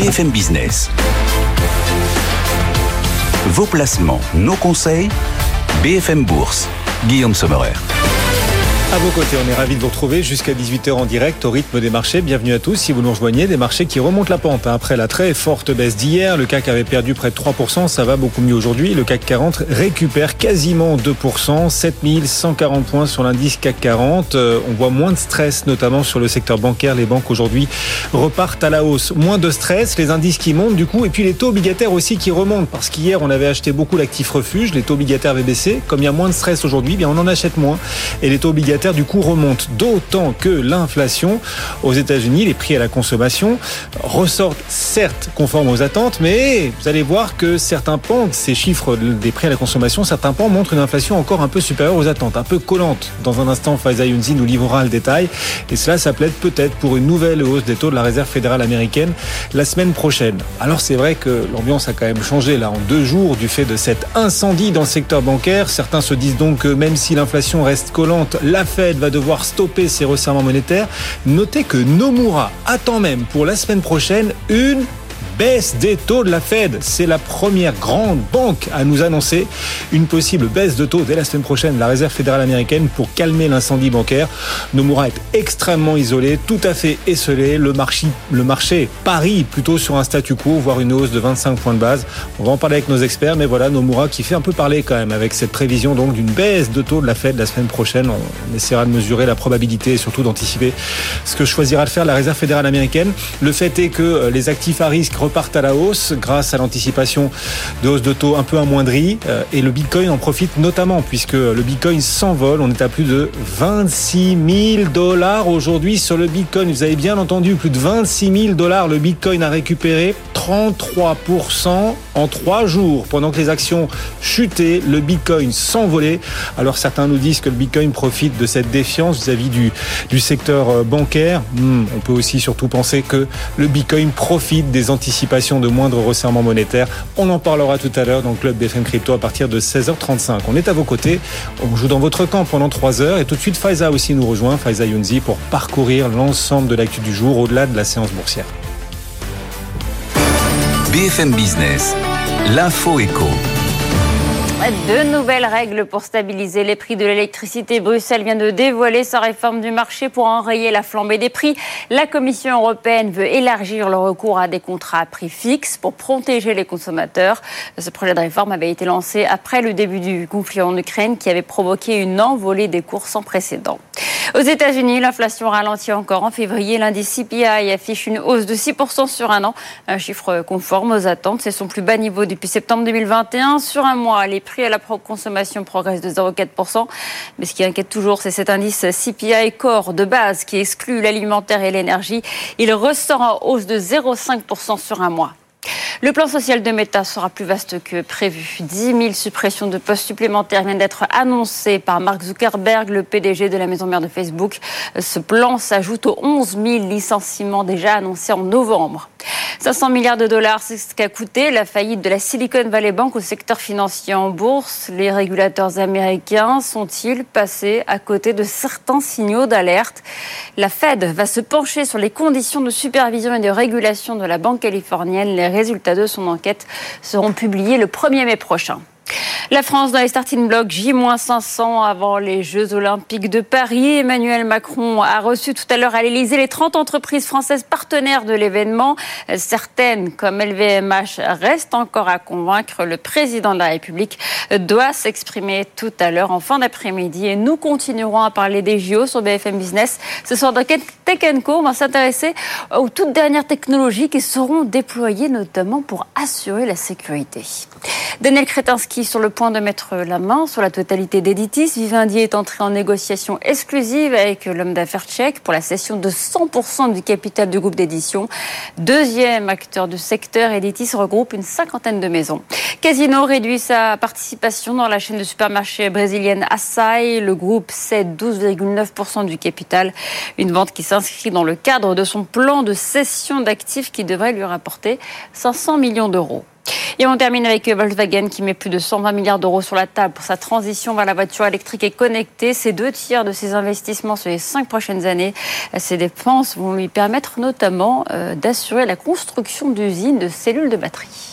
BFM Business. Vos placements, nos conseils, BFM Bourse. Guillaume Sommerer. À vos côtés, on est ravis de vous retrouver jusqu'à 18h en direct au rythme des marchés. Bienvenue à tous si vous nous rejoignez. Des marchés qui remontent la pente. Après la très forte baisse d'hier, le CAC avait perdu près de 3%. Ça va beaucoup mieux aujourd'hui. Le CAC 40 récupère quasiment 2%. 7140 points sur l'indice CAC 40. On voit moins de stress, notamment sur le secteur bancaire. Les banques aujourd'hui repartent à la hausse. Moins de stress, les indices qui montent du coup. Et puis les taux obligataires aussi qui remontent. Parce qu'hier, on avait acheté beaucoup d'actifs refuges. Les taux obligataires avaient baissé. Comme il y a moins de stress aujourd'hui, bien on en achète moins. Et les taux obligataires du coup remonte, d'autant que l'inflation aux États-Unis, les prix à la consommation ressortent certes conformes aux attentes, mais vous allez voir que certains pans, ces chiffres des prix à la consommation, certains pans montrent une inflation encore un peu supérieure aux attentes, un peu collante. Dans un instant, Faiza Younsi nous livrera le détail et cela, ça plaide peut-être pour une nouvelle hausse des taux de la Réserve fédérale américaine la semaine prochaine. Alors c'est vrai que l'ambiance a quand même changé là en 2 jours du fait de cet incendie dans le secteur bancaire. Certains se disent donc que même si l'inflation reste collante, la Fed va devoir stopper ses resserrements monétaires. Notez que Nomura attend même pour la semaine prochaine une baisse des taux de la Fed. C'est la première grande banque à nous annoncer une possible baisse de taux dès la semaine prochaine, la Réserve fédérale américaine, pour calmer l'incendie bancaire. Nomura est extrêmement isolé, tout à fait esselé. Le marché parie plutôt sur un statu quo, voire une hausse de 25 points de base. On va en parler avec nos experts, mais voilà, Nomura qui fait un peu parler quand même avec cette prévision donc d'une baisse de taux de la Fed la semaine prochaine. On essaiera de mesurer la probabilité et surtout d'anticiper ce que choisira de faire la Réserve fédérale américaine. Le fait est que les actifs à risque repartent à la hausse grâce à l'anticipation de hausse de taux un peu amoindrie et le Bitcoin en profite notamment puisque le Bitcoin s'envole. On est à plus de 26 000 $ aujourd'hui sur le Bitcoin. Vous avez bien entendu, plus de 26 000 $. Le Bitcoin a récupéré 33% en 3 jours. Pendant que les actions chutaient, le Bitcoin s'envolait. Alors certains nous disent que le Bitcoin profite de cette défiance vis-à-vis du secteur bancaire. On peut aussi surtout penser que le Bitcoin profite des anticipations de moindres resserrements monétaires. On en parlera tout à l'heure dans le club BFM Crypto à partir de 16h35. On est à vos côtés, on joue dans votre camp pendant 3 heures et tout de suite Faiza aussi nous rejoint, Faiza Younsi, pour parcourir l'ensemble de l'actu du jour au-delà de la séance boursière. BFM Business, l'info éco. De nouvelles règles pour stabiliser les prix de l'électricité. Bruxelles vient de dévoiler sa réforme du marché pour enrayer la flambée des prix. La Commission européenne veut élargir le recours à des contrats à prix fixe pour protéger les consommateurs. Ce projet de réforme avait été lancé après le début du conflit en Ukraine qui avait provoqué une envolée des cours sans précédent. Aux États-Unis, l'inflation ralentit encore. En février, l'indice CPI affiche une hausse de 6% sur un an. Un chiffre conforme aux attentes. C'est son plus bas niveau depuis septembre 2021. Sur un mois, les prix à la consommation progressent de 0,4%. Mais ce qui inquiète toujours, c'est cet indice CPI Core de base qui exclut l'alimentaire et l'énergie. Il ressort en hausse de 0,5% sur un mois. Le plan social de Meta sera plus vaste que prévu. 10 000 suppressions de postes supplémentaires viennent d'être annoncées par Mark Zuckerberg, le PDG de la maison mère de Facebook. Ce plan s'ajoute aux 11 000 licenciements déjà annoncés en novembre. 500 milliards de $, c'est ce qu'a coûté la faillite de la Silicon Valley Bank au secteur financier en bourse. Les régulateurs américains sont-ils passés à côté de certains signaux d'alerte ? La Fed va se pencher sur les conditions de supervision et de régulation de la banque californienne. Les résultats de son enquête seront publiés le 1er mai prochain. La France dans les starting blocks, J-500 avant les Jeux Olympiques de Paris. Emmanuel Macron a reçu tout à l'heure à l'Élysée les 30 entreprises françaises partenaires de l'événement. Certaines, comme LVMH, restent encore à convaincre. Le président de la République doit s'exprimer tout à l'heure en fin d'après-midi. Et nous continuerons à parler des JO sur BFM Business. Ce soir dans Tech & Co, on va s'intéresser aux toutes dernières technologies qui seront déployées notamment pour assurer la sécurité. Daniel Kretinsky sur le point de mettre la main sur la totalité d'Editis. Vivendi est entré en négociation exclusive avec l'homme d'affaires tchèque pour la cession de 100% du capital du groupe d'édition. Deuxième acteur du secteur, Editis regroupe une 50aine de maisons. Casino réduit sa participation dans la chaîne de supermarchés brésilienne Açaí. Le groupe cède 12,9% du capital. Une vente qui s'inscrit dans le cadre de son plan de cession d'actifs qui devrait lui rapporter 500 millions d'euros. Et on termine avec Volkswagen qui met plus de 120 milliards d'euros sur la table pour sa transition vers la voiture électrique et connectée. C'est 2/3 de ses investissements sur les 5 prochaines années. Ces dépenses vont lui permettre notamment d'assurer la construction d'usines de cellules de batterie.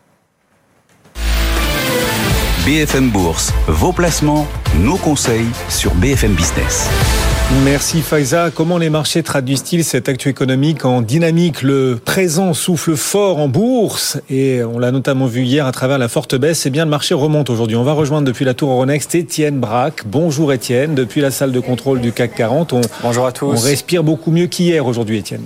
BFM Bourse, vos placements, nos conseils sur BFM Business. Merci Faiza. Comment les marchés traduisent-ils cette actu économique en dynamique? Le présent souffle fort en bourse et on l'a notamment vu hier à travers la forte baisse. Eh bien, le marché remonte aujourd'hui. On va rejoindre depuis la tour Euronext Étienne Braque. Bonjour Étienne, depuis la salle de contrôle du CAC 40. Bonjour à tous. On respire beaucoup mieux qu'hier aujourd'hui Étienne.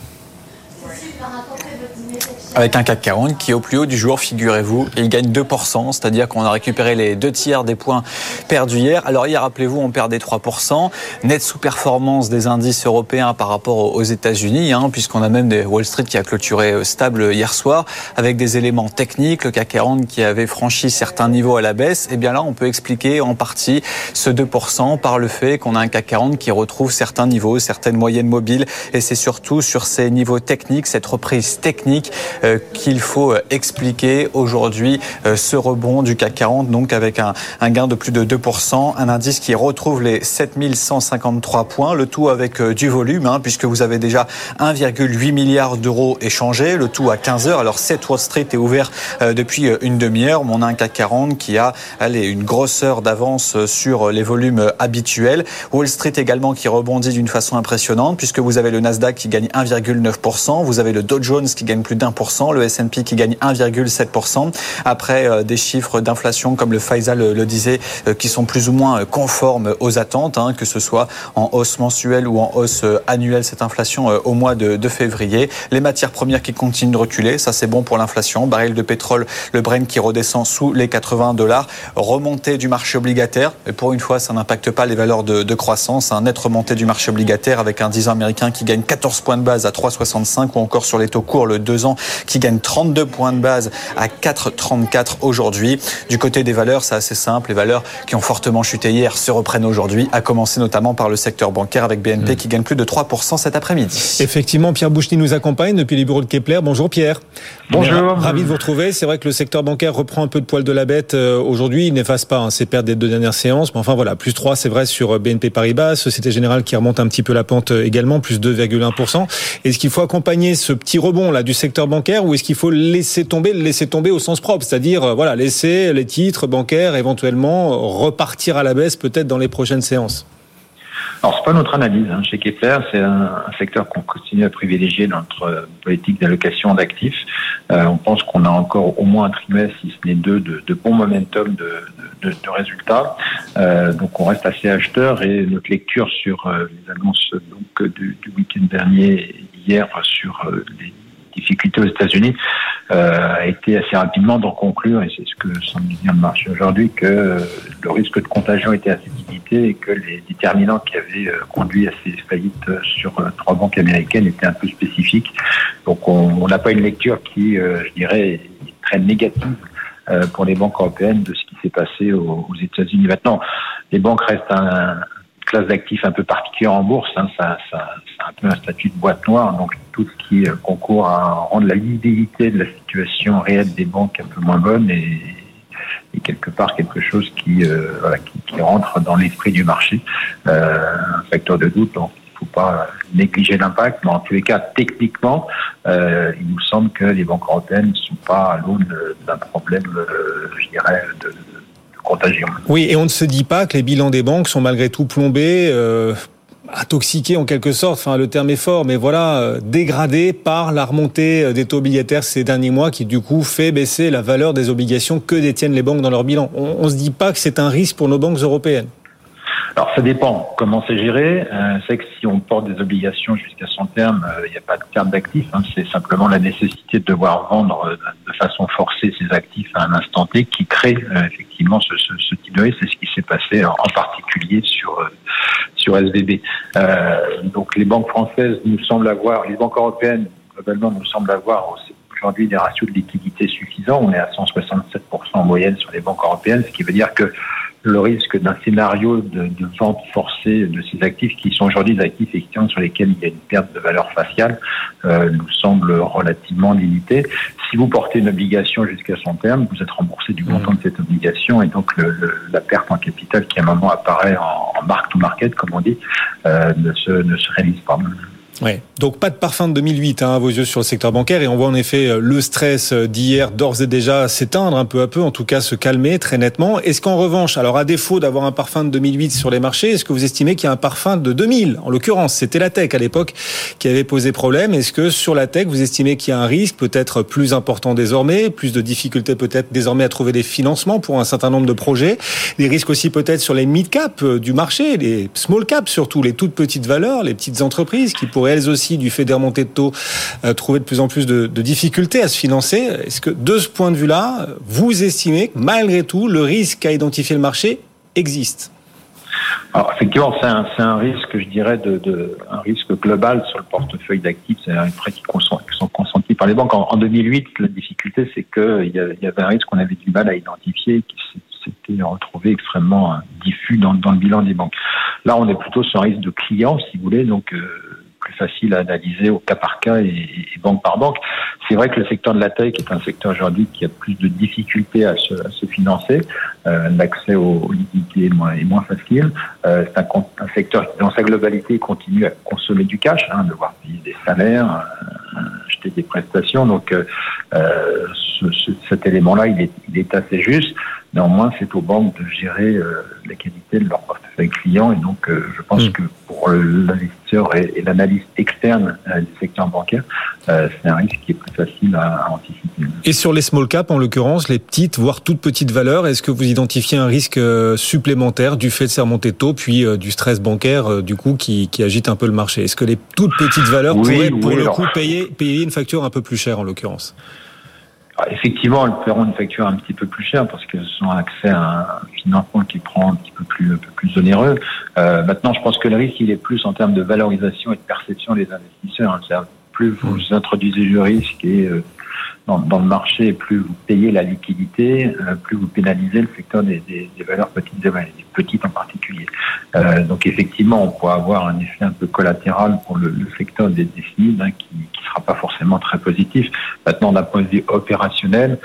Avec un CAC 40 qui est au plus haut du jour, figurez-vous, il gagne 2%, c'est-à-dire qu'on a récupéré les 2/3 des points perdus hier. Alors hier, rappelez-vous, on perdait 3%, nette sous-performance des indices européens par rapport aux États-Unis, puisqu'on a même des Wall Street qui a clôturé stable hier soir, avec des éléments techniques, le CAC 40 qui avait franchi certains niveaux à la baisse. Et bien là, on peut expliquer en partie ce 2% par le fait qu'on a un CAC 40 qui retrouve certains niveaux, certaines moyennes mobiles, et c'est surtout sur ces niveaux techniques, cette reprise technique, qu'il faut expliquer aujourd'hui ce rebond du CAC 40, donc avec un gain de plus de 2%, un indice qui retrouve les 7153 points, le tout avec du volume, puisque vous avez déjà 1,8 milliard d'euros échangés, le tout à 15h. Alors 7 Wall Street est ouvert depuis une demi-heure, mais on a un CAC 40 qui a une grosseur d'avance sur les volumes habituels. Wall Street également qui rebondit d'une façon impressionnante, puisque vous avez le Nasdaq qui gagne 1,9%, vous avez le Dow Jones qui gagne plus d'1%, le S&P qui gagne 1,7%, après des chiffres d'inflation, comme le Faiza le disait, qui sont plus ou moins conformes aux attentes, que ce soit en hausse mensuelle ou en hausse annuelle, cette inflation au mois de février. Les matières premières qui continuent de reculer, ça c'est bon pour l'inflation. Baril de pétrole, le Brent qui redescend sous les $80. Remontée du marché obligataire, et pour une fois ça n'impacte pas les valeurs de croissance, nette remontée du marché obligataire avec un 10 ans américain qui gagne 14 points de base à 3,65, ou encore sur les taux courts, le 2 ans qui gagne 32 points de base à 4,34 aujourd'hui. Du côté des valeurs, c'est assez simple. Les valeurs qui ont fortement chuté hier se reprennent aujourd'hui, à commencer notamment par le secteur bancaire avec BNP qui gagne plus de 3% cet après-midi. Effectivement, Pierre Bouchny nous accompagne depuis les bureaux de Kepler. Bonjour Pierre. Bonjour. Ravi de vous retrouver. C'est vrai que le secteur bancaire reprend un peu de poil de la bête aujourd'hui. Il n'efface pas ses pertes des 2 dernières séances. Mais enfin voilà, plus 3, c'est vrai, sur BNP Paribas. Société Générale qui remonte un petit peu la pente également, plus 2,1%. Est-ce qu'il faut accompagner ce petit rebond là du secteur bancaire, ou est-ce qu'il faut le laisser tomber au sens propre, c'est-à-dire laisser les titres bancaires éventuellement repartir à la baisse peut-être dans les prochaines séances? Alors c'est pas notre analyse chez Kepler, c'est un secteur qu'on continue à privilégier dans notre politique d'allocation d'actifs. On pense qu'on a encore au moins un trimestre, si ce n'est 2, de bon momentum de résultats. Donc on reste assez acheteur, et notre lecture sur les annonces du week-end dernier, hier, sur les difficultés aux États-Unis, a été assez rapidement d'en conclure, et c'est ce que semble dire le marché aujourd'hui, que le risque de contagion était assez limité et que les déterminants qui avaient conduit à ces faillites sur 3 banques américaines étaient un peu spécifiques. Donc on n'a pas une lecture qui, je dirais, est très négative pour les banques européennes de ce qui s'est passé aux États-Unis. Maintenant, les banques restent une classe d'actifs un peu particulière en bourse, ça un peu un statut de boîte noire, donc tout ce qui concourt à rendre la lisibilité de la situation réelle des banques un peu moins bonne, et quelque part quelque chose qui rentre dans l'esprit du marché, un facteur de doute. Donc il ne faut pas négliger l'impact, mais en tous les cas techniquement, il nous semble que les banques européennes ne sont pas à l'aune d'un problème, je dirais, de contagion. Oui, et on ne se dit pas que les bilans des banques sont malgré tout plombés, intoxiqués en quelque sorte, enfin le terme est fort, mais voilà, dégradés par la remontée des taux obligataires ces derniers mois, qui du coup fait baisser la valeur des obligations que détiennent les banques dans leur bilan. On ne se dit pas que c'est un risque pour nos banques européennes? Alors ça dépend comment c'est géré. C'est que si on porte des obligations jusqu'à son terme, il n'y a pas de perte d'actifs. C'est simplement la nécessité de devoir vendre de façon forcée ces actifs à un instant T qui crée effectivement ce type de risque. C'est ce qui s'est passé en particulier sur SVB. Donc les banques françaises nous semblent avoir, les banques européennes globalement nous semblent avoir aujourd'hui des ratios de liquidité suffisants. On est à 167% en moyenne sur les banques européennes, ce qui veut dire que le risque d'un scénario de vente forcée de ces actifs qui sont aujourd'hui des actifs effectivement sur lesquels il y a une perte de valeur faciale nous semble relativement limité. Si vous portez une obligation jusqu'à son terme, vous êtes remboursé du montant de cette obligation et donc la perte en capital qui à un moment apparaît en mark to market, comme on dit, ne se réalise pas. Ouais. Donc pas de parfum de 2008 à vos yeux sur le secteur bancaire et on voit en effet le stress d'hier d'ores et déjà s'éteindre un peu à peu, en tout cas se calmer très nettement. Est-ce qu'en revanche, alors à défaut d'avoir un parfum de 2008 sur les marchés, est-ce que vous estimez qu'il y a un parfum de 2000 ? En l'occurrence, c'était la tech à l'époque qui avait posé problème. Est-ce que sur la tech, vous estimez qu'il y a un risque peut-être plus important désormais, plus de difficultés peut-être désormais à trouver des financements pour un certain nombre de projets, des risques aussi peut-être sur les mid-cap du marché, les small-cap surtout, les toutes petites valeurs, les petites entreprises qui pourraient elles aussi, du fait des remontées de taux, trouver de plus en plus de difficultés à se financer. Est-ce que, de ce point de vue-là, vous estimez que, malgré tout, le risque qu'a identifié le marché existe ? Alors, effectivement, c'est un risque, je dirais, un risque global sur le portefeuille d'actifs. C'est un prêt qui sont consentis par les banques. En 2008, la difficulté, c'est qu'il y avait un risque qu'on avait du mal à identifier, qui s'était retrouvé extrêmement diffus dans le bilan des banques. Là, on est plutôt sur un risque de client, si vous voulez, donc plus facile à analyser au cas par cas et banque par banque. C'est vrai que le secteur de la tech est un secteur aujourd'hui qui a plus de difficultés à se financer. L'accès aux liquidités est moins facile. C'est un secteur qui, dans sa globalité, continue à consommer du cash, devoir payer des salaires, acheter des prestations. Donc, cet élément-là, il est assez juste. Néanmoins, c'est aux banques de gérer la qualité de leur portefeuille client. Et donc, je pense que pour l'investisseur et l'analyse externe du secteur bancaire, c'est un risque qui est plus facile à anticiper. Et sur les small cap, en l'occurrence, les petites, voire toutes petites valeurs, est-ce que vous identifiez un risque supplémentaire du fait de ces remontées de taux, puis du stress bancaire, du coup, qui agite un peu le marché ? Est-ce que les toutes petites valeurs pourraient, pour le coup, payer une facture un peu plus chère, en l'occurrence ? Effectivement, elles paieront une facture un petit peu plus chère parce qu'elles ont accès à un financement qui prend un petit peu plus onéreux. Maintenant, je pense que le risque, il est plus en termes de valorisation et de perception des investisseurs. C'est-à-dire, plus vous introduisez le risque et dans le marché, plus vous payez la liquidité, plus vous pénalisez le secteur des valeurs petites et moyennes, des petites en particulier. Donc effectivement, on pourrait avoir un effet un peu collatéral pour le secteur des SMID qui sera pas forcément très positif. Maintenant, d'un point de vue opérationnel,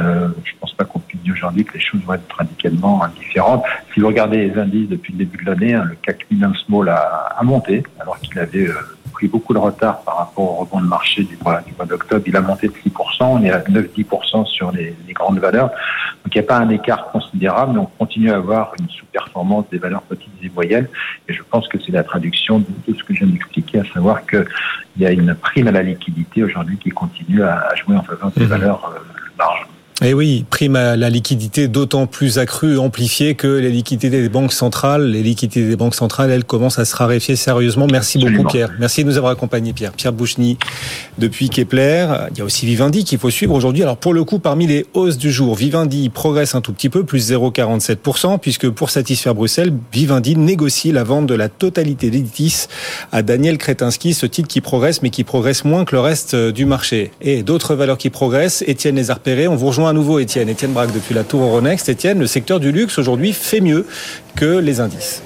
je pense pas qu'on puisse dire aujourd'hui que les choses vont être radicalement différentes. Si vous regardez les indices depuis le début de l'année, le CAC Minus Small a monté, alors qu'il avait pris beaucoup de retard par rapport au rebond de marché du mois d'octobre. Il a monté de 6%, on est à 9-10% sur les grandes valeurs. Donc il n'y a pas un écart considérable, mais on continue à avoir une sous-performance des valeurs petites et moyennes. Et je pense que c'est la traduction de tout ce que je viens d'expliquer, à savoir qu'il y a une prime à la liquidité aujourd'hui qui continue à jouer en faveur des valeurs larges. Et oui, prime à la liquidité d'autant plus accrue, amplifiée que les liquidités des banques centrales. Les liquidités des banques centrales, elles commencent à se raréfier sérieusement. Merci beaucoup, Pierre. Merci de nous avoir accompagnés, Pierre. Pierre Bouchny, depuis Kepler. Il y a aussi Vivendi qu'il faut suivre aujourd'hui. Alors, pour le coup, parmi les hausses du jour, Vivendi progresse un tout petit peu, plus 0,47%, puisque pour satisfaire Bruxelles, Vivendi négocie la vente de la totalité d'Editis à Daniel Kretinsky, ce titre qui progresse, mais qui progresse moins que le reste du marché. Et d'autres valeurs qui progressent, Étienne Lézard-Perret, on vous rejoint à nouveau, Étienne Braque depuis la Tour Euronext. Étienne, le secteur du luxe aujourd'hui fait mieux que les indices.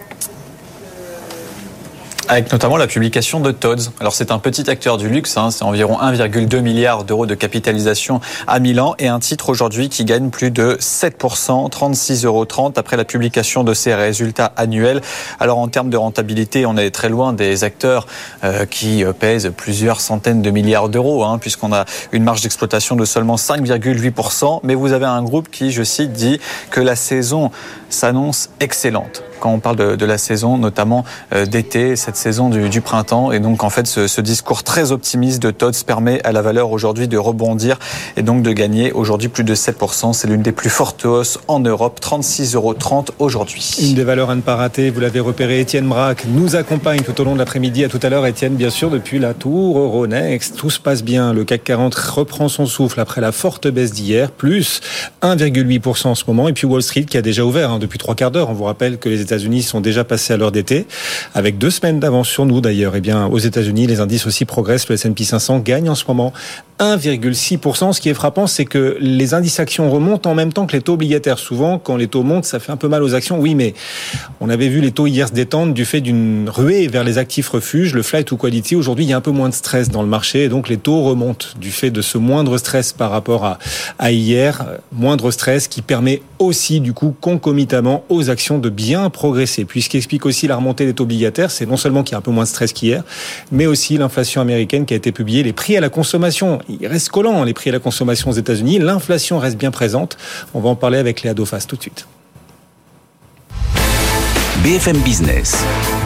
Avec notamment la publication de Tod's. Alors c'est un petit acteur du luxe, c'est environ 1,2 milliard d'euros de capitalisation à Milan et un titre aujourd'hui qui gagne plus de 7%, 36,30 € après la publication de ses résultats annuels. Alors en termes de rentabilité, on est très loin des acteurs qui pèsent plusieurs centaines de milliards d'euros, puisqu'on a une marge d'exploitation de seulement 5,8%. Mais vous avez un groupe qui, je cite, dit que la saison s'annonce excellente. Quand on parle de la saison, notamment d'été, cette saison du printemps. Et donc, en fait, ce discours très optimiste de Tod's permet à la valeur aujourd'hui de rebondir et donc de gagner aujourd'hui plus de 7%. C'est l'une des plus fortes hausses en Europe, 36,30 € aujourd'hui. Une des valeurs à ne pas rater, vous l'avez repéré, Étienne Braque nous accompagne tout au long de l'après-midi. À tout à l'heure, Étienne, bien sûr, depuis la Tour Euronext. Tout se passe bien. Le CAC 40 reprend son souffle après la forte baisse d'hier, plus 1,8% en ce moment. Et puis Wall Street qui a déjà ouvert depuis 3 quarts d'heure. On vous rappelle que les États-Unis sont déjà passés à l'heure d'été, avec 2 semaines d'avance sur nous d'ailleurs. Eh bien, aux États-Unis, les indices aussi progressent. Le S&P 500 gagne en ce moment 1,6%. Ce qui est frappant, c'est que les indices actions remontent en même temps que les taux obligataires. Souvent, quand les taux montent, ça fait un peu mal aux actions. Oui, mais on avait vu les taux hier se détendre du fait d'une ruée vers les actifs refuges, le flight to quality. Aujourd'hui, il y a un peu moins de stress dans le marché et donc les taux remontent du fait de ce moindre stress par rapport à hier. Moindre stress qui permet aussi, du coup, concomitamment aux actions de bien progresser. Puis ce qui explique aussi la remontée des taux obligataires, c'est non seulement qu'il y a un peu moins de stress qu'hier, mais aussi l'inflation américaine qui a été publiée, les prix à la consommation. Il reste collant, les prix à la consommation aux États-Unis. L'inflation reste bien présente. On va en parler avec Léa Dauphas tout de suite. BFM Business,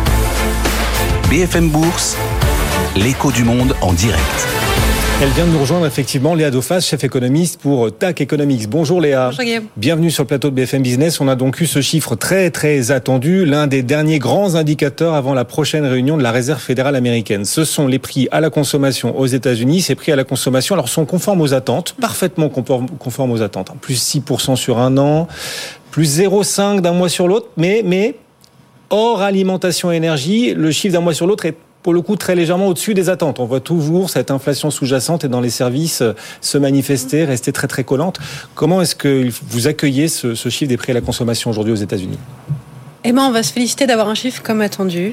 BFM Bourse, l'écho du monde en direct. Elle vient de nous rejoindre effectivement, Léa Dauphas, chef économiste pour TAC Economics. Bonjour Léa. Bonjour Guillaume. Bienvenue sur le plateau de BFM Business. On a donc eu ce chiffre très très attendu, l'un des derniers grands indicateurs avant la prochaine réunion de la Réserve fédérale américaine. Ce sont les prix à la consommation aux États-Unis. Ces prix à la consommation alors sont conformes aux attentes, parfaitement conformes aux attentes. Plus 6% sur un an, plus 0,5 d'un mois sur l'autre, mais hors alimentation et énergie, le chiffre d'un mois sur l'autre est pour le coup très légèrement au-dessus des attentes. On voit toujours cette inflation sous-jacente et dans les services se manifester, rester très très collante. Comment est-ce que vous accueillez ce chiffre des prix à la consommation aujourd'hui aux États-Unis ? Eh ben, on va se féliciter d'avoir un chiffre comme attendu.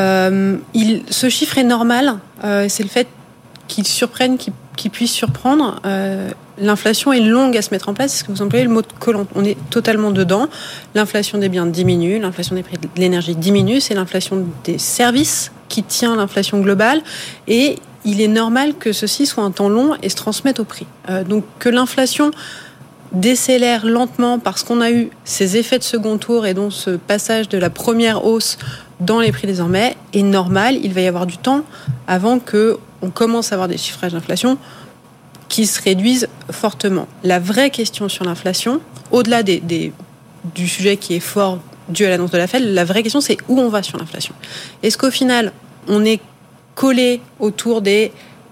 Ce chiffre est normal. C'est le fait qu'il surprenne, qu'il puisse surprendre. L'inflation est longue à se mettre en place. Est-ce que vous employez le mot de collante ? On est totalement dedans. L'inflation des biens diminue, l'inflation des prix de l'énergie diminue, c'est l'inflation des services qui tient l'inflation globale. Et il est normal que ceci soit un temps long et se transmette au prix. Donc que l'inflation décélère lentement parce qu'on a eu ces effets de second tour et donc ce passage de la première hausse dans les prix désormais est normal. Il va y avoir du temps avant qu'on commence à avoir des chiffrages d'inflation qui se réduisent fortement. La vraie question sur l'inflation, au-delà du sujet qui est fort dû à l'annonce de la Fed, la vraie question c'est où on va sur l'inflation. Est-ce qu'au final on est collé autour des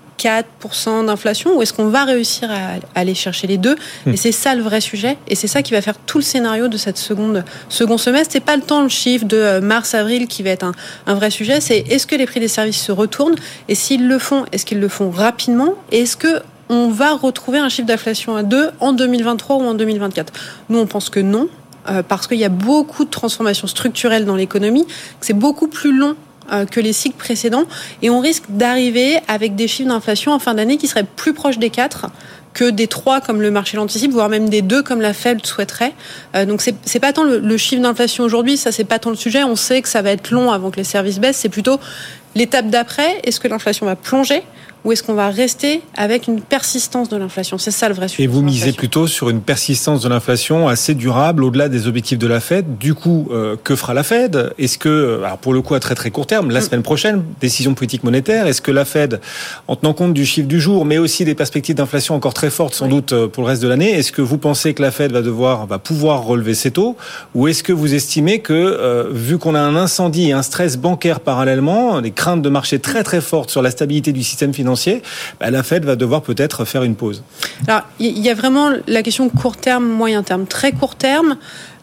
4% d'inflation ou est-ce qu'on va réussir à aller chercher les deux ? Et c'est ça le vrai sujet et c'est ça qui va faire tout le scénario de cette second semestre. C'est pas le temps, le chiffre de mars-avril qui va être un vrai sujet, c'est est-ce que les prix des services se retournent et s'ils le font, est-ce qu'ils le font rapidement et est-ce que on va retrouver un chiffre d'inflation à 2 en 2023 ou en 2024 ? Nous, on pense que non, parce qu'il y a beaucoup de transformations structurelles dans l'économie, que c'est beaucoup plus long que les cycles précédents, et on risque d'arriver avec des chiffres d'inflation en fin d'année qui seraient plus proches des 4 que des 3 comme le marché l'anticipe, voire même des 2 comme la Fed souhaiterait. Donc c'est pas tant le chiffre d'inflation aujourd'hui, ça c'est pas tant le sujet, on sait que ça va être long avant que les services baissent, c'est plutôt l'étape d'après, est-ce que l'inflation va plonger ou est-ce qu'on va rester avec une persistance de l'inflation ? C'est ça le vrai sujet. Et vous misez plutôt sur une persistance de l'inflation assez durable au-delà des objectifs de la Fed. Du coup, que fera la Fed ? Est-ce que, alors pour le coup à très très court terme, la semaine prochaine, décision politique monétaire, est-ce que la Fed, en tenant compte du chiffre du jour, mais aussi des perspectives d'inflation encore très fortes sans doute pour le reste de l'année, est-ce que vous pensez que la Fed va pouvoir relever ses taux ? Ou est-ce que vous estimez que, vu qu'on a un incendie et un stress bancaire parallèlement, des craintes de marché très très fortes sur la stabilité du système financier, la Fed va devoir peut-être faire une pause. Alors, il y a vraiment la question court terme, moyen terme. Très court terme,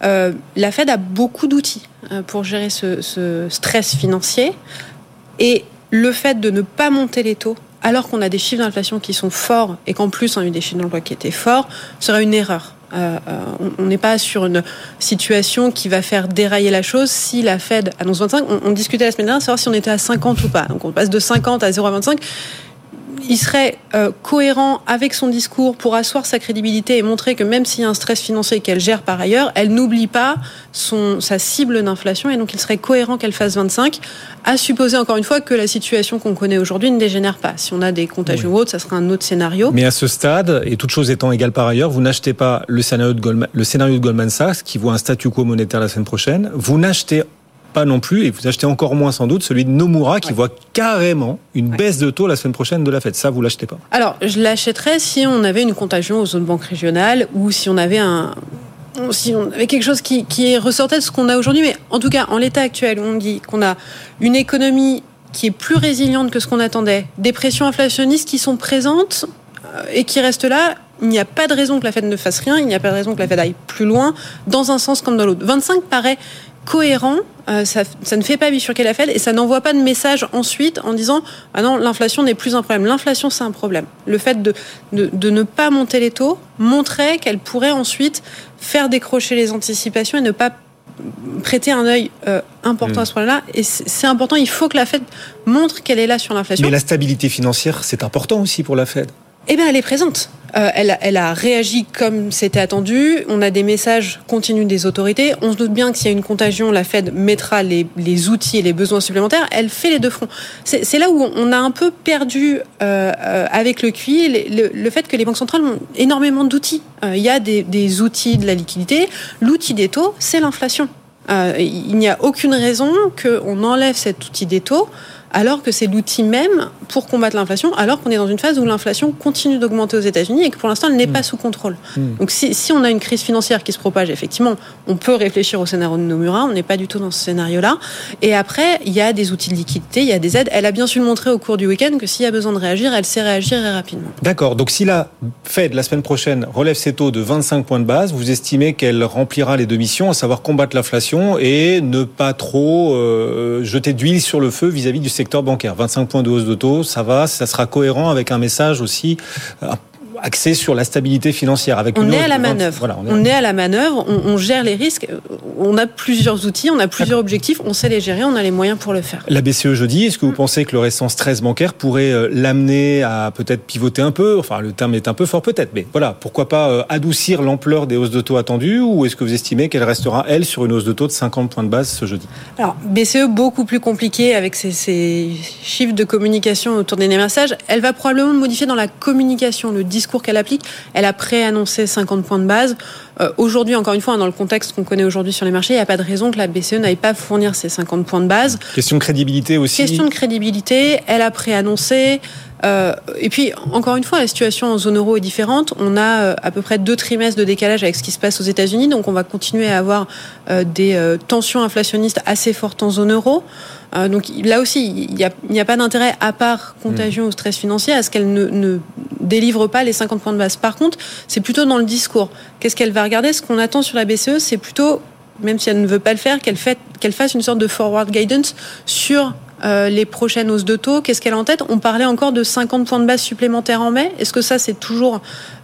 la Fed a beaucoup d'outils pour gérer ce stress financier. Et le fait de ne pas monter les taux, alors qu'on a des chiffres d'inflation qui sont forts, et qu'en plus on a eu des chiffres d'emploi qui étaient forts, serait une erreur. On n'est pas sur une situation qui va faire dérailler la chose. Si la Fed annonce 25, on discutait la semaine dernière, savoir si on était à 50 ou pas. Donc on passe de 50 à 0,25. Il serait cohérent avec son discours pour asseoir sa crédibilité et montrer que même s'il y a un stress financier qu'elle gère par ailleurs, elle n'oublie pas sa cible d'inflation et donc il serait cohérent qu'elle fasse 25, à supposer encore une fois que la situation qu'on connaît aujourd'hui ne dégénère pas. Si on a des contagions ou autres, ça sera un autre scénario. Mais à ce stade, et toutes choses étant égales par ailleurs, vous n'achetez pas le scénario de Goldman Sachs qui voit un statu quo monétaire la semaine prochaine. Vous n'achetez pas non plus, et vous achetez encore moins sans doute, celui de Nomura qui voit carrément une baisse de taux la semaine prochaine de la Fed. Ça, vous l'achetez pas ? Alors, je l'achèterais si on avait une contagion aux zones banques régionales ou si on avait quelque chose qui ressortait de ce qu'on a aujourd'hui. Mais en tout cas, en l'état actuel, on dit qu'on a une économie qui est plus résiliente que ce qu'on attendait, des pressions inflationnistes qui sont présentes et qui restent là. Il n'y a pas de raison que la Fed ne fasse rien, il n'y a pas de raison que la Fed aille plus loin, dans un sens comme dans l'autre. 25 paraît cohérent ça ne fait pas bifurquer la Fed et ça n'envoie pas de message ensuite en disant « Ah non, l'inflation n'est plus un problème ». L'inflation, c'est un problème. Le fait de ne pas monter les taux montrait qu'elle pourrait ensuite faire décrocher les anticipations et ne pas prêter un œil important à ce point-là. Et c'est important, il faut que la Fed montre qu'elle est là sur l'inflation. Mais la stabilité financière, c'est important aussi pour la Fed. Eh bien, elle est présente. Elle a réagi comme c'était attendu. On a des messages continus des autorités. On se doute bien que s'il y a une contagion, la Fed mettra les outils et les besoins supplémentaires. Elle fait les deux fronts. C'est là où on a un peu perdu avec le QE le fait que les banques centrales ont énormément d'outils. Il y a des outils de la liquidité. L'outil des taux, c'est l'inflation. Il n'y a aucune raison qu'on enlève cet outil des taux alors que c'est l'outil même pour combattre l'inflation, alors qu'on est dans une phase où l'inflation continue d'augmenter aux États-Unis et que pour l'instant, elle n'est pas sous contrôle. Donc si on a une crise financière qui se propage, effectivement, on peut réfléchir au scénario de Nomura, on n'est pas du tout dans ce scénario-là. Et après, il y a des outils de liquidité, il y a des aides. Elle a bien su le montrer au cours du week-end que s'il y a besoin de réagir, elle sait réagir et rapidement. D'accord, donc si la Fed, la semaine prochaine, relève ses taux de 25 points de base, vous estimez qu'elle remplira les deux missions, à savoir combattre l'inflation et ne pas trop jeter d'huile sur le feu vis-à-vis du secteur bancaire. 25 points de hausse de taux, ça va, ça sera cohérent avec un message aussi axé sur la stabilité financière. On est à la manœuvre. Voilà, on est à la manœuvre, on gère les risques, on a plusieurs outils, on a plusieurs objectifs, on sait les gérer, on a les moyens pour le faire. La BCE jeudi, est-ce que vous pensez que le récent stress bancaire pourrait l'amener à peut-être pivoter un peu ? Enfin, le terme est un peu fort peut-être, mais voilà, pourquoi pas adoucir l'ampleur des hausses de taux attendues, ou est-ce que vous estimez qu'elle restera, elle, sur une hausse de taux de 50 points de base ce jeudi ? Alors, BCE, beaucoup plus compliqué avec ses chiffres de communication autour des messages. Elle va probablement modifier dans la communication, le discours qu'elle applique. Elle a préannoncé 50 points de base. Aujourd'hui, encore une fois, dans le contexte qu'on connaît aujourd'hui sur les marchés, il n'y a pas de raison que la BCE n'aille pas fournir ces 50 points de base. Question de crédibilité aussi. Question de crédibilité, elle a préannoncé. Et puis, encore une fois, la situation en zone euro est différente. On a à peu près 2 trimestres de décalage avec ce qui se passe aux États-Unis. Donc, on va continuer à avoir des tensions inflationnistes assez fortes en zone euro. Donc là aussi, il n'y a pas d'intérêt, à part contagion ou stress financier, à ce qu'elle ne délivre pas les 50 points de base. Par contre, c'est plutôt dans le discours. Qu'est-ce qu'elle va regarder ? Ce qu'on attend sur la BCE, c'est plutôt, même si elle ne veut pas le faire, qu'elle fasse une sorte de forward guidance sur les prochaines hausses de taux. Qu'est-ce qu'elle a en tête ? On parlait encore de 50 points de base supplémentaires en mai. Est-ce que ça, c'est toujours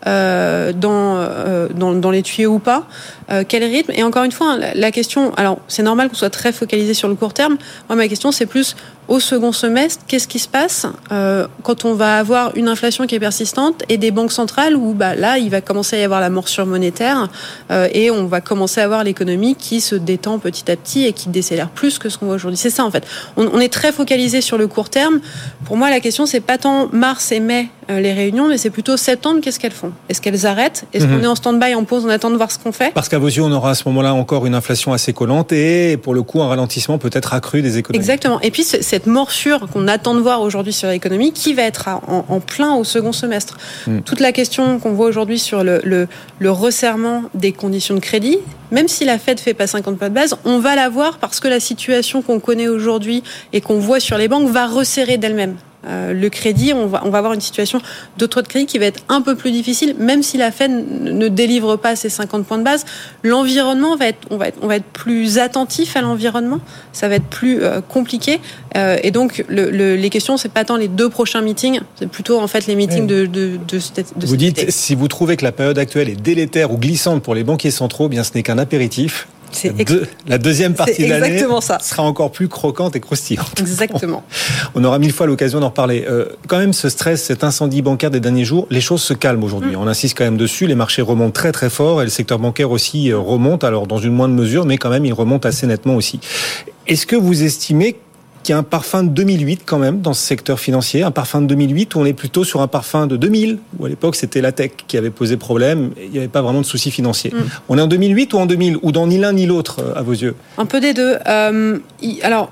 dans les tuyaux ou pas ? Quel rythme ? Et encore une fois, la question... Alors, c'est normal qu'on soit très focalisé sur le court terme. Moi, ma question, c'est plus au second semestre, qu'est-ce qui se passe quand on va avoir une inflation qui est persistante et des banques centrales où là, il va commencer à y avoir la morsure monétaire et on va commencer à avoir l'économie qui se détend petit à petit et qui décélère plus que ce qu'on voit aujourd'hui. C'est ça, en fait. On est très focalisé sur le court terme. Pour moi, la question, c'est pas tant mars et mai les réunions, mais c'est plutôt septembre, qu'est-ce qu'elles font ? Est-ce qu'elles arrêtent ? Est-ce qu'on est en stand-by, en pause, on attend de voir ce qu'on fait ? Parce qu'à vos yeux, on aura à ce moment-là encore une inflation assez collante et pour le coup, un ralentissement peut-être accru des économies. Exactement. Et puis, cette morsure qu'on attend de voir aujourd'hui sur l'économie, qui va être en plein au second semestre. Toute la question qu'on voit aujourd'hui sur le resserrement des conditions de crédit, même si la Fed fait pas 50 points de base, on va la voir parce que la situation qu'on connaît aujourd'hui et qu'on voit sur les banques va resserrer d'elle-même. Le crédit, on va avoir une situation d'octroi de crédit qui va être un peu plus difficile, même si la Fed ne délivre pas ces 50 points de base. L'environnement on va être plus attentif à l'environnement, ça va être plus compliqué. Et donc les questions, c'est pas tant les 2 prochains meetings, c'est plutôt en fait les meetings de Vous dites, si vous trouvez que la période actuelle est délétère ou glissante pour les banquiers centraux, bien ce n'est qu'un apéritif. La deuxième partie de l'année sera encore plus croquante et croustillante. Exactement. On aura 1000 fois l'occasion d'en reparler. Quand même, ce stress, cet incendie bancaire des derniers jours, les choses se calment aujourd'hui. On insiste quand même dessus. Les marchés remontent très très fort et le secteur bancaire aussi remonte. Alors dans une moindre mesure, mais quand même, il remonte assez nettement aussi. Est-ce que vous estimez qu'il y a un parfum de 2008 quand même dans ce secteur financier, un parfum de 2008 où on est plutôt sur un parfum de 2000, où à l'époque c'était la tech qui avait posé problème, et il n'y avait pas vraiment de soucis financiers. On est en 2008 ou en 2000, ou dans ni l'un ni l'autre à vos yeux ? Un peu des deux. Alors,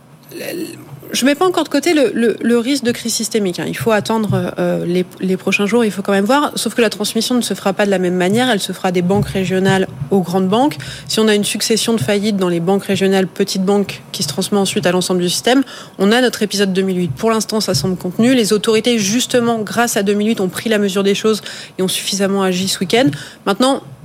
je ne mets pas encore de côté le risque de crise systémique. Il faut attendre les prochains jours, il faut quand même voir. Sauf que la transmission ne se fera pas de la même manière. Elle se fera des banques régionales aux grandes banques. Si on a une succession de faillites dans les banques régionales, petites banques, qui se transmet ensuite à l'ensemble du système, on a notre épisode 2008. Pour l'instant, ça semble contenu. Les autorités, justement, grâce à 2008, ont pris la mesure des choses et ont suffisamment agi ce week-end. Maintenant,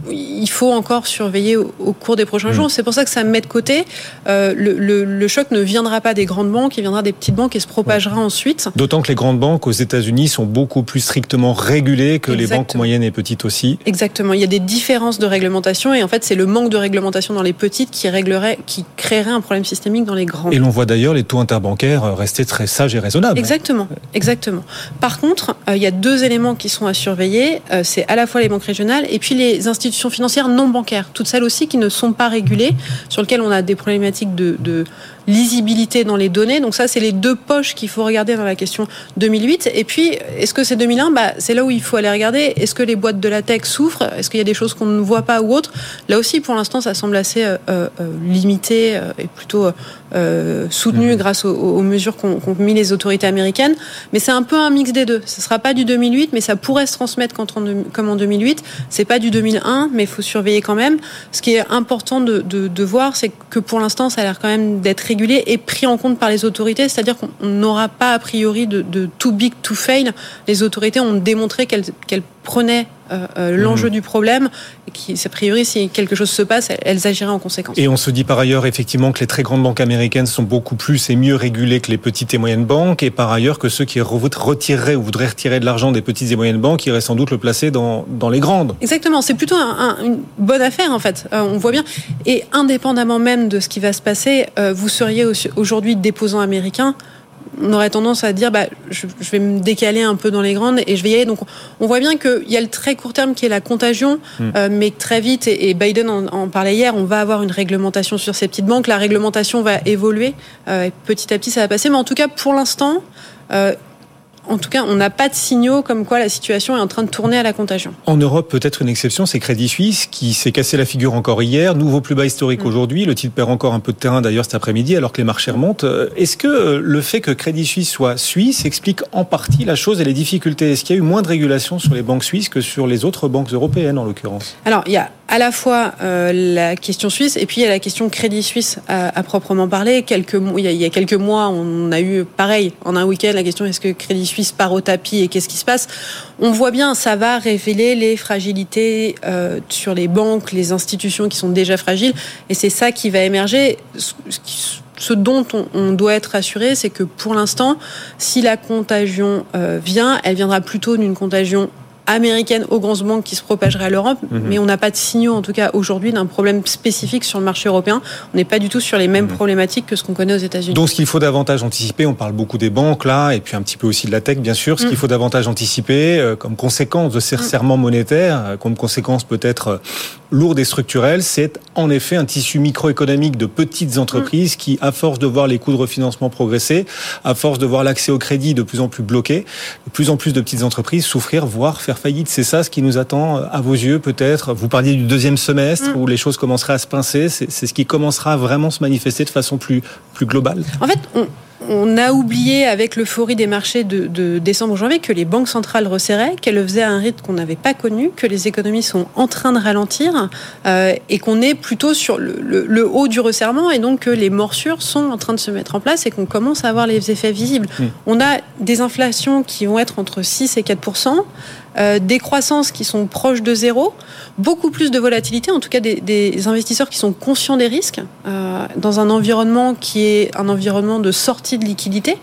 il faut encore surveiller au cours des prochains jours. C'est pour ça que ça met de côté. Le choc ne viendra pas des grandes banques, il viendra des petites banques et se propagera ensuite. D'autant que les grandes banques aux États-Unis sont beaucoup plus strictement régulées que les banques moyennes et petites aussi. Exactement. Il y a des différences de réglementation et en fait, c'est le manque de réglementation dans les petites qui créerait un problème systémique dans les grandes. Et l'on voit d'ailleurs les taux interbancaires rester très sages et raisonnables. Exactement. Par contre, il y a 2 éléments qui sont à surveiller. C'est à la fois les banques régionales et puis les institutions financières non bancaires, toutes celles aussi qui ne sont pas régulées, sur lesquelles on a des problématiques de lisibilité dans les données. Donc ça, c'est les 2 poches qu'il faut regarder dans la question 2008. Et puis, est-ce que c'est 2001 ? C'est là où il faut aller regarder. Est-ce que les boîtes de la tech souffrent ? Est-ce qu'il y a des choses qu'on ne voit pas ou autre ? Là aussi, pour l'instant, ça semble assez limité et plutôt soutenu grâce aux mesures qu'ont mis les autorités américaines. Mais c'est un peu un mix des deux. Ce ne sera pas du 2008, mais ça pourrait se transmettre comme en 2008. C'est pas du 2001, mais il faut surveiller quand même. Ce qui est important de voir, c'est que pour l'instant, ça a l'air quand même d'être régulé et pris en compte par les autorités. C'est-à-dire qu'on n'aura pas a priori de too big to fail. Les autorités ont démontré qu'elles prenaient l'enjeu du problème et a priori, si quelque chose se passe, elles agiraient en conséquence. Et on se dit par ailleurs effectivement que les très grandes banques américaines sont beaucoup plus et mieux régulées que les petites et moyennes banques, et par ailleurs que ceux qui retireraient ou voudraient retirer de l'argent des petites et moyennes banques iraient sans doute le placer dans les grandes. Exactement, c'est plutôt une bonne affaire en fait, on voit bien. Et indépendamment même de ce qui va se passer, vous seriez aujourd'hui déposant américain, on aurait tendance à dire je vais me décaler un peu dans les grandes et je vais y aller. Donc on voit bien qu'il y a le très court terme qui est la contagion, mais très vite, et Biden en parlait hier, on va avoir une réglementation sur ces petites banques. La réglementation va évoluer, et petit à petit ça va passer, mais en tout cas pour l'instant, on n'a pas de signaux comme quoi la situation est en train de tourner à la contagion. En Europe, peut-être une exception, c'est Crédit Suisse qui s'est cassé la figure encore hier. Nouveau plus bas historique aujourd'hui. Le titre perd encore un peu de terrain d'ailleurs cet après-midi alors que les marchés remontent. Est-ce que le fait que Crédit Suisse soit suisse explique en partie la chose et les difficultés ? Est-ce qu'il y a eu moins de régulation sur les banques suisses que sur les autres banques européennes en l'occurrence ? Alors, il y a à la fois la question suisse et puis il y a la question Crédit Suisse à proprement parler. Il y a quelques mois, on a eu pareil en un week-end la question est-ce que Crédit Suisse part au tapis et qu'est-ce qui se passe ? On voit bien, ça va révéler les fragilités sur les banques, les institutions qui sont déjà fragiles, et c'est ça qui va émerger. Ce dont on doit être rassuré, c'est que pour l'instant, si la contagion vient, elle viendra plutôt d'une contagion américaine aux grandes banques qui se propagerait à l'Europe, mais on n'a pas de signaux, en tout cas aujourd'hui, d'un problème spécifique sur le marché européen. On n'est pas du tout sur les mêmes problématiques que ce qu'on connaît aux États-Unis. Donc ce qu'il faut davantage anticiper, on parle beaucoup des banques là, et puis un petit peu aussi de la tech bien sûr, ce qu'il faut davantage anticiper comme conséquence de ces resserrements monétaires, comme conséquence peut-être lourde et structurelle, c'est en effet un tissu microéconomique de petites entreprises qui, à force de voir les coûts de refinancement progresser, à force de voir l'accès au crédit de plus en plus bloqué, de plus en plus de petites entreprises souffrir, voire faire faillite. C'est ça ce qui nous attend à vos yeux peut-être. Vous parliez du deuxième semestre où les choses commenceraient à se pincer. C'est ce qui commencera à vraiment se manifester de façon plus globale. En fait, on a oublié avec l'euphorie des marchés de décembre-janvier que les banques centrales resserraient, qu'elles le faisaient à un rythme qu'on n'avait pas connu, que les économies sont en train de ralentir et qu'on est plutôt sur le haut du resserrement et donc que les morsures sont en train de se mettre en place et qu'on commence à avoir les effets visibles. On a des inflations qui vont être entre 6 et 4%, des croissances qui sont proches de zéro, beaucoup plus de volatilité, en tout cas des investisseurs qui sont conscients des risques dans un environnement qui est un environnement de sortie de liquidité.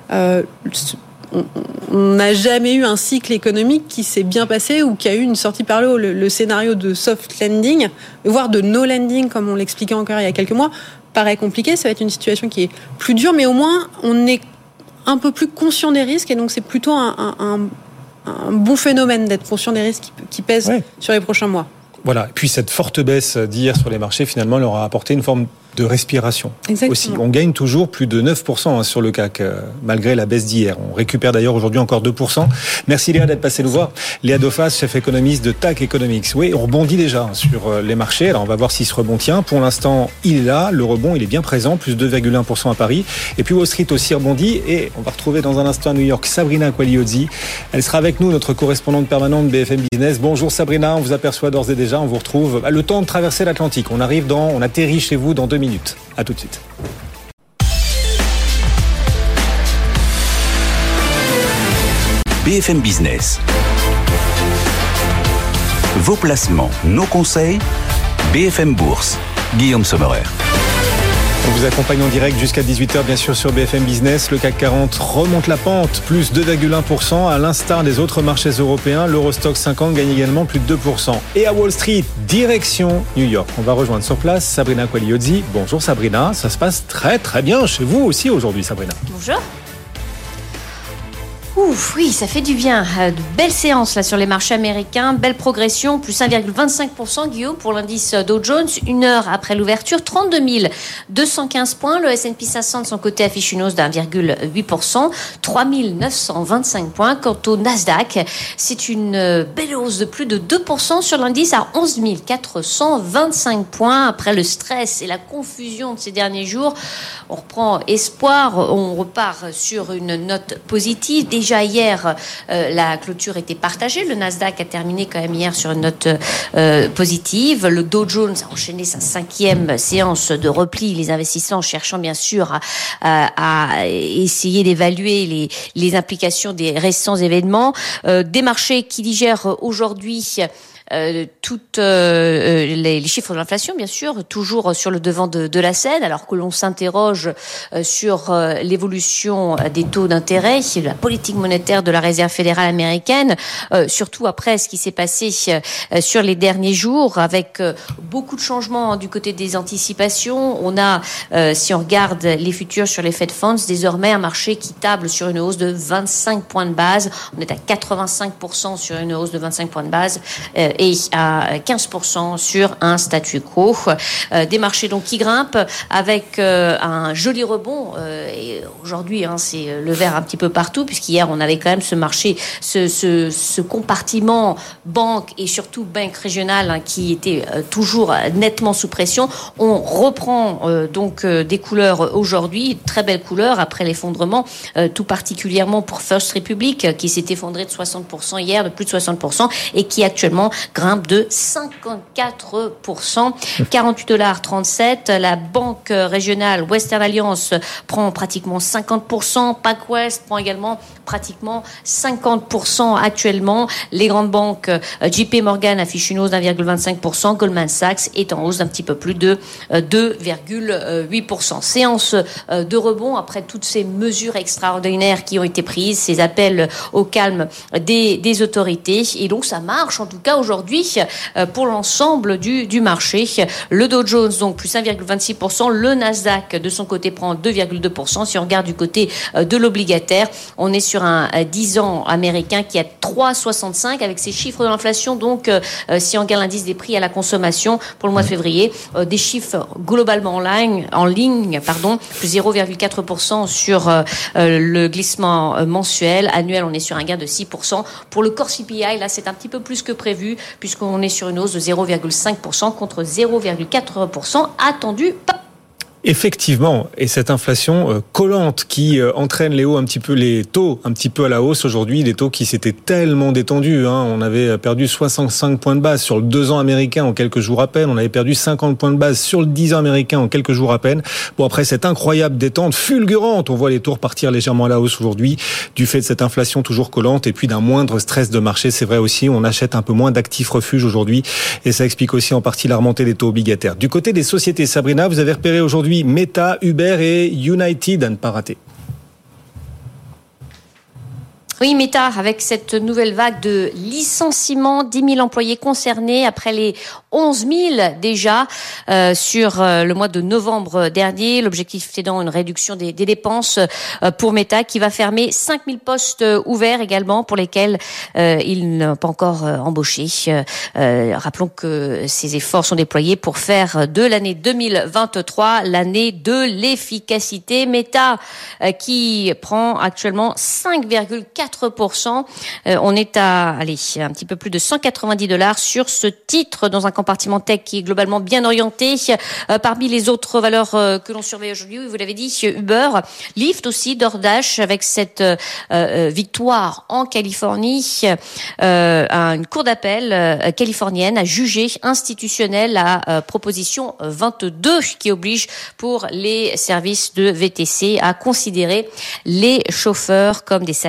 On n'a jamais eu un cycle économique qui s'est bien passé ou qui a eu une sortie par le haut. Le scénario de soft landing, voire de no landing, comme on l'expliquait encore il y a quelques mois, paraît compliqué. Ça va être une situation qui est plus dure, mais au moins on est un peu plus conscient des risques et donc c'est plutôt un bon phénomène d'être conscient des risques qui pèsent sur les prochains mois. Voilà. Et puis cette forte baisse d'hier sur les marchés, finalement, leur a apporté une forme de respiration. Exactement. Aussi. On gagne toujours plus de 9% sur le CAC, malgré la baisse d'hier. On récupère d'ailleurs aujourd'hui encore 2%. Merci Léa d'être passée nous voir. Léa Dauphas, chef économiste de TAC Economics. Oui, on rebondit déjà sur les marchés. Alors on va voir si ce rebond tient. Pour l'instant, il est là. Le rebond, il est bien présent. Plus 2,1% à Paris. Et puis Wall Street aussi rebondit. Et on va retrouver dans un instant à New York Sabrina Quagliozzi. Elle sera avec nous, notre correspondante permanente BFM Business. Bonjour Sabrina, on vous aperçoit d'ores et déjà. On vous retrouve le temps de traverser l'Atlantique. On atterrit chez vous dans 2 minutes. À tout de suite. BFM Business. Vos placements, nos conseils, BFM Bourse. Guillaume Sommerer. On vous accompagne en direct jusqu'à 18h, bien sûr, sur BFM Business. Le CAC 40 remonte la pente, plus 2,1%. À l'instar des autres marchés européens, l'Eurostoxx 50 gagne également plus de 2%. Et à Wall Street, direction New York. On va rejoindre sur place Sabrina Quagliozzi. Bonjour Sabrina, ça se passe très très bien chez vous aussi aujourd'hui, Sabrina. Bonjour. Ouf, oui, ça fait du bien. De belles séances là sur les marchés américains, belle progression, plus 1,25% Guillaume pour l'indice Dow Jones, 1 heure après l'ouverture, 32 215 points. Le S&P 500 de son côté affiche une hausse d'1,8%, 3 925 points. Quant au Nasdaq, c'est une belle hausse de plus de 2% sur l'indice à 11 425 points. Après le stress et la confusion de ces derniers jours, on reprend espoir, on repart sur une note positive. Déjà hier, la clôture était partagée. Le Nasdaq a terminé quand même hier sur une note positive. Le Dow Jones a enchaîné sa 5e séance de repli. Les investisseurs cherchant bien sûr à essayer d'évaluer les implications des récents événements. Des marchés qui digèrent aujourd'hui toutes les chiffres de l'inflation, bien sûr, toujours sur le devant de la scène, alors que l'on s'interroge sur l'évolution des taux d'intérêt, la politique monétaire de la Réserve fédérale américaine, surtout après ce qui s'est passé sur les derniers jours, avec beaucoup de changements du côté des anticipations. On a, si on regarde les futurs sur les Fed Funds, désormais un marché qui table sur une hausse de 25 points de base. On est à 85% sur une hausse de 25 points de base. Et à 15% sur un statu quo. Des marchés donc qui grimpent avec un joli rebond. Et aujourd'hui, c'est le vert un petit peu partout, puisqu'hier on avait quand même ce marché, ce compartiment banque et surtout banque régionale qui était toujours nettement sous pression. On reprend donc des couleurs aujourd'hui, très belles couleurs après l'effondrement, tout particulièrement pour First Republic qui s'est effondré de 60% hier, de plus de 60%, et qui actuellement grimpe de 54%, 48,37 $. La banque régionale Western Alliance prend pratiquement 50%. PacWest prend également pratiquement 50% actuellement. Les grandes banques, JP Morgan affiche une hausse d'1,25%. Goldman Sachs est en hausse d'un petit peu plus de 2,8%. Séance de rebond après toutes ces mesures extraordinaires qui ont été prises, ces appels au calme des autorités. Et donc ça marche en tout cas aujourd'hui pour l'ensemble du marché. Le Dow Jones donc plus 1,26%, le Nasdaq de son côté prend 2,2%. Si on regarde du côté de l'obligataire, on est sur un 10 ans américain qui est à 3,65 avec ses chiffres de l'inflation. Donc si on regarde l'indice des prix à la consommation pour le mois de février, des chiffres globalement en ligne, plus 0,4% sur le glissement mensuel. Annuel, on est sur un gain de 6%. Pour le core CPI, là c'est un petit peu plus que prévu, puisqu'on est sur une hausse de 0,5% contre 0,4% attendu. Effectivement, et cette inflation collante qui entraîne les taux un petit peu à la hausse aujourd'hui, des taux qui s'étaient tellement détendus. On avait perdu 65 points de base sur le 2 ans américain en quelques jours à peine. On avait perdu 50 points de base sur le 10 ans américain en quelques jours à peine. Bon, après cette incroyable détente fulgurante, on voit les taux repartir légèrement à la hausse aujourd'hui du fait de cette inflation toujours collante et puis d'un moindre stress de marché. C'est vrai aussi, on achète un peu moins d'actifs refuges aujourd'hui et ça explique aussi en partie la remontée des taux obligataires. Du côté des sociétés, Sabrina, vous avez repéré aujourd'hui Meta, Uber et United à ne pas rater. Oui, Meta, avec cette nouvelle vague de licenciements, 10 000 employés concernés après les 11 000 déjà sur le mois de novembre dernier. L'objectif étant une réduction des dépenses pour Meta qui va fermer 5 000 postes ouverts également pour lesquels ils n'ont pas encore embauché. Rappelons que ces efforts sont déployés pour faire de l'année 2023 l'année de l'efficacité. Meta qui prend actuellement 5,4%. On est à un petit peu plus de $190 sur ce titre dans un compartiment tech qui est globalement bien orienté. Parmi les autres valeurs que l'on surveille aujourd'hui, vous l'avez dit, Uber, Lyft aussi, DoorDash, avec cette victoire en Californie. Une cour d'appel californienne a jugé institutionnelle la proposition 22 qui oblige pour les services de VTC à considérer les chauffeurs comme des salariés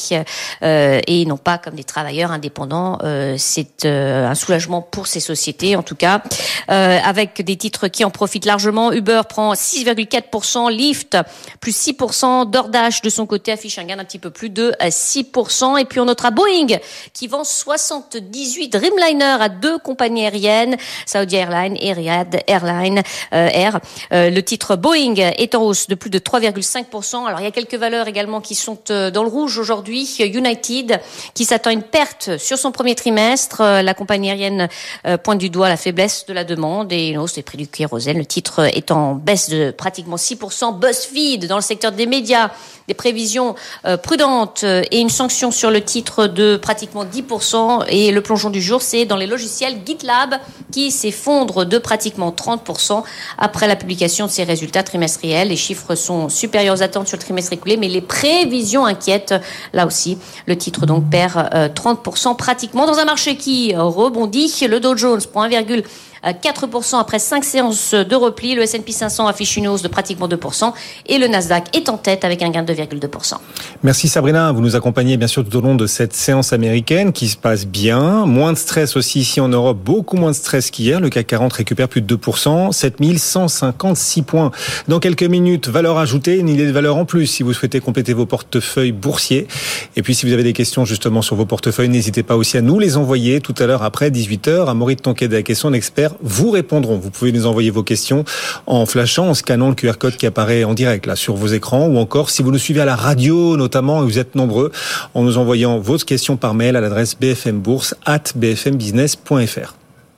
et non pas comme des travailleurs indépendants. C'est un soulagement pour ces sociétés, en tout cas, avec des titres qui en profitent largement. Uber prend 6,4%, Lyft plus 6%, DoorDash de son côté affiche un gain d'un petit peu plus de 6%. Et puis on notera Boeing qui vend 78 Dreamliner à 2 compagnies aériennes, Saudi Airlines et Riyadh Airlines Air. Le titre Boeing est en hausse de plus de 3,5%. Alors il y a quelques valeurs également qui sont dans le rouge aujourd'hui. United qui s'attend à une perte sur son premier trimestre. La compagnie aérienne pointe du doigt la faiblesse de la demande et une hausse des prix du kérosène. Le titre est en baisse de pratiquement 6%. BuzzFeed dans le secteur des médias, des prévisions prudentes et une sanction sur le titre de pratiquement 10%. Et le plongeon du jour, c'est dans les logiciels GitLab qui s'effondre de pratiquement 30% après la publication de ses résultats trimestriels. Les chiffres sont supérieurs aux attentes sur le trimestre écoulé, mais les prévisions inquiètent. Là aussi, le titre donc perd 30% pratiquement dans un marché qui rebondit. Le Dow Jones prend 1,4% après 5 séances de repli. Le S&P 500 affiche une hausse de pratiquement 2% et le Nasdaq est en tête avec un gain de 2,2%. Merci Sabrina, vous nous accompagnez bien sûr tout au long de cette séance américaine qui se passe bien. Moins de stress aussi ici en Europe, beaucoup moins de stress qu'hier. Le CAC 40 récupère plus de 2%, 7156 points. Dans quelques minutes, valeur ajoutée, une idée de valeur en plus si vous souhaitez compléter vos portefeuilles boursiers. Et puis si vous avez des questions justement sur vos portefeuilles, n'hésitez pas aussi à nous les envoyer tout à l'heure après 18h. Amaury de Tonquédec et son expert vous répondront. Vous pouvez nous envoyer vos questions en flashant, en scannant le QR code qui apparaît en direct là sur vos écrans, ou encore si vous nous suivez à la radio notamment, et vous êtes nombreux, en nous envoyant vos questions par mail à l'adresse bfmbourse@bfmbusiness.fr.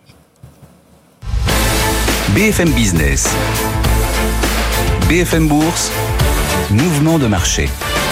BFM Business, BFM Bourse, mouvement de marché.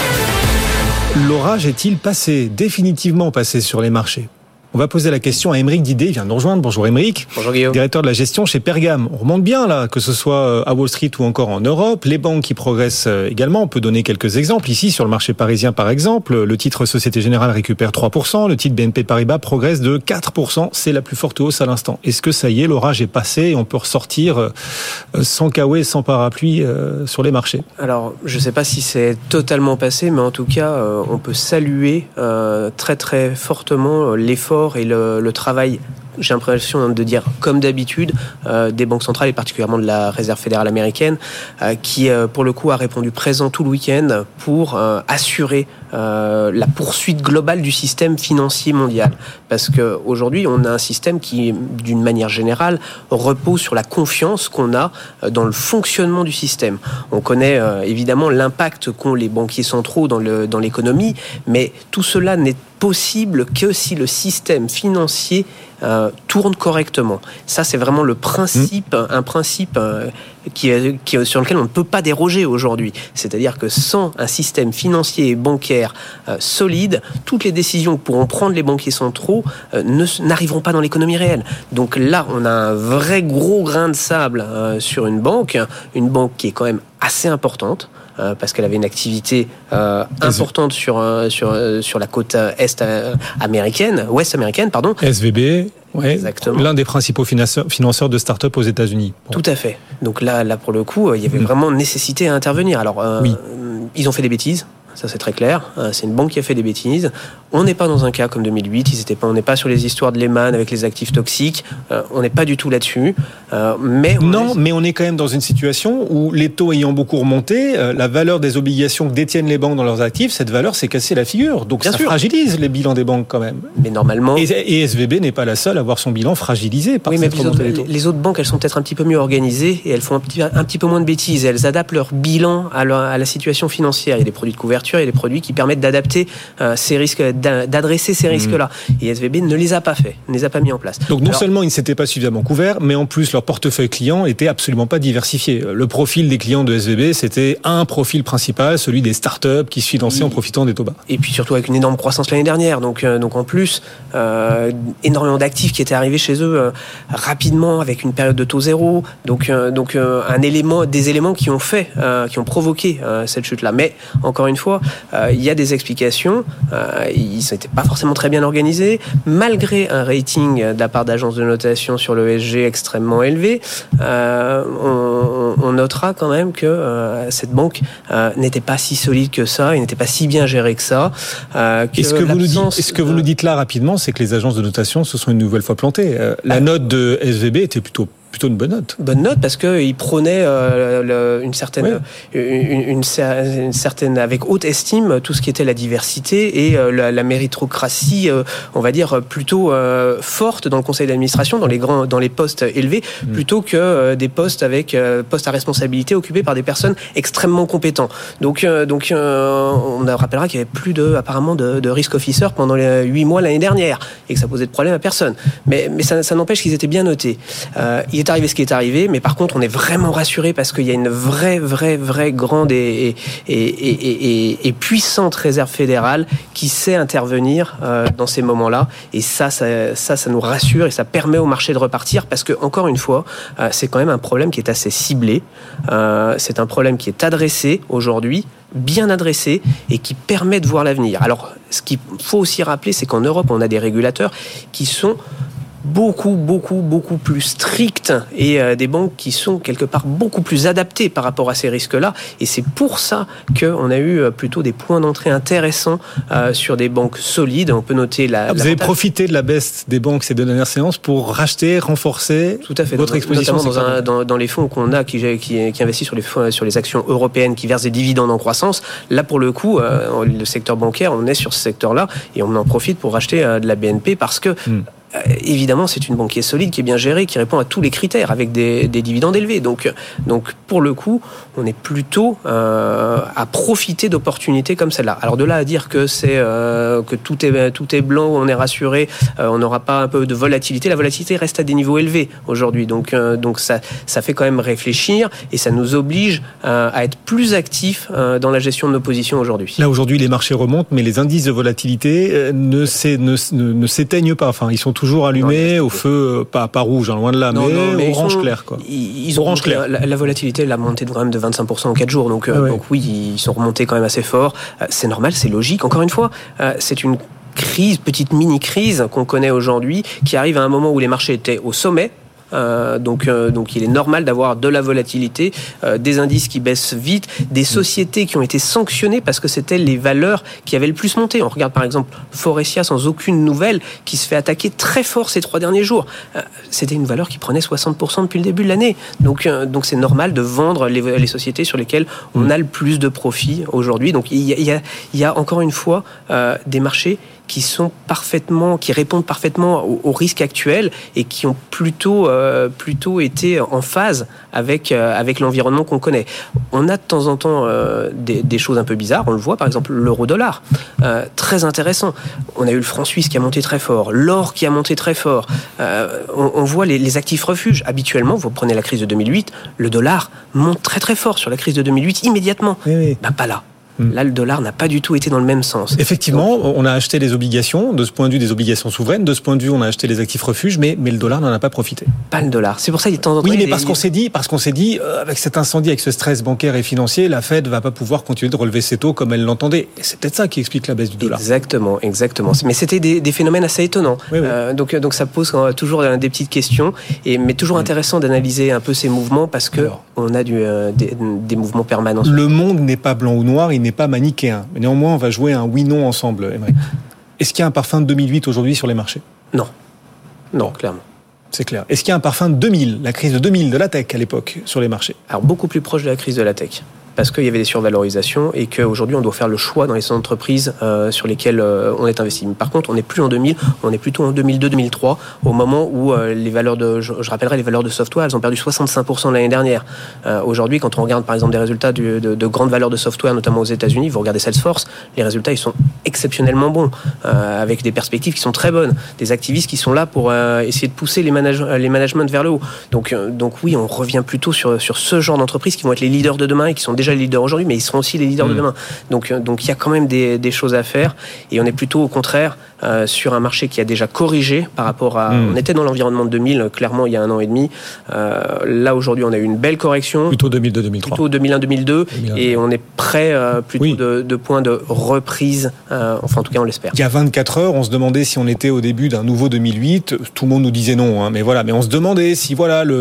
L'orage est-il passé, définitivement passé sur les marchés ? On va poser la question à Aymeric Didé, il vient de nous rejoindre. Bonjour Aymeric. Bonjour Guillaume. Directeur de la gestion chez Pergame. On remonte bien là, que ce soit à Wall Street ou encore en Europe. Les banques qui progressent également. On peut donner quelques exemples. Ici, sur le marché parisien par exemple, le titre Société Générale récupère 3%. Le titre BNP Paribas progresse de 4%. C'est la plus forte hausse à l'instant. Est-ce que ça y est, l'orage est passé et on peut ressortir sans kawaii, sans parapluie sur les marchés ? Alors, je ne sais pas si c'est totalement passé, mais en tout cas, on peut saluer très très fortement l'effort et le travail, j'ai l'impression de dire comme d'habitude, des banques centrales et particulièrement de la Réserve fédérale américaine qui pour le coup a répondu présent tout le week-end pour assurer la poursuite globale du système financier mondial. Parce qu'aujourd'hui, on a un système qui, d'une manière générale, repose sur la confiance qu'on a dans le fonctionnement du système. On connaît évidemment l'impact qu'ont les banquiers centraux dans l'économie, mais tout cela n'est possible que si le système financier tourne correctement. Ça, c'est vraiment le principe, un principe sur lequel on ne peut pas déroger aujourd'hui. C'est-à-dire que sans un système financier et bancaire solide, toutes les décisions que pourront prendre les banquiers centraux n'arriveront pas dans l'économie réelle. Donc là, on a un vrai gros grain de sable sur une banque qui est quand même assez importante, parce qu'elle avait une activité importante sur la côte ouest américaine, pardon. SVB, ouais, exactement. L'un des principaux financeurs de start-up aux États-Unis. Bon. Tout à fait. Donc là pour le coup, il y avait vraiment nécessité à intervenir. Alors, oui. Ils ont fait des bêtises. Ça, c'est très clair. C'est une banque qui a fait des bêtises. On n'est pas dans un cas comme 2008. On n'est pas sur les histoires de Lehman avec les actifs toxiques. On n'est pas du tout là-dessus. Mais on est quand même dans une situation où les taux ayant beaucoup remonté, la valeur des obligations que détiennent les banques dans leurs actifs, cette valeur s'est cassée la figure. Donc ça fragilise les bilans des banques quand même. Mais normalement... Et SVB n'est pas la seule à avoir son bilan fragilisé par cette remontée des taux. Les autres banques, elles sont peut-être un petit peu mieux organisées et elles font un petit peu moins de bêtises. Elles adaptent leur bilan à la situation financière. Il y a des produits de couverture, il y a des produits qui permettent d'adapter ces risques, d'adresser ces risques-là. Et SVB ne les a pas fait, ne les a pas mis en place. Donc seulement ils ne s'étaient pas suffisamment couverts, mais en plus leur portefeuille client était absolument pas diversifié. Le profil des clients de SVB, c'était un profil principal, celui des startups qui se finançaient en profitant des taux bas. Et puis surtout avec une énorme croissance l'année dernière. Donc en plus, énormément d'actifs qui étaient arrivés chez eux rapidement avec une période de taux zéro. Donc des éléments qui ont provoqué cette chute-là. Mais encore une fois, il y a des explications. Ils n'étaient pas forcément très bien organisés, malgré un rating de la part d'agences de notation sur l'ESG extrêmement élevé. On notera quand même que cette banque n'était pas si solide que ça, et n'était pas si bien gérée que ça. Ce que vous nous dites là rapidement, c'est que les agences de notation se sont une nouvelle fois plantées. La note de SVB était plutôt une bonne note. Bonne note parce qu'il prônait une certaine, avec haute estime, tout ce qui était la diversité et la méritocratie, on va dire plutôt forte dans le conseil d'administration, dans les postes élevés, plutôt que des postes avec postes à responsabilité occupés par des personnes extrêmement compétentes. Donc on rappellera qu'il y avait plus apparemment de risk officer pendant les 8 mois l'année dernière et que ça posait de problème à personne. Mais ça n'empêche qu'ils étaient bien notés. Il est arrivé ce qui est arrivé, mais par contre on est vraiment rassuré parce qu'il y a une vraie grande et puissante réserve fédérale qui sait intervenir dans ces moments-là, et ça nous rassure et ça permet au marché de repartir parce que, encore une fois, c'est quand même un problème qui est assez ciblé, c'est un problème qui est adressé aujourd'hui, bien adressé, et qui permet de voir l'avenir. Alors ce qu'il faut aussi rappeler, c'est qu'en Europe on a des régulateurs qui sont beaucoup plus strictes et des banques qui sont quelque part beaucoup plus adaptées par rapport à ces risques-là, et c'est pour ça qu'on a eu plutôt des points d'entrée intéressants sur des banques solides. On peut noter vous avez profité de la baisse des banques ces 2 dernières séances pour racheter, renforcer tout à fait, votre exposition, notamment dans les fonds qu'on a qui investissent sur les actions européennes qui versent des dividendes en croissance. Là pour le coup, le secteur bancaire, on est sur ce secteur-là et on en profite pour racheter de la BNP parce que évidemment, c'est une banque qui est solide, qui est bien gérée, qui répond à tous les critères avec des dividendes élevés. Donc, pour le coup, on est plutôt à profiter d'opportunités comme celle-là. Alors, de là à dire que que tout est blanc, on est rassuré, on n'aura pas un peu de volatilité. La volatilité reste à des niveaux élevés aujourd'hui. Donc ça fait quand même réfléchir et ça nous oblige à être plus actifs dans la gestion de nos positions aujourd'hui. Là, aujourd'hui, les marchés remontent, mais les indices de volatilité ne s'éteignent pas. Enfin, ils sont toujours allumés au feu, pas rouge, loin de là, mais orange clair, quoi. Ils ont orange clair. La volatilité, elle a monté quand même de 25% en 4 jours. Donc oui, ils sont remontés quand même assez fort. C'est normal, c'est logique. Encore une fois, c'est une petite mini-crise qu'on connaît aujourd'hui, qui arrive à un moment où les marchés étaient au sommet. Donc il est normal d'avoir de la volatilité, des indices qui baissent vite, des sociétés qui ont été sanctionnées parce que c'était les valeurs qui avaient le plus monté. On regarde par exemple Forestia sans aucune nouvelle qui se fait attaquer très fort ces 3 derniers jours. C'était une valeur qui prenait 60% depuis le début de l'année. Donc c'est normal de vendre les sociétés sur lesquelles on a le plus de profit aujourd'hui. Donc il y a encore une fois des marchés qui répondent parfaitement aux risques actuels et qui ont plutôt été en phase avec l'environnement qu'on connaît. On a de temps en temps des choses un peu bizarres. On le voit par exemple l'euro-dollar, très intéressant. On a eu le franc suisse qui a monté très fort, l'or qui a monté très fort. On voit les actifs refuges. Habituellement, vous prenez la crise de 2008, le dollar monte très très fort sur la crise de 2008 immédiatement. Oui. Pas là. Là, le dollar n'a pas du tout été dans le même sens. Effectivement, on a acheté des obligations, de ce point de vue des obligations souveraines, de ce point de vue on a acheté les actifs refuges, mais le dollar n'en a pas profité. Pas le dollar. C'est pour ça qu'il est temps d'entrer. Oui, mais parce qu'on s'est dit, avec cet incendie, avec ce stress bancaire et financier, la Fed va pas pouvoir continuer de relever ses taux comme elle l'entendait. Et c'est peut-être ça qui explique la baisse du dollar. Exactement. Mais c'était des phénomènes assez étonnants. Oui. Donc ça pose toujours des petites questions, mais toujours intéressant d'analyser un peu ces mouvements parce que on a des mouvements permanents. Le monde n'est pas blanc ou noir, il n'est pas manichéen. Mais néanmoins, on va jouer un oui-non ensemble, Aymeric. Est-ce qu'il y a un parfum de 2008 aujourd'hui sur les marchés ? Non, clairement. C'est clair. Est-ce qu'il y a un parfum de 2000, la crise de 2000 de la tech à l'époque, sur les marchés ? Alors, beaucoup plus proche de la crise de la tech. Parce qu'il y avait des survalorisations et qu'aujourd'hui on doit faire le choix dans les entreprises sur lesquelles on est investi. Mais par contre, on n'est plus en 2000, on est plutôt en 2002-2003, au moment où les valeurs je rappellerai, les valeurs de software, elles ont perdu 65% l'année dernière. Aujourd'hui, quand on regarde par exemple des résultats de grandes valeurs de software, notamment aux États-Unis, vous regardez Salesforce, les résultats ils sont exceptionnellement bons, avec des perspectives qui sont très bonnes, des activistes qui sont là pour essayer de pousser les managements vers le haut. Donc oui, on revient plutôt sur ce genre d'entreprises qui vont être les leaders de demain et qui sont déjà déjà les leaders aujourd'hui, mais ils seront aussi les leaders de demain. Donc il y a quand même des choses à faire, et on est plutôt au contraire sur un marché qui a déjà corrigé par rapport à... On était dans l'environnement de 2000, clairement, il y a 1 an et demi. Là, aujourd'hui, on a eu une belle correction. Plutôt 2002-2003. Plutôt 2001-2002. Et on est près plutôt de points de reprise. Enfin, en tout cas, on l'espère. Il y a 24 heures, on se demandait si on était au début d'un nouveau 2008. Tout le monde nous disait non. Mais voilà. Mais on se demandait si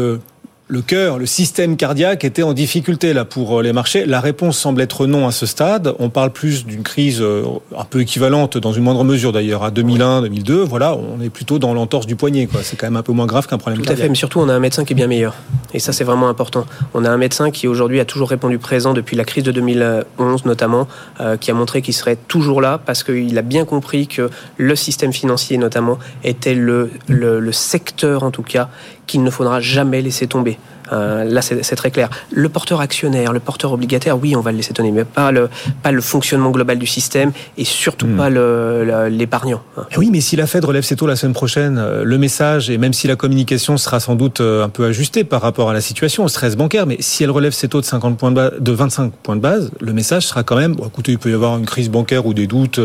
le cœur, le système cardiaque était en difficulté là pour les marchés. La réponse semble être non à ce stade. On parle plus d'une crise un peu équivalente, dans une moindre mesure d'ailleurs, à 2001, 2002. Voilà, on est plutôt dans l'entorse du poignet, quoi. C'est quand même un peu moins grave qu'un problème cardiaque. Tout à fait, mais surtout on a un médecin qui est bien meilleur. Et ça, c'est vraiment important. On a un médecin qui aujourd'hui a toujours répondu présent depuis la crise de 2011 notamment, qui a montré qu'il serait toujours là parce qu'il a bien compris que le système financier notamment était le secteur en tout cas qu'il ne faudra jamais laisser tomber. Là, c'est très clair. Le porteur actionnaire, le porteur obligataire, oui, on va le laisser tomber, mais pas le fonctionnement global du système et surtout pas l'épargnant. Oui, mais si la Fed relève ses taux la semaine prochaine, le message, et même si la communication sera sans doute un peu ajustée par rapport à la situation, au stress bancaire, mais si elle relève ses taux de 25 points de base, le message sera quand même, écoutez, il peut y avoir une crise bancaire ou des doutes,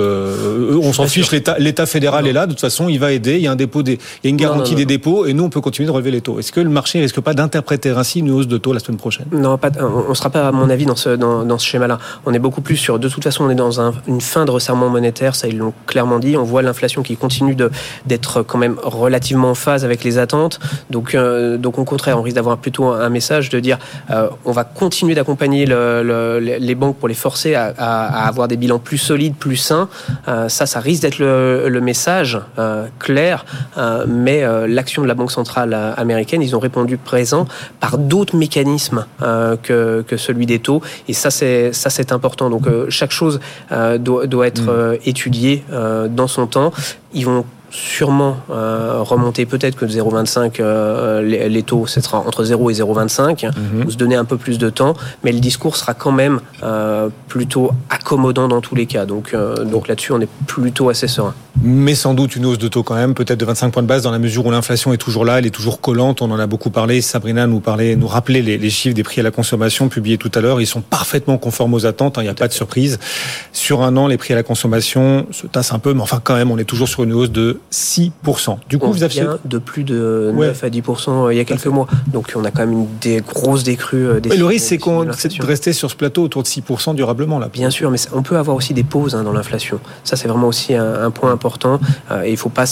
on s'en fiche, l'État fédéral est là, de toute façon, il va aider, il y a une garantie des dépôts, et nous, on peut continuer de relever les taux. Est-ce que le marché risque pas d'interpréter ainsi une hausse de taux la semaine prochaine? Non, on ne sera pas, à mon avis, dans ce schéma-là. On est beaucoup plus sur, de toute façon, on est dans une fin de resserrement monétaire, ça ils l'ont clairement dit. On voit l'inflation qui continue d'être quand même relativement en phase avec les attentes. Donc au contraire, on risque d'avoir plutôt un message de dire on va continuer d'accompagner les banques pour les forcer à avoir des bilans plus solides, plus sains. Ça risque d'être le message clair, mais l'action de la Banque centrale américaine, ils ont répondu présent par d'autres mécanismes que celui des taux, et ça c'est important. Donc chaque chose doit être étudiée dans son temps. Ils vont sûrement remonter peut-être que de 0,25 les taux, ce sera entre 0 et 0,25 ou se donner un peu plus de temps, mais le discours sera quand même plutôt accommodant dans tous les cas, donc là-dessus on est plutôt assez serein. Mais sans doute une hausse de taux quand même, peut-être de 25 points de base, dans la mesure où l'inflation est toujours là, elle est toujours collante, on en a beaucoup parlé. Sabrina nous rappelait les chiffres des prix à la consommation publiés tout à l'heure, ils sont parfaitement conformes aux attentes, il n'y a pas de surprise. Sur un an, les prix à la consommation se tassent un peu, mais enfin quand même, on est toujours sur une hausse de 6%. Du coup, vous avez de plus de 9 à 10% il y a quelques mois. Donc on a quand même des grosses décrues. Le risque, c'est de rester sur ce plateau autour de 6% durablement. Là. Bien sûr, mais on peut avoir aussi des pauses dans l'inflation. Ça, c'est vraiment aussi un point important. Et il faut pas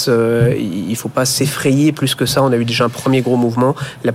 s'effrayer plus que ça. On a eu déjà un premier gros mouvement. La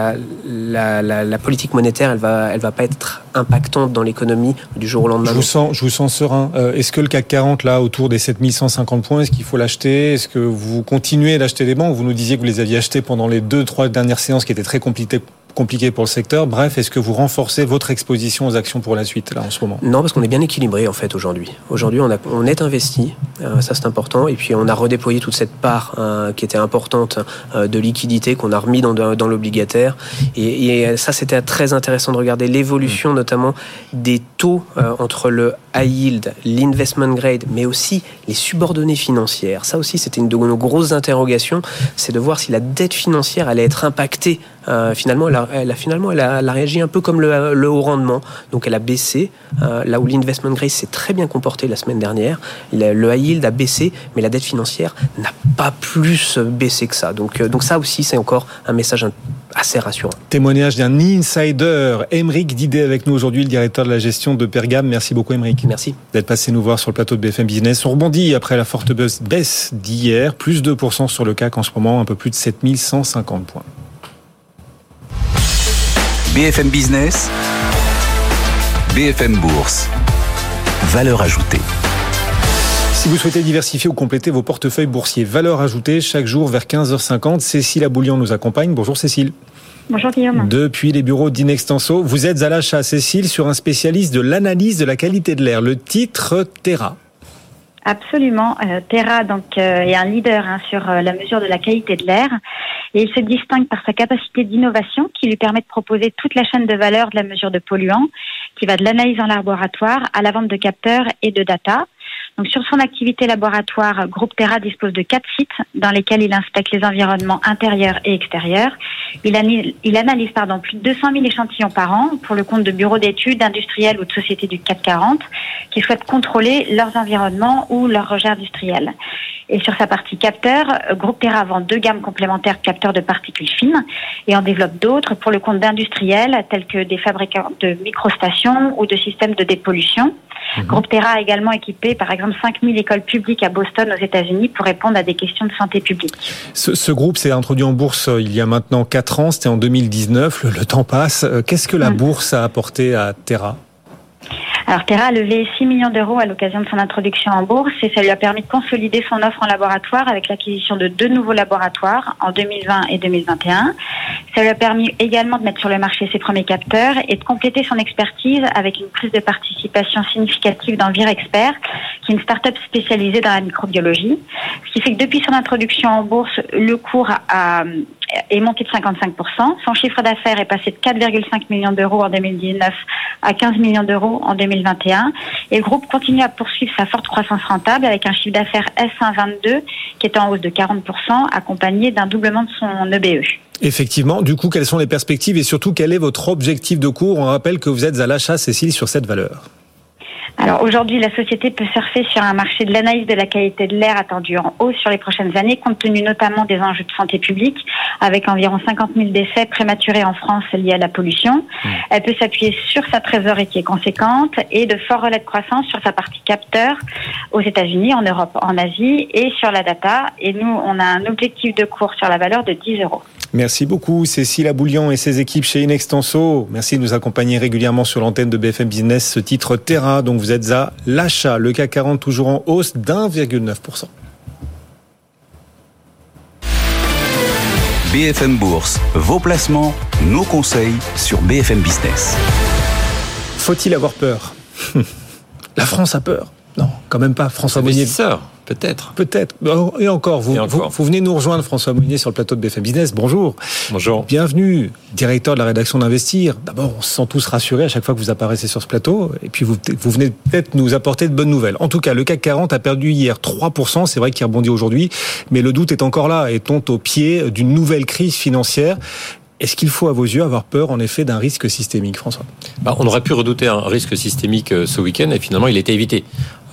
politique monétaire, elle va pas être impactante dans l'économie du jour au lendemain. Je vous sens serein. Est-ce que le CAC 40, là, autour des 7150 points, est-ce qu'il faut l'acheter? Est-ce que vous continuez d'acheter des banques? Vous nous disiez que vous les aviez achetés pendant les 2-3 dernières séances qui étaient très compliqué pour le secteur. Bref, est-ce que vous renforcez votre exposition aux actions pour la suite, là, en ce moment? Non, parce qu'on est bien équilibré, en fait, aujourd'hui. Aujourd'hui, on est investi, ça c'est important, et puis on a redéployé toute cette part qui était importante de liquidité qu'on a remis dans l'obligataire. Et ça, c'était très intéressant de regarder l'évolution, notamment des taux entre le high yield, l'investment grade, mais aussi les subordonnées financières. Ça aussi, c'était une de nos grosses interrogations, c'est de voir si la dette financière allait être impactée. Finalement, elle a réagi un peu comme le haut rendement. Donc, elle a baissé. Là où l'investment grade s'est très bien comporté la semaine dernière, le high yield a baissé, mais la dette financière n'a pas plus baissé que ça. Donc ça aussi, c'est encore un message assez rassurant. Témoignage d'un insider, Aymeric Didé, avec nous aujourd'hui, le directeur de la gestion de Pergame. Merci beaucoup, Aymeric. Merci d'être passé nous voir sur le plateau de BFM Business. On rebondit après la forte baisse d'hier, plus 2% sur le CAC en ce moment, un peu plus de 7150 points. BFM Business, BFM Bourse, valeur ajoutée. Si vous souhaitez diversifier ou compléter vos portefeuilles boursiers, valeur ajoutée, chaque jour vers 15h50, Cécile Aboulian nous accompagne. Bonjour Cécile. Bonjour Guillaume. Depuis les bureaux d'Inextenso, vous êtes à l'achat, Cécile, sur un spécialiste de l'analyse de la qualité de l'air, le titre Terra. Absolument. Terra est un leader sur la mesure de la qualité de l'air, et il se distingue par sa capacité d'innovation qui lui permet de proposer toute la chaîne de valeur de la mesure de polluants, qui va de l'analyse en laboratoire à la vente de capteurs et de data. Donc sur son activité laboratoire, Groupe Terra dispose de 4 sites dans lesquels il inspecte les environnements intérieurs et extérieurs. Il analyse plus de 200 000 échantillons par an pour le compte de bureaux d'études, d'industriels ou de sociétés du CAC 40 qui souhaitent contrôler leurs environnements ou leurs rejets industriels. Et sur sa partie capteur, Groupe Terra vend 2 gammes complémentaires de capteurs de particules fines et en développe d'autres pour le compte d'industriels tels que des fabricants de microstations ou de systèmes de dépollution. Groupe Terra a également équipé, par exemple, 5000 écoles publiques à Boston, aux États-Unis, pour répondre à des questions de santé publique. Ce groupe s'est introduit en bourse il y a maintenant 4 ans, c'était en 2019, le temps passe. Qu'est-ce que la bourse a apporté à Terra ? Alors Terra a levé 6 millions d'euros à l'occasion de son introduction en bourse et ça lui a permis de consolider son offre en laboratoire avec l'acquisition de 2 nouveaux laboratoires en 2020 et 2021. Ça lui a permis également de mettre sur le marché ses premiers capteurs et de compléter son expertise avec une prise de participation significative dans Virexpert, qui est une start-up spécialisée dans la microbiologie. Ce qui fait que depuis son introduction en bourse, le cours est monté de 55%. Son chiffre d'affaires est passé de 4,5 millions d'euros en 2019 à 15 millions d'euros en 2021. Et le groupe continue à poursuivre sa forte croissance rentable avec un chiffre d'affaires S122 qui est en hausse de 40%, accompagné d'un doublement de son EBE. Effectivement. Du coup, quelles sont les perspectives et surtout, quel est votre objectif de cours ? On rappelle que vous êtes à l'achat, Cécile, sur cette valeur. Alors aujourd'hui, la société peut surfer sur un marché de l'analyse de la qualité de l'air attendu en hausse sur les prochaines années, compte tenu notamment des enjeux de santé publique, avec environ 50 000 décès prématurés en France liés à la pollution. Elle peut s'appuyer sur sa trésorerie qui est conséquente et de forts relais de croissance sur sa partie capteur aux États-Unis, en Europe, en Asie et sur la data. Et nous, on a un objectif de cours sur la valeur de 10 euros. Merci beaucoup Cécile Aboulian et ses équipes chez Inextenso. Merci de nous accompagner régulièrement sur l'antenne de BFM Business. Ce titre Terra, donc vous êtes à l'achat. Le CAC 40 toujours en hausse d'1,9%. BFM Bourse, vos placements, nos conseils sur BFM Business. Faut-il avoir peur ? La France a peur ? Non, quand même pas. François Monnier. Peut-être. Et encore, vous venez nous rejoindre, François Monnier, sur le plateau de BFM Business. Bonjour. Bonjour. Bienvenue, directeur de la rédaction d'Investir. D'abord, on se sent tous rassurés à chaque fois que vous apparaissez sur ce plateau. Et puis, vous venez peut-être nous apporter de bonnes nouvelles. En tout cas, le CAC 40 a perdu hier 3%. C'est vrai qu'il rebondit aujourd'hui. Mais le doute est encore là. Est-on au pied d'une nouvelle crise financière ? Est-ce qu'il faut, à vos yeux, avoir peur, en effet, d'un risque systémique, François ? On aurait pu redouter un risque systémique ce week-end et finalement, il a été évité.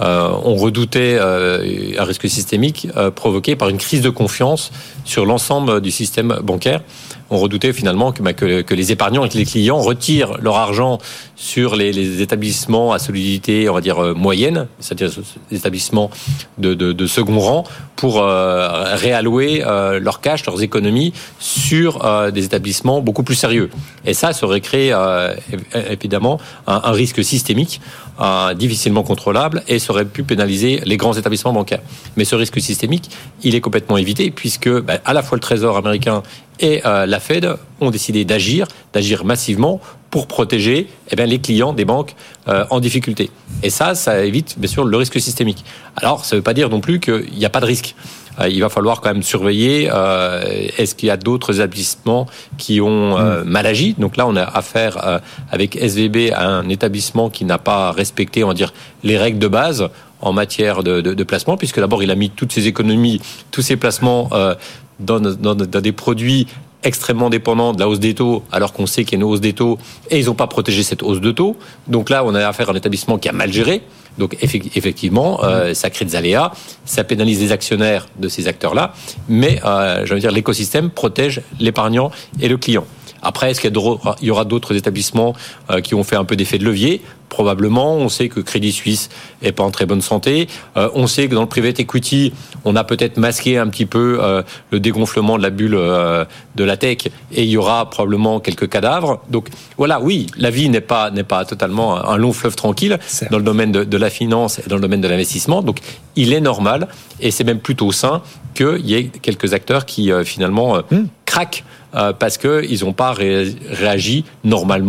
On redoutait un risque systémique provoqué par une crise de confiance sur l'ensemble du système bancaire. On redoutait finalement que les épargnants et que les clients retirent leur argent sur les établissements à solidité, on va dire, moyenne, c'est-à-dire les établissements de second rang, pour réallouer leur cash, leurs économies sur des établissements beaucoup plus sérieux. Et ça aurait créé évidemment un risque systémique difficilement contrôlable et ça aurait pu pénaliser les grands établissements bancaires. Mais ce risque systémique, il est complètement évité puisque à la fois le Trésor américain et la Fed ont décidé d'agir massivement pour protéger les clients des banques en difficulté. Et ça évite bien sûr le risque systémique. Alors, ça ne veut pas dire non plus qu'il n'y a pas de risque. Il va falloir quand même surveiller est-ce qu'il y a d'autres établissements qui ont mal agi. Donc là, on a affaire avec SVB à un établissement qui n'a pas respecté, on va dire, les règles de base en matière de placement, puisque d'abord, il a mis toutes ses économies, tous ses placements dans des produits extrêmement dépendants de la hausse des taux, alors qu'on sait qu'il y a une hausse des taux, et ils n'ont pas protégé cette hausse de taux. Donc là, on a affaire à un établissement qui a mal géré. Donc effectivement, ça crée des aléas, ça pénalise les actionnaires de ces acteurs-là, mais je veux dire, l'écosystème protège l'épargnant et le client. Après, est-ce qu'il y aura d'autres établissements qui ont fait un peu d'effet de levier ? Probablement. On sait que Crédit Suisse est pas en très bonne santé. On sait que dans le private equity, on a peut-être masqué un petit peu le dégonflement de la bulle de la tech et il y aura probablement quelques cadavres. Donc voilà, oui, la vie n'est pas totalement un long fleuve tranquille dans le domaine de la finance et dans le domaine de l'investissement. Donc il est normal et c'est même plutôt sain qu'il y ait quelques acteurs qui finalement craquent parce qu'ils n'ont pas réagi normalement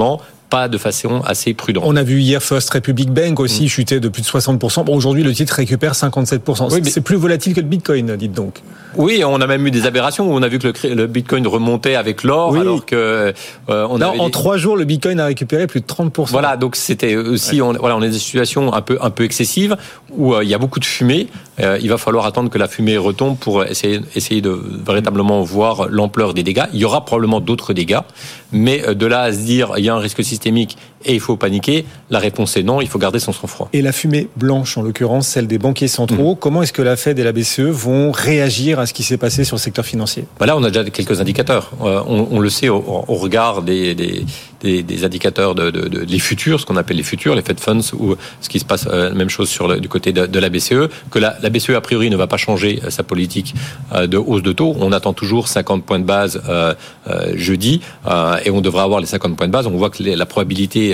pas de façon assez prudente. On a vu hier First Republic Bank aussi chuter de plus de 60%. Bon, aujourd'hui, le titre récupère 57%. Oui, c'est plus volatile que le Bitcoin, dites donc. Oui, on a même eu des aberrations où on a vu que le Bitcoin remontait avec l'or, alors que en 3 jours, le Bitcoin a récupéré plus de 30%. Voilà, donc c'était aussi, on est dans des situations un peu excessives où il y a beaucoup de fumée. Il va falloir attendre que la fumée retombe pour essayer de véritablement voir l'ampleur des dégâts. Il y aura probablement d'autres dégâts, mais de là à se dire il y a un risque systémique et il faut paniquer, la réponse est non, il faut garder son sang-froid. Et la fumée blanche, en l'occurrence, celle des banquiers centraux, comment est-ce que la Fed et la BCE vont réagir à ce qui s'est passé sur le secteur financier ? Là, on a déjà quelques indicateurs. On le sait au regard des indicateurs les futurs, ce qu'on appelle les futurs, les Fed Funds, ou ce qui se passe, même chose du côté de la BCE, que la BCE, a priori, ne va pas changer sa politique de hausse de taux. On attend toujours 50 points de base jeudi, et on devra avoir les 50 points de base. On voit que la probabilité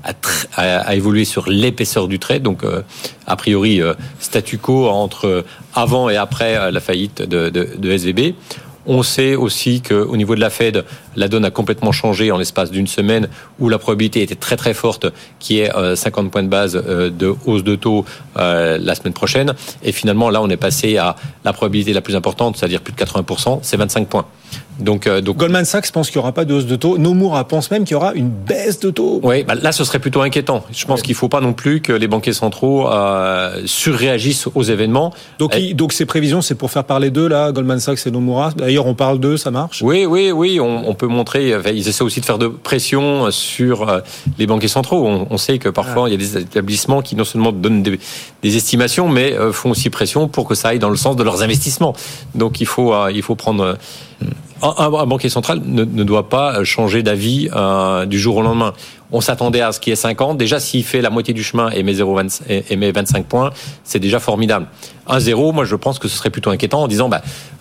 a évolué sur l'épaisseur du trait, donc a priori statu quo entre avant et après la faillite de SVB. On sait aussi qu'au niveau de la Fed, la donne a complètement changé en l'espace d'une semaine, où la probabilité était très très forte, qui est 50 points de base de hausse de taux la semaine prochaine. Et finalement, là, on est passé à la probabilité la plus importante, c'est-à-dire plus de 80%, c'est 25 points. Donc Goldman Sachs pense qu'il n'y aura pas de hausse de taux. Nomura pense même qu'il y aura une baisse de taux. Oui, là, ce serait plutôt inquiétant. Je pense qu'il ne faut pas non plus que les banquiers centraux surréagissent aux événements. Donc ces prévisions, c'est pour faire parler d'eux, là, Goldman Sachs et Nomura. D'ailleurs, on parle d'eux, ça marche ? Oui, on peut montrer. Ils essaient aussi de faire de pression sur les banquiers centraux. On sait que parfois, il y a des établissements qui non seulement donnent des estimations, mais font aussi pression pour que ça aille dans le sens de leurs investissements. Donc il faut prendre... Un banquier central ne doit pas changer d'avis du jour au lendemain. On s'attendait à ce qu'il y ait 50. Déjà, s'il fait la moitié du chemin et met 25 points, c'est déjà formidable. 1-0, moi, je pense que ce serait plutôt inquiétant en disant,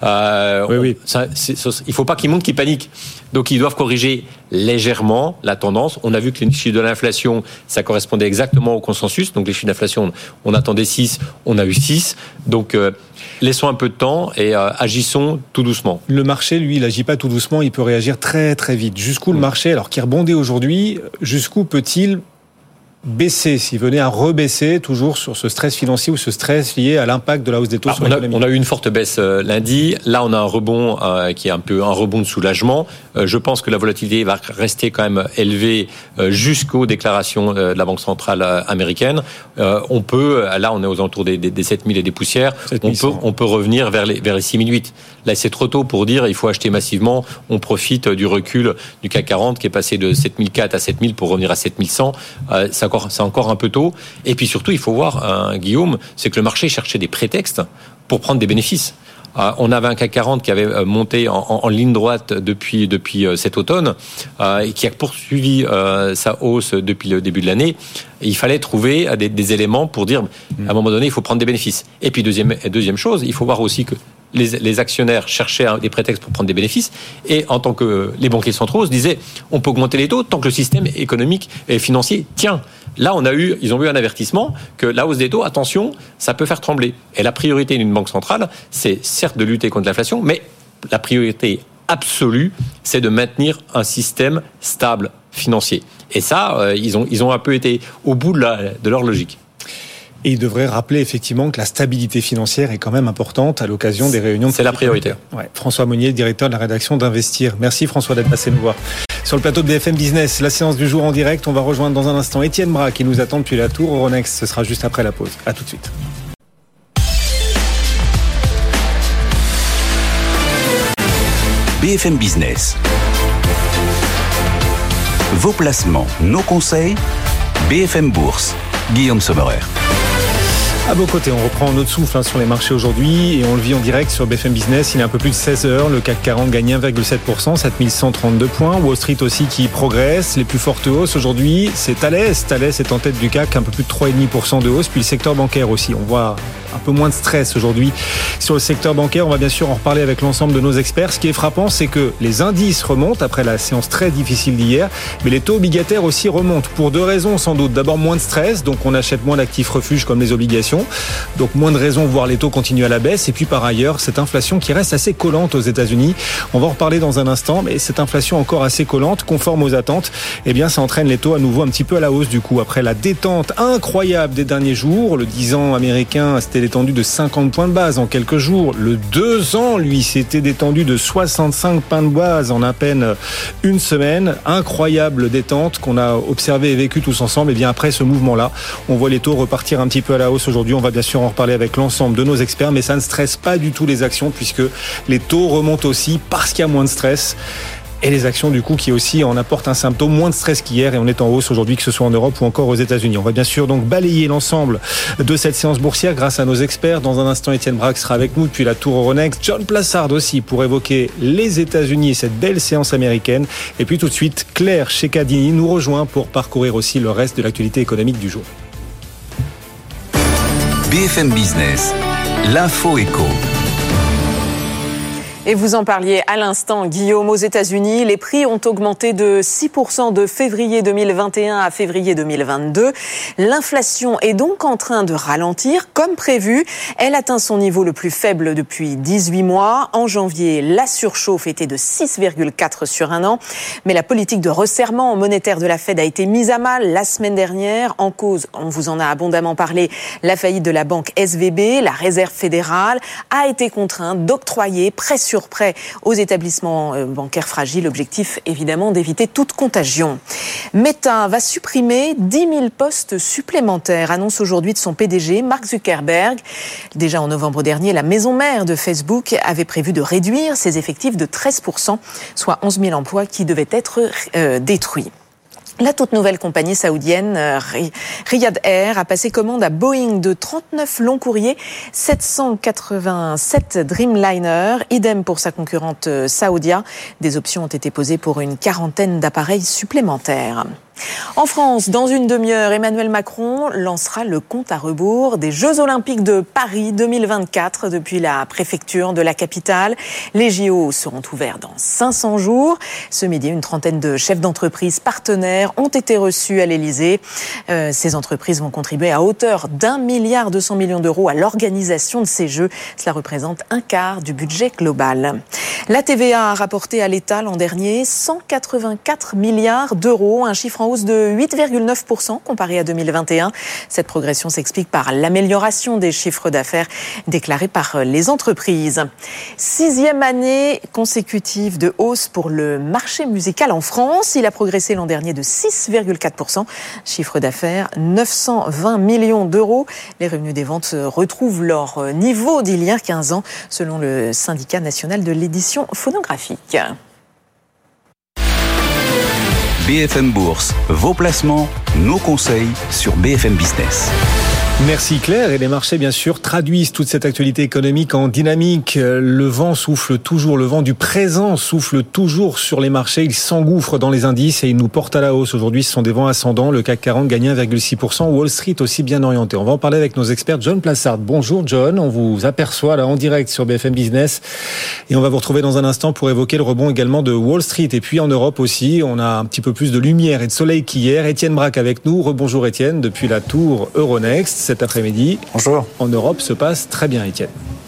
il faut pas qu'il monte, qu'il panique. Donc, ils doivent corriger légèrement la tendance. On a vu que les chiffres de l'inflation, ça correspondait exactement au consensus. Donc, les chiffres d'inflation, on attendait 6, on a eu 6. Donc, laissons un peu de temps et agissons tout doucement. Le marché, lui, il agit pas tout doucement. Il peut réagir très, très vite. Jusqu'où le marché, alors qu'il rebondit aujourd'hui, jusqu'où peut-il baisser, s'il venait à rebaisser toujours sur ce stress financier ou ce stress lié à l'impact de la hausse des taux sur l'économie? On a eu une forte baisse lundi. Là, on a un rebond qui est un peu un rebond de soulagement. Je pense que la volatilité va rester quand même élevée jusqu'aux déclarations de la Banque centrale américaine. Là, on est aux alentours des 7000 et des poussières. On peut revenir vers les 6008. Là, c'est trop tôt pour dire il faut acheter massivement. On profite du recul du CAC 40 qui est passé de 7004 à 7000 pour revenir à 7100. C'est encore un peu tôt. Et puis surtout, il faut voir, Guillaume, c'est que le marché cherchait des prétextes pour prendre des bénéfices. On avait un CAC 40 qui avait monté en ligne droite depuis cet automne et qui a poursuivi sa hausse depuis le début de l'année. Et il fallait trouver des éléments pour dire, à un moment donné, il faut prendre des bénéfices. Et puis deuxième chose, il faut voir aussi que les actionnaires cherchaient des prétextes pour prendre des bénéfices, et en tant que les banquiers centraux se disaient on peut augmenter les taux tant que le système économique et financier tient. Là, ils ont eu un avertissement que la hausse des taux, attention, ça peut faire trembler. Et la priorité d'une banque centrale, c'est certes de lutter contre l'inflation, mais la priorité absolue, c'est de maintenir un système stable financier. Et ça, ils ont un peu été au bout de leur logique. Et il devrait rappeler effectivement que la stabilité financière est quand même importante à l'occasion des réunions. C'est la priorité. Ouais. François Monnier, directeur de la rédaction d'Investir. Merci François d'être passé nous voir. Sur le plateau de BFM Business, la séance du jour en direct. On va rejoindre dans un instant Étienne Bras qui nous attend depuis la tour Euronext. Ce sera juste après la pause. À tout de suite. BFM Business. Vos placements, nos conseils. BFM Bourse. Guillaume Sommerer. À vos côtés, on reprend notre souffle sur les marchés aujourd'hui et on le vit en direct sur BFM Business. Il est un peu plus de 16 heures. Le CAC 40 gagne 1,7%, 7132 points. Wall Street aussi qui progresse. Les plus fortes hausses aujourd'hui, c'est Thales. Thales est en tête du CAC, un peu plus de 3,5% de hausse. Puis le secteur bancaire aussi. On voit un peu moins de stress aujourd'hui sur le secteur bancaire. On va bien sûr en reparler avec l'ensemble de nos experts. Ce qui est frappant, c'est que les indices remontent après la séance très difficile d'hier, mais les taux obligataires aussi remontent pour deux raisons sans doute. D'abord moins de stress, donc on achète moins d'actifs refuges comme les obligations, donc moins de raisons de voir les taux continuer à la baisse. Et puis par ailleurs, cette inflation qui reste assez collante aux États-Unis. On va en reparler dans un instant, mais cette inflation encore assez collante, conforme aux attentes, eh bien ça entraîne les taux à nouveau un petit peu à la hausse du coup. Après la détente incroyable des derniers jours, le 10 ans américain s'était détendu de 50 points de base en quelques jours. Le 2 ans, lui, s'était détendu de 65 points de base en à peine une semaine. Incroyable détente qu'on a observé et vécu tous ensemble. Et bien après ce mouvement-là, on voit les taux repartir un petit peu à la hausse aujourd'hui. On va bien sûr en reparler avec l'ensemble de nos experts, mais ça ne stresse pas du tout les actions puisque les taux remontent aussi parce qu'il y a moins de stress. Et les actions du coup qui aussi en apportent un symptôme, moins de stress qu'hier, et on est en hausse aujourd'hui, que ce soit en Europe ou encore aux États-Unis. On va bien sûr donc balayer l'ensemble de cette séance boursière grâce à nos experts. Dans un instant, Étienne Braque sera avec nous depuis la tour Euronext. John Plassard aussi pour évoquer les États-Unis et cette belle séance américaine. Et puis tout de suite, Claire Ceccadini nous rejoint pour parcourir aussi le reste de l'actualité économique du jour. BFM Business, l'info éco. Et vous en parliez à l'instant, Guillaume, aux États-Unis, les prix ont augmenté de 6% de février 2021 à février 2022. L'inflation est donc en train de ralentir, comme prévu. Elle atteint son niveau le plus faible depuis 18 mois. En janvier, la surchauffe était de 6,4 sur un an. Mais la politique de resserrement monétaire de la Fed a été mise à mal la semaine dernière. En cause, on vous en a abondamment parlé, la faillite de la banque SVB, la Réserve fédérale, a été contrainte d'octroyer prêt sur prêt aux établissements bancaires fragiles. Objectif, évidemment, d'éviter toute contagion. Meta va supprimer 10 000 postes supplémentaires, annonce aujourd'hui de son PDG, Mark Zuckerberg. Déjà en novembre dernier, la maison mère de Facebook avait prévu de réduire ses effectifs de 13%, soit 11 000 emplois qui devaient être détruits. La toute nouvelle compagnie saoudienne Riyadh Air a passé commande à Boeing de 39 longs courriers 787 Dreamliner, idem pour sa concurrente Saudia. Des options ont été posées pour une quarantaine d'appareils supplémentaires. En France, dans une demi-heure, Emmanuel Macron lancera le compte à rebours des Jeux Olympiques de Paris 2024 depuis la préfecture de la capitale. Les JO seront ouverts dans 500 jours. Ce midi, une trentaine de chefs d'entreprise partenaires ont été reçus à l'Elysée. Ces entreprises vont contribuer à hauteur d'1,2 milliard d'euros à l'organisation de ces Jeux. Cela représente un quart du budget global. La TVA a rapporté à l'État l'an dernier 184 milliards d'euros, un chiffre en hausse de 8,9% comparé à 2021. Cette progression s'explique par l'amélioration des chiffres d'affaires déclarés par les entreprises. 6e année consécutive de hausse pour le marché musical en France. Il a progressé l'an dernier de 6,4%. Chiffre d'affaires 920 millions d'euros. Les revenus des ventes retrouvent leur niveau d'il y a 15 ans, selon le syndicat national de l'édition phonographique. BFM Bourse, vos placements, nos conseils sur BFM Business. Merci Claire. Et les marchés, bien sûr, traduisent toute cette actualité économique en dynamique. Le vent souffle toujours, le vent du présent souffle toujours sur les marchés. Il s'engouffre dans les indices et il nous porte à la hausse. Aujourd'hui, ce sont des vents ascendants. Le CAC 40 gagne 1,6%. Wall Street aussi bien orienté. On va en parler avec nos experts. John Plassard. Bonjour John. On vous aperçoit là en direct sur BFM Business. Et on va vous retrouver dans un instant pour évoquer le rebond également de Wall Street. Et puis en Europe aussi, on a un petit peu plus de lumière et de soleil qu'hier. Étienne Braque avec nous. Rebonjour Étienne depuis la tour Euronext. Cet après-midi. Bonjour. En Europe se passe très bien, Étienne.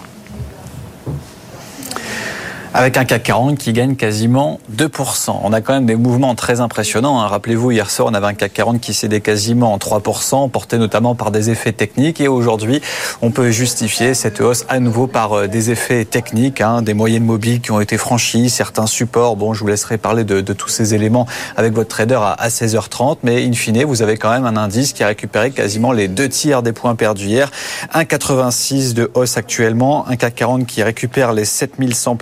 Avec un CAC 40 qui gagne quasiment 2%. On a quand même des mouvements très impressionnants. Rappelez-vous, hier soir, on avait un CAC 40 qui cédait quasiment en 3%, porté notamment par des effets techniques. Et aujourd'hui, on peut justifier cette hausse à nouveau par des effets techniques, des moyennes mobiles qui ont été franchies, certains supports. Bon, je vous laisserai parler de tous ces éléments avec votre trader à 16h30. Mais in fine, vous avez quand même un indice qui a récupéré quasiment les 2/3 des points perdus hier. 1,86 de hausse actuellement. Un CAC 40 qui récupère les 7100 points.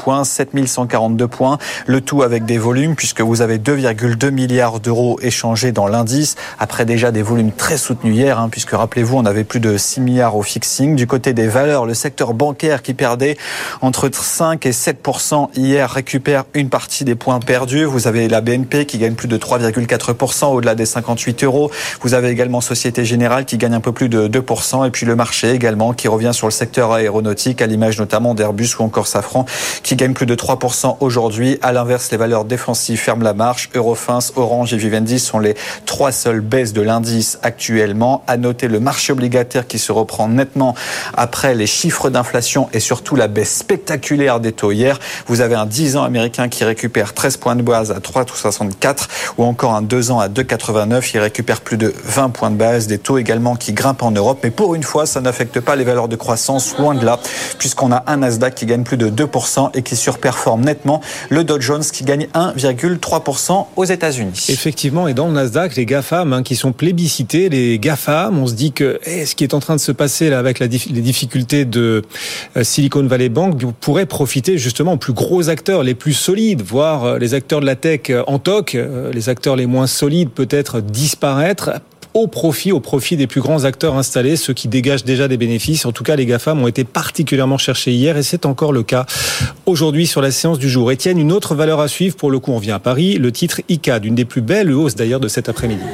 7142 points. Le tout avec des volumes, puisque vous avez 2,2 milliards d'euros échangés dans l'indice, après déjà des volumes très soutenus hier, puisque rappelez-vous, on avait plus de 6 milliards au fixing. Du côté des valeurs, le secteur bancaire qui perdait entre 5 et 7% hier récupère une partie des points perdus. Vous avez la BNP qui gagne plus de 3,4% au-delà des 58 euros. Vous avez également Société Générale qui gagne un peu plus de 2%. Et puis le marché également qui revient sur le secteur aéronautique, à l'image notamment d'Airbus ou encore Safran qui gagne plus de 3% aujourd'hui. À l'inverse, les valeurs défensives ferment la marche. Eurofins, Orange et Vivendi sont les 3 seules baisses de l'indice actuellement. À noter le marché obligataire qui se reprend nettement après les chiffres d'inflation et surtout la baisse spectaculaire des taux hier. Vous avez un 10 ans américain qui récupère 13 points de base à 3,64 ou encore un 2 ans à 2,89. Il récupère plus de 20 points de base. Des taux également qui grimpent en Europe. Mais pour une fois, ça n'affecte pas les valeurs de croissance, loin de là, puisqu'on a un Nasdaq qui gagne plus de 2% et qui surperforme nettement le Dow Jones qui gagne 1,3% aux États-Unis. Effectivement, et dans le Nasdaq, les GAFAM qui sont plébiscités, les GAFAM, on se dit que ce qui est en train de se passer là avec les difficultés de Silicon Valley Bank pourrait profiter justement aux plus gros acteurs, les plus solides, voire les acteurs de la tech en toc, les acteurs les moins solides peut-être disparaître au profit des plus grands acteurs installés, ceux qui dégagent déjà des bénéfices. En tout cas, les GAFAM ont été particulièrement cherchés hier et c'est encore le cas aujourd'hui sur la séance du jour. Étienne, une autre valeur à suivre, pour le coup on vient à Paris, le titre ICAD, une des plus belles hausses d'ailleurs de cet après-midi.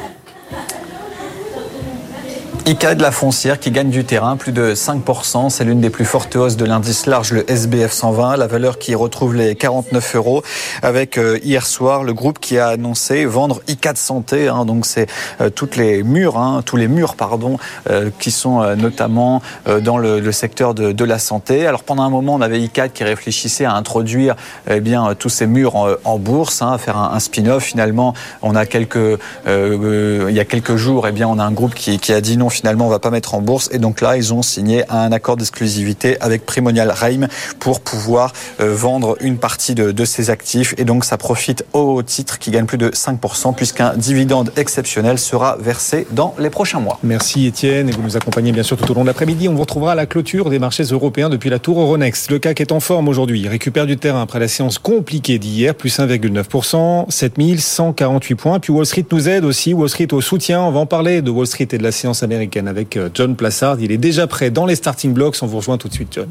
ICAD, la foncière qui gagne du terrain, plus de 5%. C'est l'une des plus fortes hausses de l'indice large, le SBF 120. La valeur qui retrouve les 49 euros avec hier soir le groupe qui a annoncé vendre ICAD Santé. Donc c'est tous les murs qui sont notamment dans le secteur de la santé. Alors pendant un moment, on avait ICAD qui réfléchissait à introduire tous ces murs en bourse, à faire un spin-off. Finalement, on a il y a quelques jours, on a un groupe qui a dit non. Finalement, on va pas mettre en bourse. Et donc là, ils ont signé un accord d'exclusivité avec Primonial Reim pour pouvoir vendre une partie de ces actifs. Et donc, ça profite au titre qui gagne plus de 5% puisqu'un dividende exceptionnel sera versé dans les prochains mois. Merci Étienne. Et vous nous accompagnez bien sûr tout au long de l'après-midi. On vous retrouvera à la clôture des marchés européens depuis la tour Euronext. Le CAC est en forme aujourd'hui. Il récupère du terrain après la séance compliquée d'hier, plus 1,9%, 7148 points. Puis Wall Street nous aide aussi. Wall Street au soutien. On va en parler de Wall Street et de la séance américaine avec John Plassard. Il est déjà prêt dans les starting blocks. On vous rejoint tout de suite, John.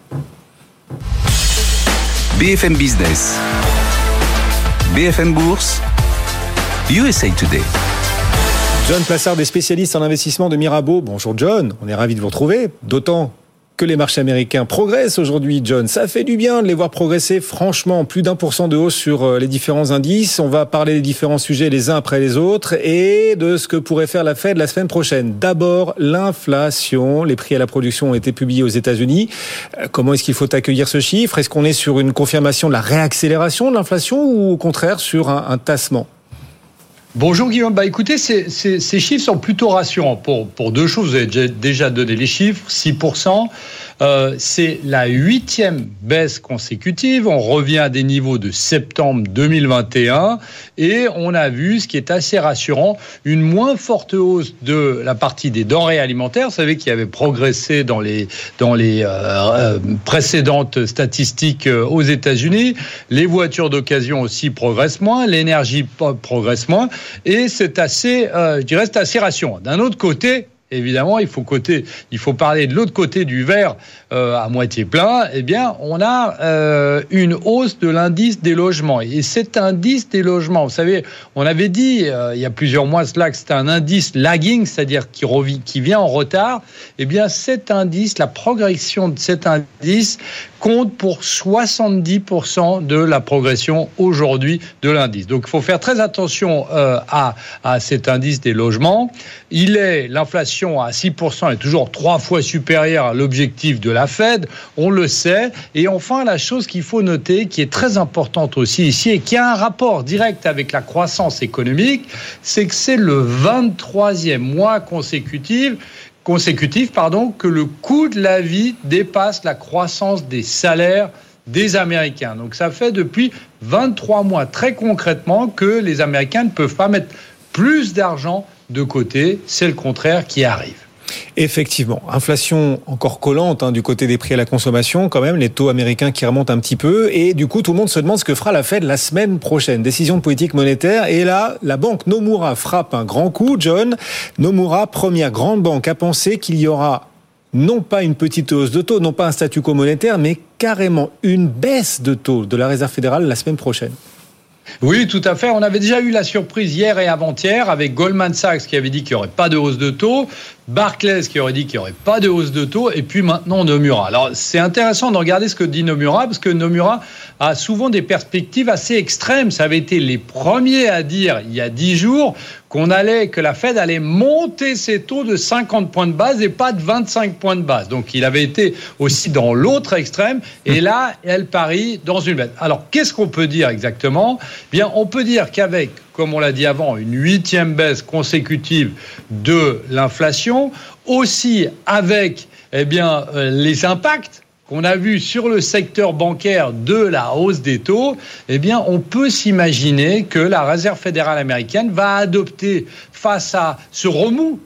BFM Business, BFM Bourse, USA Today. John Plassard est spécialiste en investissement de Mirabeau. Bonjour John, on est ravi de vous retrouver. D'autant que les marchés américains progressent aujourd'hui, John. Ça fait du bien de les voir progresser. Franchement, plus d'1% de hausse sur les différents indices. On va parler des différents sujets les uns après les autres et de ce que pourrait faire la Fed la semaine prochaine. D'abord, l'inflation. Les prix à la production ont été publiés aux États-Unis. Comment est-ce qu'il faut accueillir ce chiffre ? Est-ce qu'on est sur une confirmation de la réaccélération de l'inflation ou au contraire sur un tassement ? Bonjour Guillaume, écoutez, ces chiffres sont plutôt rassurants pour deux choses. Vous avez déjà donné les chiffres, 6%. C'est la 8e baisse consécutive. On revient à des niveaux de septembre 2021 et on a vu, ce qui est assez rassurant, une moins forte hausse de la partie des denrées alimentaires. Vous savez qu'il y avait progressé dans les précédentes statistiques aux États-Unis. Les voitures d'occasion aussi progressent moins, l'énergie progresse moins et c'est assez, c'est assez rassurant. D'un autre côté, évidemment, il faut parler de l'autre côté du verre à moitié plein. Eh bien, on a une hausse de l'indice des logements. Et cet indice des logements, vous savez, on avait dit il y a plusieurs mois cela que c'était un indice lagging, c'est-à-dire qui vient en retard. Eh bien, cet indice, la progression de cet indice compte pour 70% de la progression aujourd'hui de l'indice. Donc, il faut faire très attention à cet indice des logements. L'inflation à 6% est toujours 3 fois supérieure à l'objectif de la Fed, on le sait. Et enfin, la chose qu'il faut noter, qui est très importante aussi ici, et qui a un rapport direct avec la croissance économique, c'est que c'est le 23e mois consécutif que le coût de la vie dépasse la croissance des salaires des Américains. Donc ça fait depuis 23 mois, très concrètement, que les Américains ne peuvent pas mettre plus d'argent de côté. C'est le contraire qui arrive. Effectivement, inflation encore collante du côté des prix à la consommation quand même, les taux américains qui remontent un petit peu et du coup tout le monde se demande ce que fera la Fed la semaine prochaine. Décision de politique monétaire et là, la banque Nomura frappe un grand coup. John, Nomura, première grande banque, a pensé qu'il y aura non pas une petite hausse de taux, non pas un statu quo monétaire, mais carrément une baisse de taux de la Réserve fédérale la semaine prochaine. Oui, tout à fait. On avait déjà eu la surprise hier et avant-hier avec Goldman Sachs qui avait dit qu'il n'y aurait pas de hausse de taux, Barclays qui aurait dit qu'il n'y aurait pas de hausse de taux, et puis maintenant Nomura. Alors, c'est intéressant de regarder ce que dit Nomura, parce que Nomura a souvent des perspectives assez extrêmes. Ça avait été les premiers à dire, il y a 10 jours, que la Fed allait monter ses taux de 50 points de base et pas de 25 points de base. Donc, il avait été aussi dans l'autre extrême, et là, elle parie dans une baisse. Alors, qu'est-ce qu'on peut dire exactement ? Bien, on peut dire qu'avec, comme on l'a dit avant, une 8e baisse consécutive de l'inflation, aussi avec les impacts qu'on a vus sur le secteur bancaire de la hausse des taux, on peut s'imaginer que la Réserve fédérale américaine va adopter face à ce remous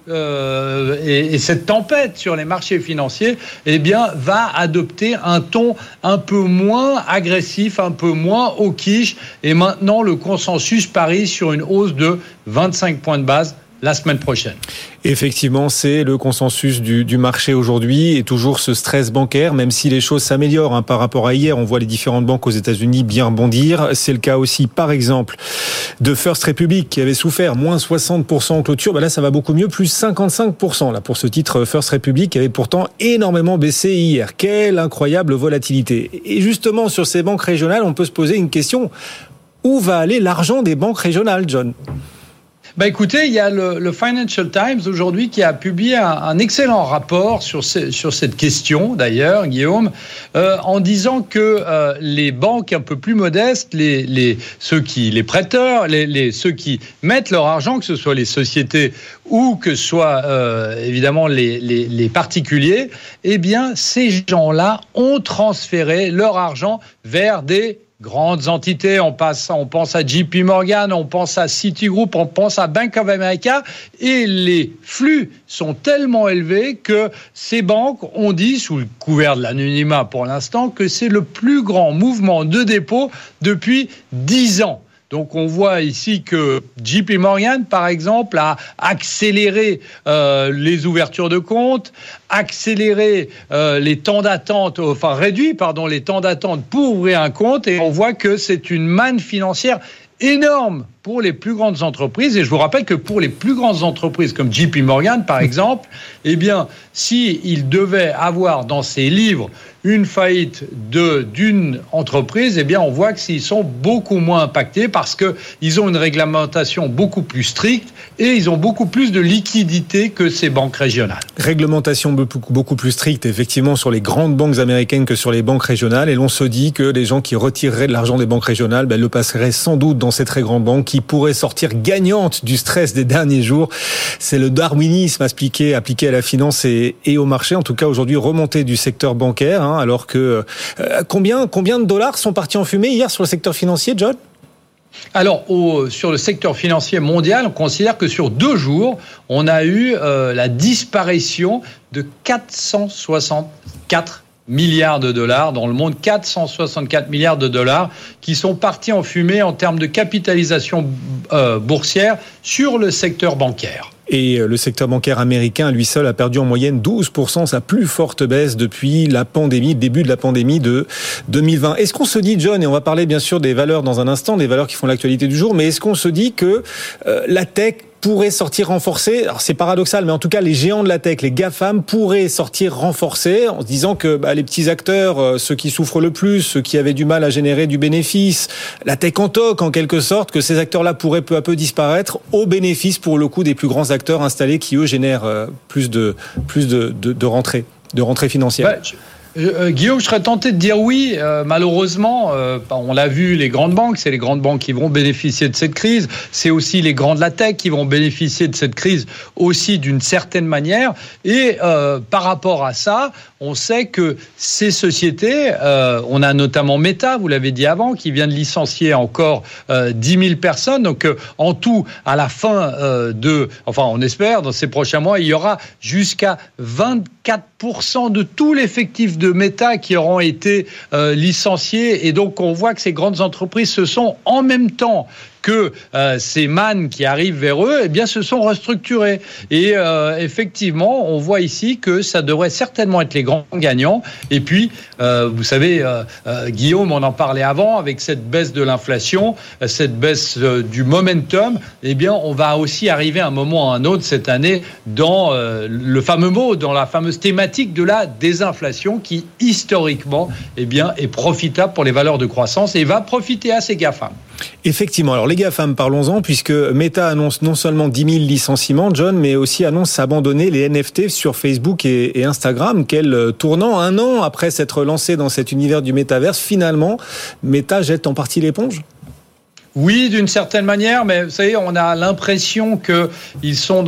et cette tempête sur les marchés financiers, va adopter un ton un peu moins agressif, un peu moins hawkish. Et maintenant, le consensus parie sur une hausse de 25 points de base la semaine prochaine. Effectivement, c'est le consensus du marché aujourd'hui et toujours ce stress bancaire, même si les choses s'améliorent par rapport à hier. On voit les différentes banques aux États-Unis bien rebondir. C'est le cas aussi, par exemple, de First Republic qui avait souffert moins 60% en clôture. Là, ça va beaucoup mieux, plus 55% là pour ce titre First Republic qui avait pourtant énormément baissé hier. Quelle incroyable volatilité. Et justement, sur ces banques régionales, on peut se poser une question. Où va aller l'argent des banques régionales, John ? Écoutez, il y a le Financial Times aujourd'hui qui a publié un excellent rapport sur cette question, d'ailleurs, Guillaume, en disant que les banques un peu plus modestes, les prêteurs, ceux qui mettent leur argent, que ce soit les sociétés ou que ce soit évidemment les particuliers, ces gens-là ont transféré leur argent vers des grandes entités. On pense à JP Morgan, on pense à Citigroup, on pense à Bank of America, et les flux sont tellement élevés que ces banques ont dit, sous le couvert de l'anonymat pour l'instant, que c'est le plus grand mouvement de dépôt depuis 10 ans. Donc on voit ici que JP Morgan, par exemple, a accéléré les ouvertures de comptes, accéléré les temps d'attente, réduit les temps d'attente pour ouvrir un compte, et on voit que c'est une manne financière énorme pour les plus grandes entreprises. Et je vous rappelle que pour les plus grandes entreprises comme JP Morgan, par exemple, s'ils devaient avoir dans ses livres une faillite d'une entreprise, on voit qu'ils sont beaucoup moins impactés parce qu'ils ont une réglementation beaucoup plus stricte et ils ont beaucoup plus de liquidité que ces banques régionales. Réglementation beaucoup plus stricte, effectivement, sur les grandes banques américaines que sur les banques régionales. Et l'on se dit que les gens qui retireraient de l'argent des banques régionales le passeraient sans doute dans ces très grandes banques qui pourraient sortir gagnantes du stress des derniers jours. C'est le darwinisme appliqué à la finance et au marché. En tout cas, aujourd'hui, remontée du secteur bancaire, alors que combien de dollars sont partis en fumée hier sur le secteur financier, John ? Alors, sur le secteur financier mondial, on considère que sur 2 jours, on a eu la disparition de 464 milliards de dollars dans le monde, 464 milliards de dollars qui sont partis en fumée en termes de capitalisation boursière sur le secteur bancaire. Et le secteur bancaire américain, lui seul, a perdu en moyenne 12%, sa plus forte baisse depuis la pandémie, début de la pandémie de 2020. Est-ce qu'on se dit, John, et on va parler bien sûr des valeurs dans un instant, des valeurs qui font l'actualité du jour, mais est-ce qu'on se dit que la tech pourrait sortir renforcée? Alors c'est paradoxal, mais en tout cas les géants de la tech, les GAFAM, pourraient sortir renforcés en se disant que les petits acteurs, ceux qui souffrent le plus, ceux qui avaient du mal à générer du bénéfice, la tech en toc en quelque sorte, que ces acteurs-là pourraient peu à peu disparaître au bénéfice pour le coup des plus grands acteurs installés qui eux génèrent plus de rentrées financières. Guillaume, je serais tenté de dire oui. Malheureusement, on l'a vu, les grandes banques, c'est les grandes banques qui vont bénéficier de cette crise. C'est aussi les grands de la tech qui vont bénéficier de cette crise aussi d'une certaine manière. Et par rapport à ça, on sait que ces sociétés, on a notamment Meta, vous l'avez dit avant, qui vient de licencier encore 10 000 personnes. Donc en tout, à la fin on espère, dans ces prochains mois, il y aura jusqu'à 24% de tout l'effectif de Meta qui auront été licenciés. Et donc, on voit que ces grandes entreprises se sont, en même temps que ces mannes qui arrivent vers eux, se sont restructurés. Et effectivement, on voit ici que ça devrait certainement être les grands gagnants. Et puis, vous savez, Guillaume, on en parlait avant, avec cette baisse de l'inflation, cette baisse du momentum, on va aussi arriver à un moment ou à un autre cette année dans le fameux mot, dans la fameuse thématique de la désinflation qui, historiquement, est profitable pour les valeurs de croissance et va profiter à ces GAFAM. Effectivement. Alors les GAFAM, parlons-en, puisque Meta annonce non seulement 10 000 licenciements, John, mais aussi annonce abandonner les NFT sur Facebook et Instagram. Quel tournant, 1 an après s'être lancé dans cet univers du métaverse, finalement, Meta jette en partie l'éponge ? Oui, d'une certaine manière, mais vous savez, on a l'impression qu'ils sont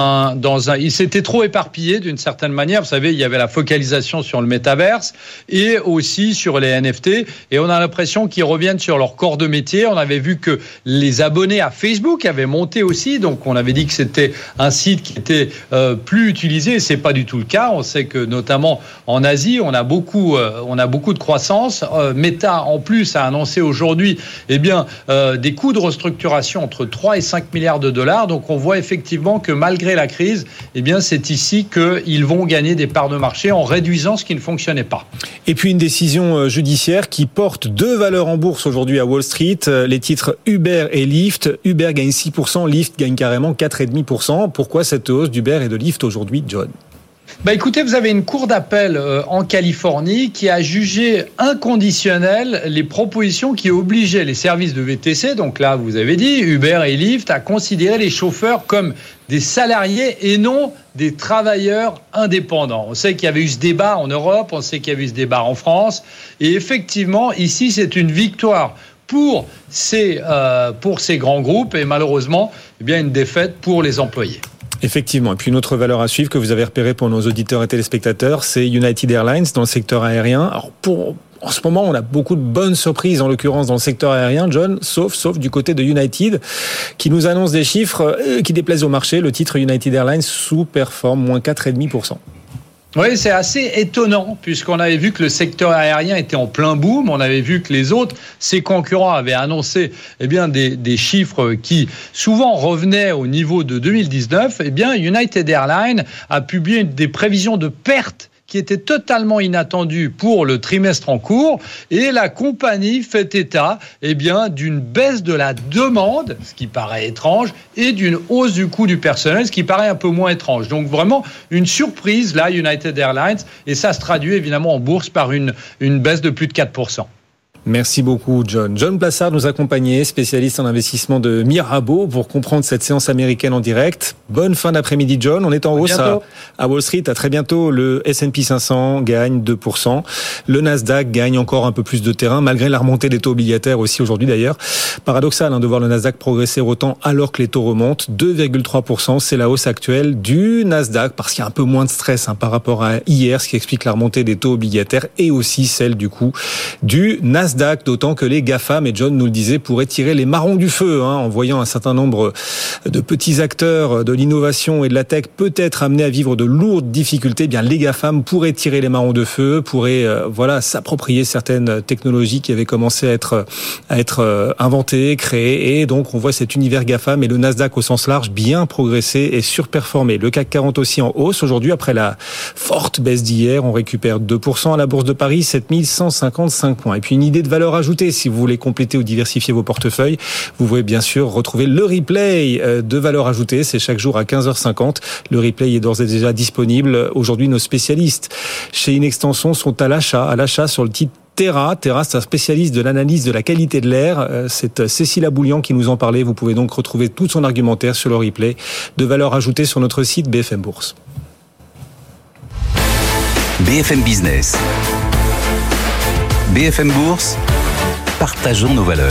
ils s'étaient trop éparpillés d'une certaine manière. Vous savez, il y avait la focalisation sur le métaverse et aussi sur les NFT, et on a l'impression qu'ils reviennent sur leur corps de métier. On avait vu que les abonnés à Facebook avaient monté aussi, donc on avait dit que c'était un site qui était plus utilisé, et c'est pas du tout le cas. On sait que notamment en Asie, on a beaucoup de croissance. Meta, en plus, a annoncé aujourd'hui, des coûts de restructuration entre 3 et 5 milliards de dollars. Donc on voit effectivement que malgré la crise, c'est ici qu'ils vont gagner des parts de marché en réduisant ce qui ne fonctionnait pas. Et puis une décision judiciaire qui porte 2 valeurs en bourse aujourd'hui à Wall Street, les titres Uber et Lyft. Uber gagne 6%, Lyft gagne carrément 4,5%. Pourquoi cette hausse d'Uber et de Lyft aujourd'hui, John ? Écoutez, vous avez une cour d'appel en Californie qui a jugé inconditionnel les propositions qui obligeaient les services de VTC, donc là vous avez dit Uber et Lyft, à considérer les chauffeurs comme des salariés et non des travailleurs indépendants. On sait qu'il y avait eu ce débat en Europe, on sait qu'il y avait eu ce débat en France, et effectivement ici c'est une victoire pour ces grands groupes et malheureusement une défaite pour les employés. Effectivement. Et puis une autre valeur à suivre que vous avez repérée pour nos auditeurs et téléspectateurs, c'est United Airlines dans le secteur aérien. Alors en ce moment, on a beaucoup de bonnes surprises, en l'occurrence dans le secteur aérien, John, sauf du côté de United, qui nous annonce des chiffres qui déplaisent au marché. Le titre United Airlines sous-performe, moins 4,5%. Oui, c'est assez étonnant, puisqu'on avait vu que le secteur aérien était en plein boom. On avait vu que ses concurrents avaient annoncé des chiffres qui souvent revenaient au niveau de 2019. United Airlines a publié des prévisions de pertes qui était totalement inattendu pour le trimestre en cours, et la compagnie fait état d'une baisse de la demande, ce qui paraît étrange, et d'une hausse du coût du personnel, ce qui paraît un peu moins étrange. Donc vraiment une surprise là, United Airlines, et ça se traduit évidemment en bourse par une baisse de plus de 4%. Merci beaucoup, John. John Plassard nous accompagnait, spécialiste en investissement de Mirabeau, pour comprendre cette séance américaine en direct. Bonne fin d'après-midi, John. On est en hausse à Wall Street. À très bientôt. Le S&P 500 gagne 2%. Le Nasdaq gagne encore un peu plus de terrain, malgré la remontée des taux obligataires aussi aujourd'hui d'ailleurs. Paradoxal de voir le Nasdaq progresser autant alors que les taux remontent. 2,3%, c'est la hausse actuelle du Nasdaq, parce qu'il y a un peu moins de stress par rapport à hier, ce qui explique la remontée des taux obligataires et aussi celle du coup du Nasdaq. D'autant que les GAFAM, et John nous le disait, pourraient tirer les marrons du feu, en voyant un certain nombre de petits acteurs de l'innovation et de la tech peut-être amenés à vivre de lourdes difficultés. Les GAFAM pourraient tirer les marrons de feu, pourraient s'approprier certaines technologies qui avaient commencé à être inventées, créées, et donc on voit cet univers GAFAM et le Nasdaq au sens large bien progresser et surperformer. Le CAC 40 aussi en hausse aujourd'hui après la forte baisse d'hier. On récupère 2% à la Bourse de Paris, 7155 points. Et puis une idée de valeur ajoutée, si vous voulez compléter ou diversifier vos portefeuilles, vous pouvez bien sûr retrouver le replay de valeur ajoutée. C'est chaque jour à 15h50. Le replay est d'ores et déjà disponible. Aujourd'hui, nos spécialistes chez Inextenson sont à l'achat sur le titre Terra. Terra, c'est un spécialiste de l'analyse de la qualité de l'air. C'est Cécile Aboulian qui nous en parlait. Vous pouvez donc retrouver tout son argumentaire sur le replay de valeur ajoutée sur notre site BFM Bourse. BFM Business, BFM Bourse, partageons nos valeurs.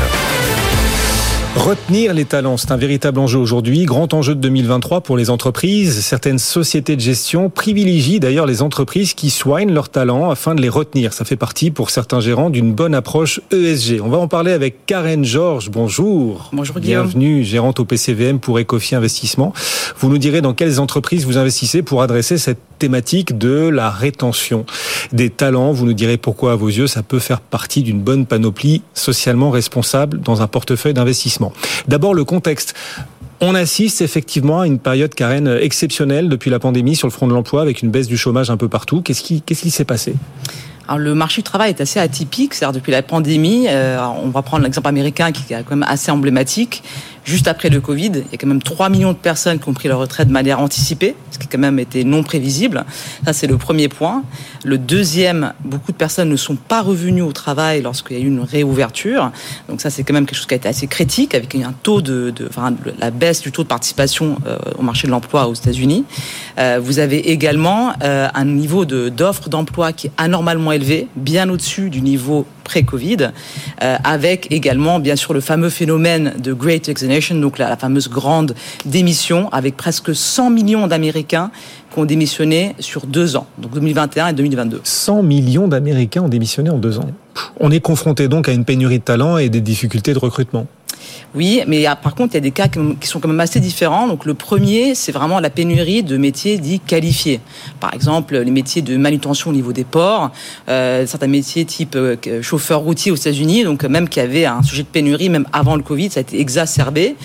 Retenir les talents, c'est un véritable enjeu aujourd'hui, grand enjeu de 2023 pour les entreprises. Certaines sociétés de gestion privilégient d'ailleurs les entreprises qui soignent leurs talents afin de les retenir. Ça fait partie pour certains gérants d'une bonne approche ESG. On va en parler avec Karen Georges. Bonjour. Bonjour Guillaume. Bienvenue, gérante au PCVM pour Ecofi Investissement. Vous nous direz dans quelles entreprises vous investissez pour adresser cette thématique de la rétention des talents. Vous nous direz pourquoi, à vos yeux, ça peut faire partie d'une bonne panoplie socialement responsable dans un portefeuille d'investissement. D'abord, le contexte. On assiste effectivement à une période, Karen, exceptionnelle depuis la pandémie sur le front de l'emploi, avec une baisse du chômage un peu partout. Qu'est-ce qui s'est passé ? Alors, le marché du travail est assez atypique, c'est-à-dire depuis la pandémie, on va prendre l'exemple américain qui est quand même assez emblématique. Juste après le Covid, il y a quand même 3 millions de personnes qui ont pris leur retraite de manière anticipée, ce qui quand même était non prévisible. Ça, c'est le premier point. Le deuxième, beaucoup de personnes ne sont pas revenues au travail lorsqu'il y a eu une réouverture. Donc ça, c'est quand même quelque chose qui a été assez critique, avec un taux la baisse du taux de participation au marché de l'emploi aux États-Unis. Vous avez également un niveau d'offre d'emploi qui est anormalement élevé, bien au-dessus du niveau pré-Covid, avec également, bien sûr, le fameux phénomène de Great Resignation, donc la fameuse grande démission, avec presque 100 millions d'Américains qui ont démissionné sur 2 ans, donc 2021 et 2022. 100 millions d'Américains ont démissionné en 2 ans. On est confronté donc à une pénurie de talents et des difficultés de recrutement. Oui, mais par contre, il y a des cas qui sont quand même assez différents. Donc, le premier, c'est vraiment la pénurie de métiers dits qualifiés. Par exemple, les métiers de manutention au niveau des ports, certains métiers type chauffeur routier aux États-Unis, donc même qu'il y avait un sujet de pénurie, même avant le Covid, ça a été exacerbé.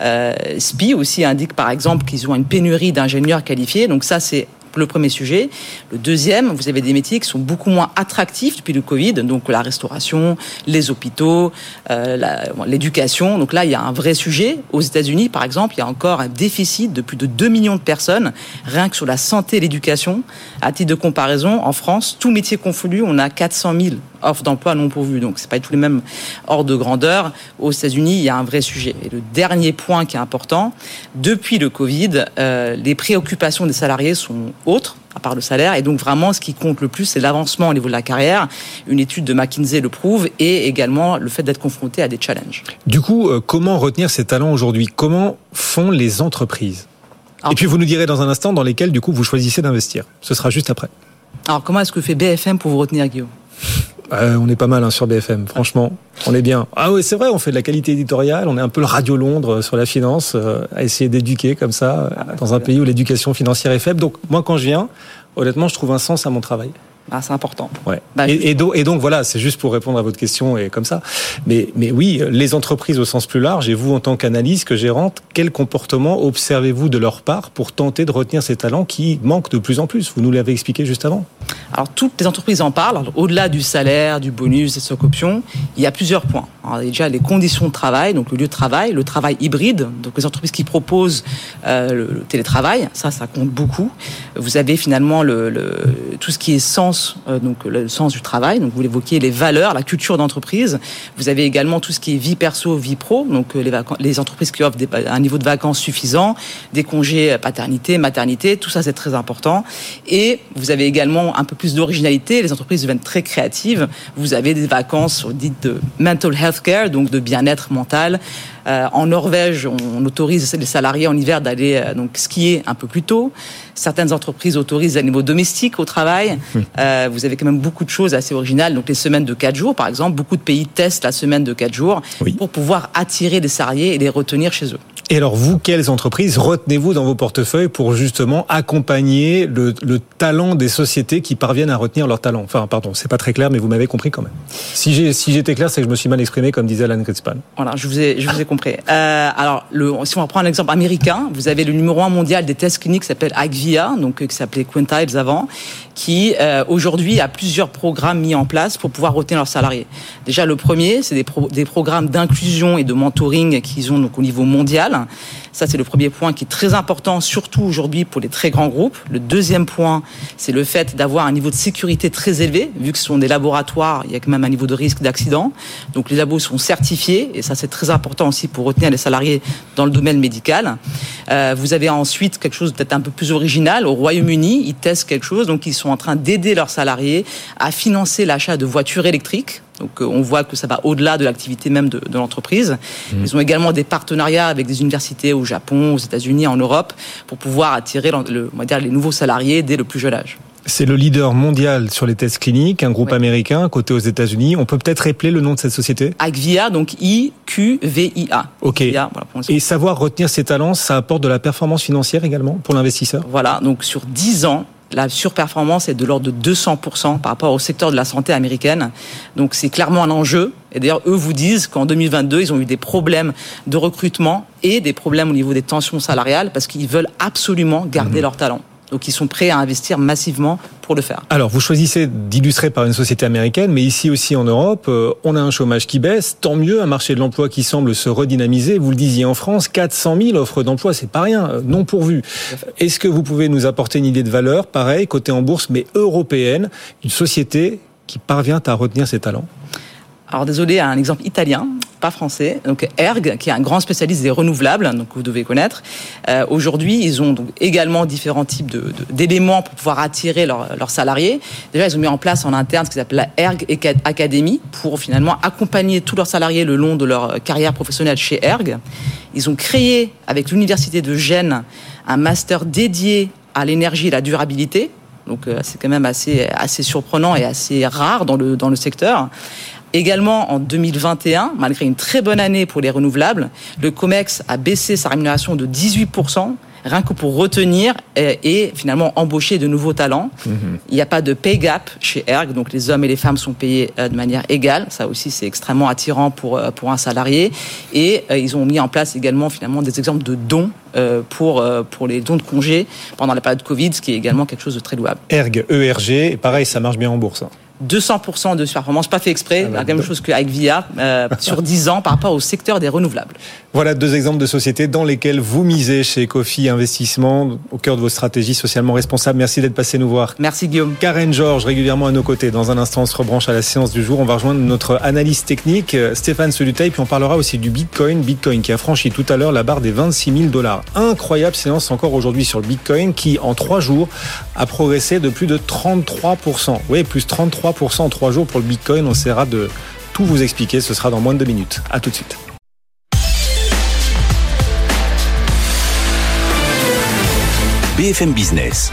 SPI aussi indique, par exemple, qu'ils ont une pénurie d'ingénieurs qualifiés. Donc ça, c'est le premier sujet. Le deuxième, vous avez des métiers qui sont beaucoup moins attractifs depuis le Covid, donc la restauration, les hôpitaux, l'éducation. Donc là, il y a un vrai sujet. Aux États-Unis, par exemple, il y a encore un déficit de plus de 2 millions de personnes, rien que sur la santé et l'éducation. À titre de comparaison, en France, tous métiers confondus, on a 400 000 offres d'emploi non pourvues. Donc, c'est pas tous les mêmes ordres de grandeur. Aux États-Unis, il y a un vrai sujet. Et le dernier point qui est important, depuis le Covid, les préoccupations des salariés sont autres, à part le salaire. Et donc, vraiment, ce qui compte le plus, c'est l'avancement au niveau de la carrière. Une étude de McKinsey le prouve, et également le fait d'être confronté à des challenges. Du coup, comment retenir ces talents aujourd'hui ? Comment font les entreprises ? Et puis, vous nous direz dans un instant dans lesquels, du coup, vous choisissez d'investir. Ce sera juste après. Alors, comment est-ce que fait BFM pour vous retenir, Guillaume ? On est pas mal sur BFM, franchement, on est bien. Ah oui, c'est vrai, on fait de la qualité éditoriale, on est un peu le Radio Londres sur la finance, à essayer d'éduquer comme ça, dans un pays où l'éducation financière est faible. Donc moi, quand je viens, honnêtement, je trouve un sens à mon travail. C'est important. Ouais. Et donc voilà, c'est juste pour répondre à votre question et comme ça. Mais oui, les entreprises au sens plus large, et vous en tant qu'analyste, que gérante, quel comportement observez-vous de leur part pour tenter de retenir ces talents qui manquent de plus en plus ? Vous nous l'avez expliqué juste avant. Alors, toutes les entreprises en parlent. Alors, au-delà du salaire, du bonus, des stock options, il y a plusieurs points. Alors, il y a déjà les conditions de travail, donc le lieu de travail, le travail hybride, donc les entreprises qui proposent le télétravail, ça compte beaucoup. Vous avez finalement tout ce qui est sens, donc le sens du travail, donc vous l'évoquiez, les valeurs, la culture d'entreprise. Vous avez également tout ce qui est vie perso, vie pro, donc les entreprises qui offrent un niveau de vacances suffisant, des congés paternité, maternité, tout ça c'est très important. Et vous avez également un peu plus d'originalité, les entreprises deviennent très créatives. Vous avez des vacances dites de mental health care, donc de bien-être mental. En Norvège, on autorise les salariés en hiver d'aller skier un peu plus tôt. Certaines entreprises autorisent les animaux domestiques au travail. Vous avez quand même beaucoup de choses assez originales. Donc les semaines de 4 jours, par exemple, beaucoup de pays testent la semaine de 4 jours pour pouvoir attirer des salariés et les retenir chez eux. Et alors vous, quelles entreprises retenez-vous dans vos portefeuilles pour justement accompagner le talent des sociétés qui parviennent à retenir leur talent ? Enfin, pardon, c'est pas très clair, mais vous m'avez compris quand même. Si j'étais clair, c'est que je me suis mal exprimé, comme disait Alan Greenspan. Voilà, je vous ai compris. Alors, si on va prendre un exemple américain, vous avez le numéro 1 mondial des tests cliniques qui s'appelle IQVIA, donc qui s'appelait Quintiles avant, qui aujourd'hui a plusieurs programmes mis en place pour pouvoir retenir leurs salariés. Déjà, le premier, c'est des programmes d'inclusion et de mentoring qu'ils ont donc au niveau mondial. Ça, c'est le premier point qui est très important, surtout aujourd'hui pour les très grands groupes. Le deuxième point, c'est le fait d'avoir un niveau de sécurité très élevé. Vu que ce sont des laboratoires, il y a quand même un niveau de risque d'accident. Donc les labos sont certifiés, et ça, c'est très important aussi pour retenir les salariés dans le domaine médical. Vous avez ensuite quelque chose peut-être un peu plus original. Au Royaume-Uni, ils testent quelque chose, donc ils sont en train d'aider leurs salariés à financer l'achat de voitures électriques. Donc on voit que ça va au-delà de l'activité même de l'entreprise. Ils ont également des partenariats avec des universités au Japon, aux États-Unis, en Europe, pour pouvoir attirer on va dire, les nouveaux salariés dès le plus jeune âge. C'est le leader mondial sur les tests cliniques, un groupe américain, coté aux États-Unis. On peut peut-être épeler le nom de cette société ? IQVIA, donc IQVIA. Ok. IQVIA, voilà, et savoir retenir ces talents, ça apporte de la performance financière également pour l'investisseur ? Voilà, donc sur 10 ans, la surperformance est de l'ordre de 200% par rapport au secteur de la santé américaine. Donc c'est clairement un enjeu. Et d'ailleurs, eux vous disent qu'en 2022, ils ont eu des problèmes de recrutement et des problèmes au niveau des tensions salariales parce qu'ils veulent absolument garder leurs talents. Donc ils sont prêts à investir massivement pour le faire. Alors vous choisissez d'illustrer par une société américaine, mais ici aussi en Europe, on a un chômage qui baisse, tant mieux, un marché de l'emploi qui semble se redynamiser. Vous le disiez en France, 400 000 offres d'emploi, c'est pas rien, non pourvues. Est-ce que vous pouvez nous apporter une idée de valeur, pareil, cotée en bourse, mais européenne, une société qui parvient à retenir ses talents ? Alors désolé, un exemple italien, pas français. Donc ERG, qui est un grand spécialiste des renouvelables, donc vous devez connaître. Aujourd'hui, ils ont donc également différents types d'éléments pour pouvoir attirer leurs salariés. Déjà, ils ont mis en place en interne ce qu'ils appellent la ERG Academy pour finalement accompagner tous leurs salariés le long de leur carrière professionnelle chez ERG. Ils ont créé avec l'université de Gênes un master dédié à l'énergie et la durabilité. Donc c'est quand même assez surprenant et assez rare dans le secteur. Également, en 2021, malgré une très bonne année pour les renouvelables, le COMEX a baissé sa rémunération de 18%, rien que pour retenir et finalement embaucher de nouveaux talents. Il n'y a pas de pay gap chez ERG, donc les hommes et les femmes sont payés de manière égale. Ça aussi, c'est extrêmement attirant pour un salarié. Et ils ont mis en place également finalement des exemples de dons pour les dons de congés pendant la période Covid, ce qui est également quelque chose de très louable. ERG, E-R-G, et pareil, ça marche bien en bourse. 200% de surperformance, pas fait exprès, la même chose qu'avec VIA, sur 10 ans par rapport au secteur des renouvelables. Voilà deux exemples de sociétés dans lesquelles vous misez chez Cofi Investissement, au cœur de vos stratégies socialement responsables. Merci d'être passé nous voir. Merci Guillaume. Karen Georges, régulièrement à nos côtés. Dans un instant, on se rebranche à la séance du jour. On va rejoindre notre analyse technique, Stéphane Soluteil, puis on parlera aussi du Bitcoin qui a franchi tout à l'heure la barre des $26 000. Incroyable séance encore aujourd'hui sur le Bitcoin qui, en 3 jours, a progressé de plus de 33%. Oui, plus 33% en 3 jours pour le Bitcoin. On essaiera de tout vous expliquer. Ce sera dans moins de 2 minutes. À tout de suite. BFM Business.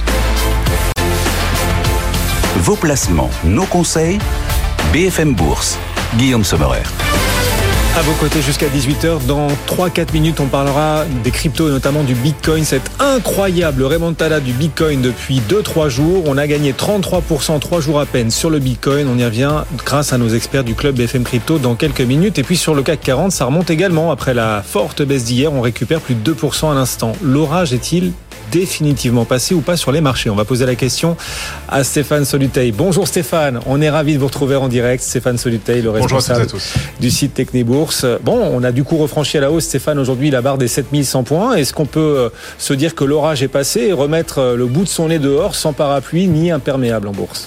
Vos placements, nos conseils. BFM Bourse. Guillaume Sommerer. À vos côtés jusqu'à 18h, dans 3-4 minutes, on parlera des cryptos et notamment du Bitcoin. Cette incroyable remontada du Bitcoin depuis 2-3 jours. On a gagné 33% 3 jours à peine sur le Bitcoin. On y revient grâce à nos experts du club BFM Crypto dans quelques minutes. Et puis sur le CAC 40, ça remonte également. Après la forte baisse d'hier, on récupère plus de 2% à l'instant. L'orage est-il définitivement passé ou pas sur les marchés? On va poser la question à Stéphane Soluteil. Bonjour Stéphane, on est ravi de vous retrouver en direct. Stéphane Soluteil, le responsable du site Technibourse. Bon, on a du coup refranchi à la hausse, Stéphane, aujourd'hui la barre des 7100 points. Est-ce qu'on peut se dire que l'orage est passé et remettre le bout de son nez dehors sans parapluie ni imperméable en bourse?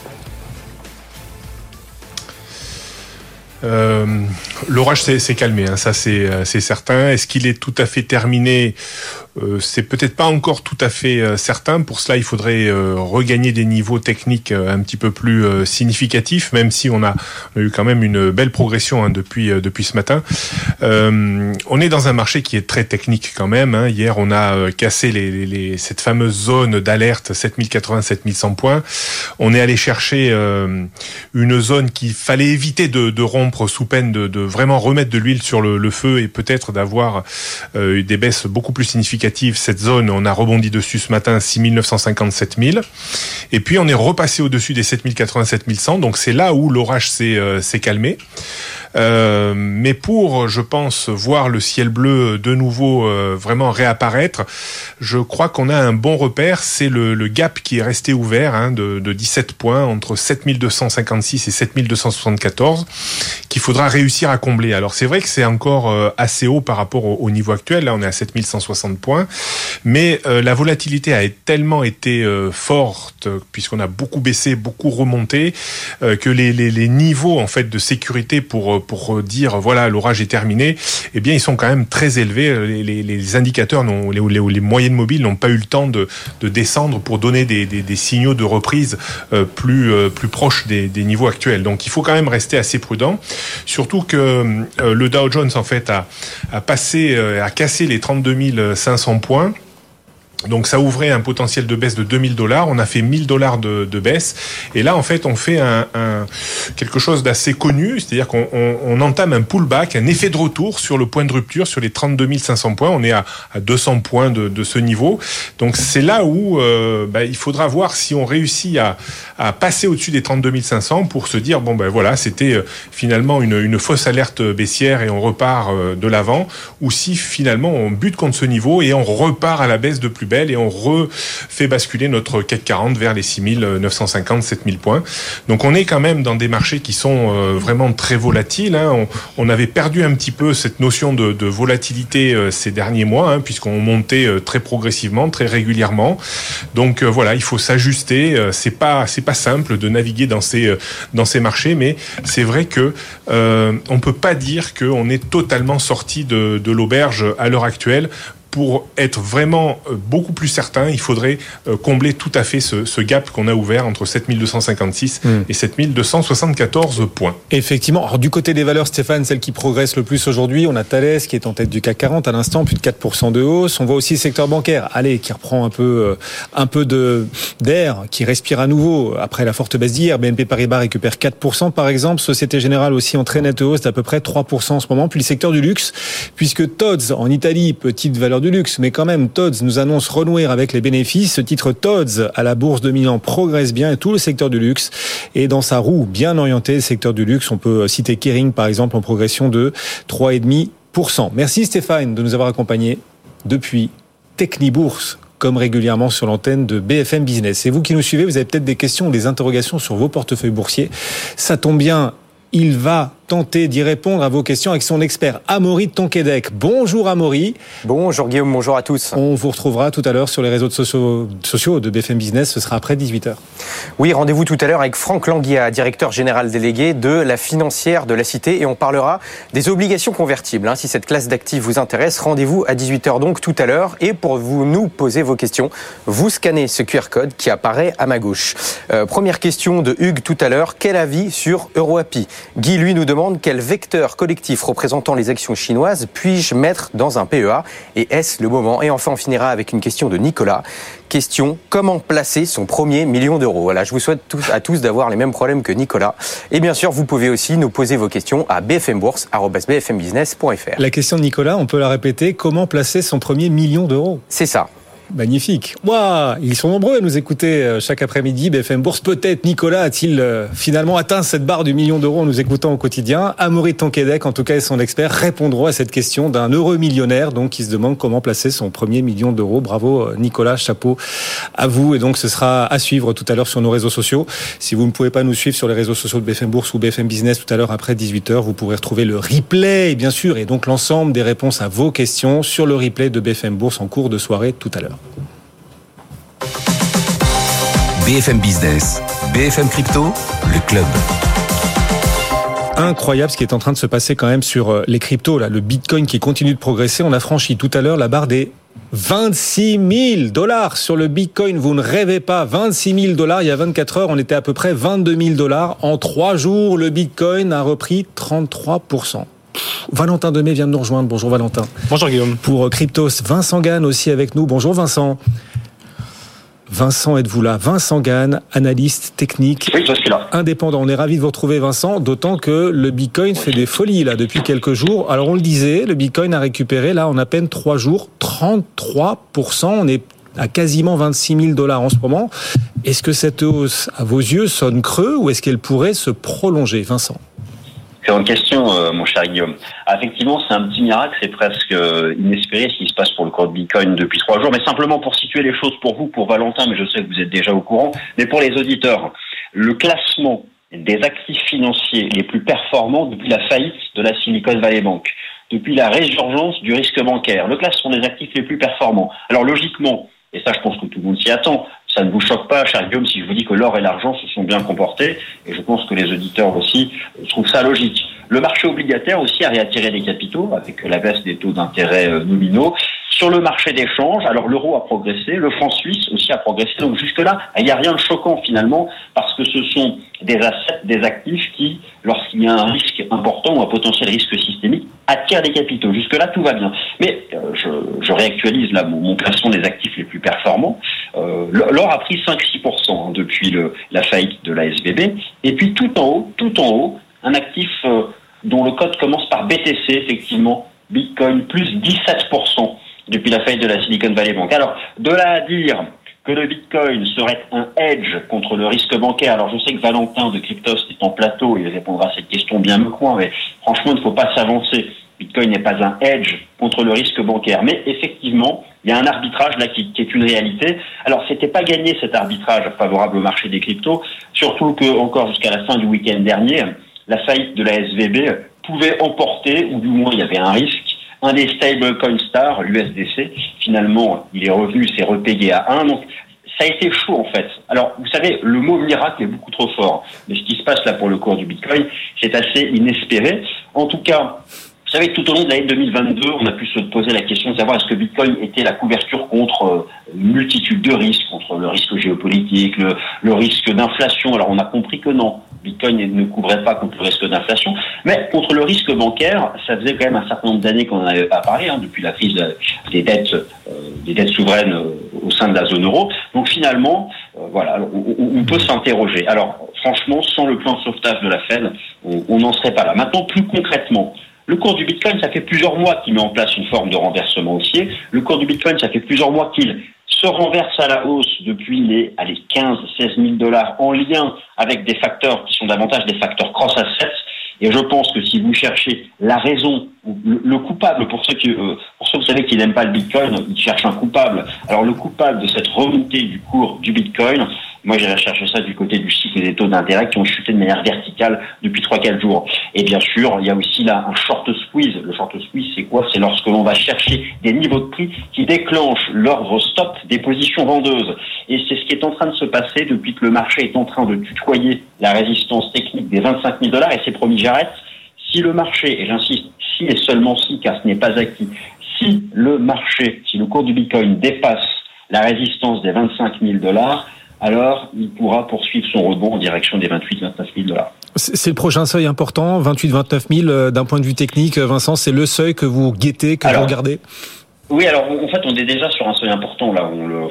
L'orage s'est calmé, hein, ça c'est certain. Est-ce qu'il est tout à fait terminé? C'est peut-être pas encore tout à fait certain. Pour cela, il faudrait regagner des niveaux techniques un petit peu plus significatifs, même si on a eu quand même une belle progression hein, depuis ce matin. On est dans un marché qui est très technique quand même. Hein. Hier, on a cassé cette fameuse zone d'alerte 7080-7100 points. On est allé chercher une zone qu'il fallait éviter de rompre sous peine de vraiment remettre de l'huile sur le feu et peut-être d'avoir des baisses beaucoup plus significatives significative. Cette zone, on a rebondi dessus ce matin, 6950, 7000. Et puis, on est repassé au-dessus des 7080, 7100. Donc, c'est là où l'orage s'est calmé. Mais pour, je pense, voir le ciel bleu de nouveau vraiment réapparaître, je crois qu'on a un bon repère, c'est le gap qui est resté ouvert de 17 points entre 7256 et 7274 qu'il faudra réussir à combler. Alors c'est vrai que c'est encore assez haut par rapport au niveau actuel, là on est à 7160 points, mais la volatilité a tellement été forte, puisqu'on a beaucoup baissé, beaucoup remonté, que les niveaux en fait de sécurité pour dire voilà l'orage est terminé, eh bien ils sont quand même très élevés. Les indicateurs les moyennes mobiles n'ont pas eu le temps de descendre pour donner des signaux de reprise plus proches des niveaux actuels. Donc il faut quand même rester assez prudent, surtout que le Dow Jones en fait a cassé les 32 500 points. Donc ça ouvrait un potentiel de baisse de $2000. On a fait $1000 de baisse. Et là, en fait, on fait quelque chose d'assez connu. C'est-à-dire qu'on entame un pullback, un effet de retour sur le point de rupture, sur les 32 500 points. On est à 200 points de ce niveau. Donc c'est là où il faudra voir si on réussit à passer au-dessus des 32 500 pour se dire, voilà, c'était finalement une fausse alerte baissière et on repart de l'avant. Ou si finalement on bute contre ce niveau et on repart à la baisse de plus belle et on refait basculer notre CAC 40 vers les 6950, 7000 points. Donc on est quand même dans des marchés qui sont vraiment très volatiles. On avait perdu un petit peu cette notion de volatilité ces derniers mois, puisqu'on montait très progressivement, très régulièrement. Donc voilà, il faut s'ajuster. C'est pas simple de naviguer dans ces marchés, mais c'est vrai que on peut pas dire qu'on est totalement sorti de l'auberge à l'heure actuelle. Pour être vraiment beaucoup plus certain, il faudrait combler tout à fait ce gap qu'on a ouvert entre 7256 et 7274 points. Effectivement. Alors, du côté des valeurs, Stéphane, celle qui progresse le plus aujourd'hui, on a Thales qui est en tête du CAC 40 à l'instant, plus de 4% de hausse. On voit aussi le secteur bancaire, qui reprend un peu d'air, qui respire à nouveau après la forte baisse d'hier. BNP Paribas récupère 4% par exemple. Société Générale aussi en très nette hausse d'à peu près 3% en ce moment. Puis le secteur du luxe, puisque Tod's en Italie, petite valeur du luxe, mais quand même Tod's nous annonce renouer avec les bénéfices. Ce titre Tod's à la bourse de Milan progresse bien et tout le secteur du luxe est dans sa roue bien orientée. Le secteur du luxe, on peut citer Kering par exemple en progression de 3,5%. Merci Stéphane de nous avoir accompagnés depuis Technibourse, comme régulièrement sur l'antenne de BFM Business. Et vous qui nous suivez, vous avez peut-être des questions ou des interrogations sur vos portefeuilles boursiers. Ça tombe bien, il va tenter d'y répondre à vos questions avec son expert Amaury de Tonquédec. Bonjour Amaury. Bonjour Guillaume, bonjour à tous. On vous retrouvera tout à l'heure sur les réseaux sociaux de BFM Business, ce sera après 18h. Oui, rendez-vous tout à l'heure avec Franck Languia, directeur général délégué de la financière de la Cité, et on parlera des obligations convertibles. Si cette classe d'actifs vous intéresse, rendez-vous à 18h donc tout à l'heure, et pour vous nous poser vos questions, vous scannez ce QR code qui apparaît à ma gauche. Première question de Hugues tout à l'heure, quel avis sur EuroAPI? Guy lui nous demande quel vecteur collectif représentant les actions chinoises puis-je mettre dans un PEA et est-ce le moment? Et enfin on finira avec une question de Nicolas. Question, comment placer son premier million d'euros? Voilà, je vous souhaite à tous d'avoir les mêmes problèmes que Nicolas. Et bien sûr, vous pouvez aussi nous poser vos questions à bfmbourse@bfmbusiness.fr. La question de Nicolas, on peut la répéter, comment placer son premier million d'euros? C'est ça. Magnifique. Waouh, ils sont nombreux à nous écouter chaque après-midi. BFM Bourse, peut-être Nicolas a-t-il finalement atteint cette barre du million d'euros en nous écoutant au quotidien. Amaury de Tonquédec, en tout cas, et son expert répondront à cette question d'un heureux millionnaire donc qui se demande comment placer son premier million d'euros. Bravo Nicolas, chapeau à vous. Et donc ce sera à suivre tout à l'heure sur nos réseaux sociaux. Si vous ne pouvez pas nous suivre sur les réseaux sociaux de BFM Bourse ou BFM Business tout à l'heure après 18h, vous pourrez retrouver le replay, bien sûr, et donc l'ensemble des réponses à vos questions sur le replay de BFM Bourse en cours de soirée tout à l'heure. BFM Business, BFM Crypto, le club. Incroyable ce qui est en train de se passer quand même sur les cryptos. Là, le Bitcoin qui continue de progresser. On a franchi tout à l'heure la barre des $26 000 sur le Bitcoin. Vous ne rêvez pas. $26 000 il y a 24 heures. On était à peu près $22 000. En 3 jours, le Bitcoin a repris 33%. Valentin Demey vient de nous rejoindre. Bonjour Valentin. Bonjour Guillaume. Pour Cryptos, Vincent Gann aussi avec nous. Bonjour Vincent. Vincent, êtes-vous là? Vincent Gann, analyste technique, oui, je suis là. Indépendant. On est ravis de vous retrouver Vincent, d'autant que le Bitcoin fait des folies là depuis quelques jours. Alors on le disait, le Bitcoin a récupéré là en à peine 3 jours 33%. On est à quasiment 26 000 $ en ce moment. Est-ce que cette hausse, à vos yeux, sonne creux ou est-ce qu'elle pourrait se prolonger, Vincent? Excellente question, mon cher Guillaume. Effectivement, c'est un petit miracle, c'est presque inespéré ce qui se passe pour le cours de Bitcoin depuis 3 jours. Mais simplement pour situer les choses pour vous, pour Valentin, mais je sais que vous êtes déjà au courant, mais pour les auditeurs, le classement des actifs financiers les plus performants depuis la faillite de la Silicon Valley Bank, depuis la résurgence du risque bancaire, le classement des actifs les plus performants. Alors logiquement, et ça je pense que tout le monde s'y attend, ça ne vous choque pas, cher Guillaume, si je vous dis que l'or et l'argent se sont bien comportés, et je pense que les auditeurs aussi trouvent ça logique. Le marché obligataire aussi a réattiré des capitaux avec la baisse des taux d'intérêt nominaux. Sur le marché d'échange, alors l'euro a progressé, le franc suisse aussi a progressé. Donc jusque-là, il n'y a rien de choquant finalement, parce que ce sont des assets, des actifs qui, lorsqu'il y a un risque important ou un potentiel risque systémique, attirent des capitaux. Jusque-là, tout va bien. Mais je réactualise là mon classement des actifs les plus performants. L'or a pris 5-6% depuis la faillite de la SVB. Et puis tout en haut, un actif dont le code commence par BTC, effectivement, Bitcoin, plus 17%. Depuis la faillite de la Silicon Valley Bank. Alors, de là à dire que le Bitcoin serait un hedge contre le risque bancaire, alors je sais que Valentin de Cryptost est en plateau, il répondra à cette question bien me coin, mais franchement, il ne faut pas s'avancer. Bitcoin n'est pas un hedge contre le risque bancaire. Mais effectivement, il y a un arbitrage là qui est une réalité. Alors, c'était pas gagné cet arbitrage favorable au marché des cryptos, surtout que encore jusqu'à la fin du week-end dernier, la faillite de la SVB pouvait emporter, ou du moins il y avait un risque, un des stablecoin stars, l'USDC, finalement, il est revenu, s'est repayé à 1. Donc, ça a été chaud, en fait. Alors, vous savez, le mot miracle est beaucoup trop fort. Mais ce qui se passe là pour le cours du Bitcoin, c'est assez inespéré. En tout cas, vous savez, tout au long de l'année 2022, on a pu se poser la question de savoir est-ce que Bitcoin était la couverture contre une multitude de risques, contre le risque géopolitique, le risque d'inflation. Alors, on a compris que non. Bitcoin ne couvrait pas contre le risque d'inflation, mais contre le risque bancaire, ça faisait quand même un certain nombre d'années qu'on n'en avait pas parlé, depuis la crise des dettes souveraines au sein de la zone euro. Donc finalement, voilà, on peut s'interroger. Alors franchement, sans le plan de sauvetage de la Fed, on n'en serait pas là. Maintenant, plus concrètement, le cours du Bitcoin, ça fait plusieurs mois qu'il met en place une forme de renversement haussier. Le cours du Bitcoin, ça fait plusieurs mois qu'il se renverse à la hausse depuis les 15-16 000 $ en lien avec des facteurs qui sont davantage des facteurs cross-assets. Et je pense que si vous cherchez la raison, le coupable, pour ceux vous savez qui n'aiment pas le Bitcoin, ils cherchent un coupable. Alors le coupable de cette remontée du cours du Bitcoin, moi j'irais chercher ça du côté du cycle des taux d'intérêt qui ont chuté de manière verticale depuis 3-4 jours. Et bien sûr, il y a aussi là un short squeeze. Le short squeeze, c'est quoi? C'est lorsque l'on va chercher des niveaux de prix qui déclenchent l'ordre stop des positions vendeuses. Et c'est ce qui est en train de se passer depuis que le marché est en train de tutoyer la résistance technique des 25 000 $. Et c'est promis, j'arrête. Si le marché, et j'insiste, si et seulement si, car ce n'est pas acquis, si le cours du Bitcoin dépasse la résistance des 25 000 $, alors il pourra poursuivre son rebond en direction des 28-29 000 $. C'est le prochain seuil important, 28-29 000, d'un point de vue technique. Vincent, c'est le seuil que vous guettez, que vous regardez? Oui, alors en fait, on est déjà sur un seuil important. Là,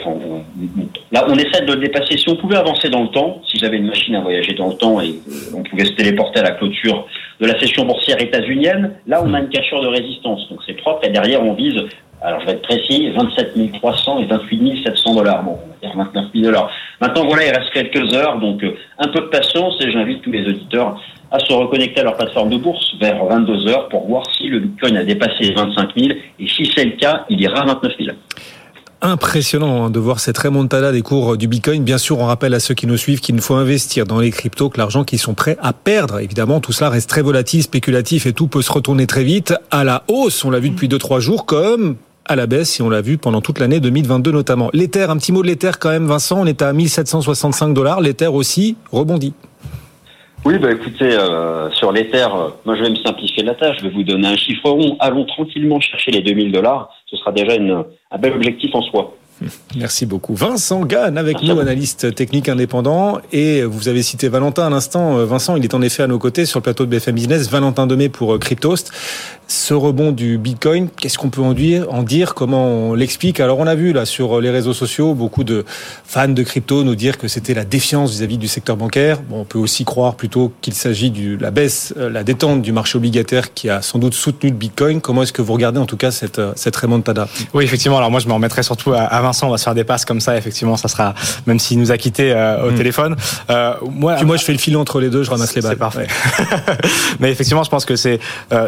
on essaie de le dépasser. Si on pouvait avancer dans le temps, si j'avais une machine à voyager dans le temps et on pouvait se téléporter à la clôture de la session boursière états-unienne, là, on a une cassure de résistance. Donc c'est propre et derrière, on vise, alors je vais être précis, 27 300 et 28 700 $. Bon, on va dire 29 000 $. Maintenant, voilà, il reste quelques heures, donc un peu de patience et j'invite tous les auditeurs à se reconnecter à leur plateforme de bourse vers 22 heures pour voir si le Bitcoin a dépassé les 25 000 et si c'est le cas, il ira à 29 000. Impressionnant de voir cette remontada des cours du Bitcoin. Bien sûr, on rappelle à ceux qui nous suivent qu'il ne faut investir dans les cryptos que l'argent qu'ils sont prêts à perdre. Évidemment, tout cela reste très volatile, spéculatif et tout peut se retourner très vite à la hausse. On l'a vu depuis 2-3 jours comme à la baisse, et on l'a vu pendant toute l'année 2022 notamment. L'Ether, un petit mot de l'Ether quand même, Vincent. On est à 1765 $. L'Ether aussi rebondit. Oui, écoutez, sur l'Ether, moi je vais me simplifier la tâche, je vais vous donner un chiffre rond. Allons tranquillement chercher les 2000 $. Ce sera déjà un bel objectif en soi. Merci beaucoup. Vincent Gane avec nous, analyste technique indépendant. Et vous avez cité Valentin à l'instant. Vincent, il est en effet à nos côtés sur le plateau de BFM Business. Valentin Demey pour Cryptost. Ce rebond du Bitcoin, qu'est-ce qu'on peut en dire? Comment on l'explique? Alors on a vu là sur les réseaux sociaux beaucoup de fans de crypto nous dire que c'était la défiance vis-à-vis du secteur bancaire. Bon, on peut aussi croire plutôt qu'il s'agit de la baisse, la détente du marché obligataire qui a sans doute soutenu le Bitcoin. Comment est-ce que vous regardez en tout cas cette remontada? Oui, effectivement. Alors moi je me remettrai surtout à Vincent. On va se faire des passes comme ça. Effectivement, ça sera, même s'il nous a quittés au téléphone. Moi je fais le filon entre les deux, je ramasse les balles. C'est parfait. Mais effectivement, je pense que c'est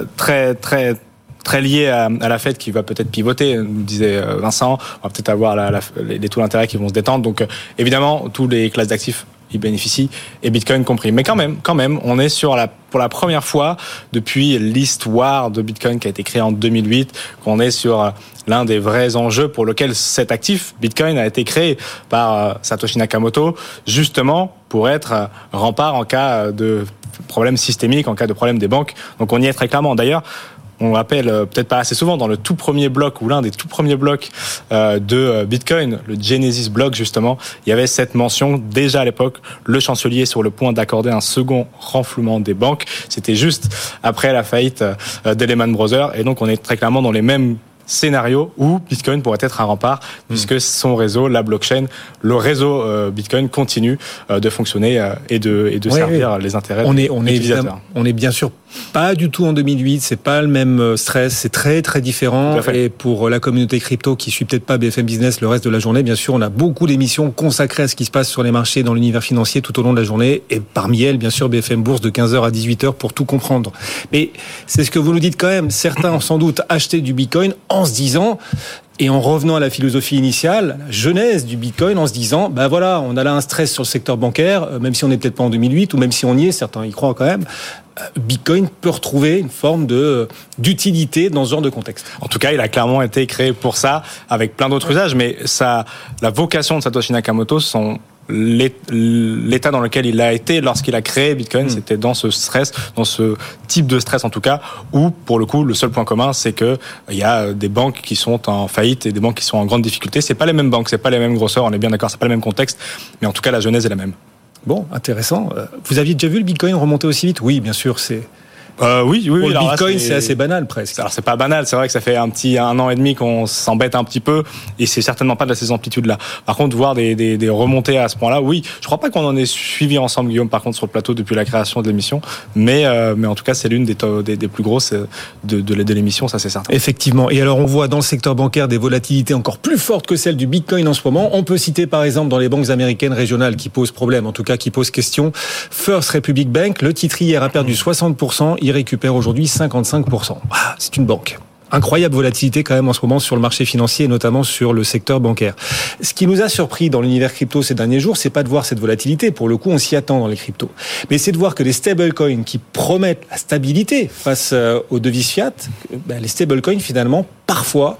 très lié à la Fed qui va peut-être pivoter, nous disait Vincent. On va peut-être avoir les taux d'intérêt qui vont se détendre. Donc évidemment, tous les classes d'actifs y bénéficient, et Bitcoin compris. Mais quand même, on est pour la première fois depuis l'histoire de Bitcoin qui a été créée en 2008, qu'on est sur l'un des vrais enjeux pour lequel cet actif, Bitcoin, a été créé par Satoshi Nakamoto, justement pour être rempart en cas de problème systémique, en cas de problème des banques. Donc on y est très clairement. D'ailleurs, on rappelle peut-être pas assez souvent, dans le tout premier bloc ou l'un des tout premiers blocs de Bitcoin, le Genesis block justement, il y avait cette mention déjà à l'époque, le chancelier est sur le point d'accorder un second renflouement des banques. C'était juste après la faillite des Lehman Brothers, et donc on est très clairement dans les mêmes scénario où Bitcoin pourrait être un rempart, puisque son réseau, la blockchain, le réseau Bitcoin continue de fonctionner et de servir les intérêts des utilisateurs. On est bien sûr pas du tout en 2008, c'est pas le même stress, c'est très très différent. Et pour la communauté crypto qui suit peut-être pas BFM Business le reste de la journée, bien sûr, on a beaucoup d'émissions consacrées à ce qui se passe sur les marchés dans l'univers financier tout au long de la journée, et parmi elles, bien sûr, BFM Bourse de 15h à 18h pour tout comprendre. Mais c'est ce que vous nous dites quand même, certains ont sans doute acheté du Bitcoin en se disant, et en revenant à la philosophie initiale, la genèse du Bitcoin, en se disant, ben voilà, on a là un stress sur le secteur bancaire, même si on n'est peut-être pas en 2008, ou même si on y est, certains y croient quand même, Bitcoin peut retrouver une forme d'utilité dans ce genre de contexte. En tout cas, il a clairement été créé pour ça, avec plein d'autres usages, mais la vocation de Satoshi Nakamoto, l'état dans lequel il a été lorsqu'il a créé Bitcoin, c'était dans ce stress, dans ce type de stress en tout cas, où pour le coup le seul point commun c'est que il y a des banques qui sont en faillite et des banques qui sont en grande difficulté. C'est pas les mêmes banques, c'est pas les mêmes grosseurs, on est bien d'accord, c'est pas le même contexte, mais en tout cas la genèse est la même. Bon, intéressant. Vous aviez déjà vu le Bitcoin remonter aussi vite? Oui, bien sûr, c'est... Oui. Pour le Bitcoin, c'est assez banal presque. Alors c'est pas banal, c'est vrai que ça fait un an et demi qu'on s'embête un petit peu, et c'est certainement pas de ces amplitudes-là. Par contre, voir des remontées à ce point-là, oui. Je crois pas qu'on en ait suivi ensemble, Guillaume, par contre, sur le plateau depuis la création de l'émission, mais en tout cas, c'est l'une des plus grosses de l'émission, ça c'est certain. Effectivement. Et alors, on voit dans le secteur bancaire des volatilités encore plus fortes que celles du Bitcoin en ce moment. On peut citer par exemple dans les banques américaines régionales qui posent problème, en tout cas qui posent question. First Republic Bank, le titre hier a perdu 60%. Il récupère aujourd'hui 55%. C'est une banque. Incroyable volatilité quand même en ce moment sur le marché financier et notamment sur le secteur bancaire. Ce qui nous a surpris dans l'univers crypto ces derniers jours, c'est pas de voir cette volatilité. Pour le coup, on s'y attend dans les cryptos. Mais c'est de voir que les stablecoins qui promettent la stabilité face aux devises fiat, les stablecoins finalement parfois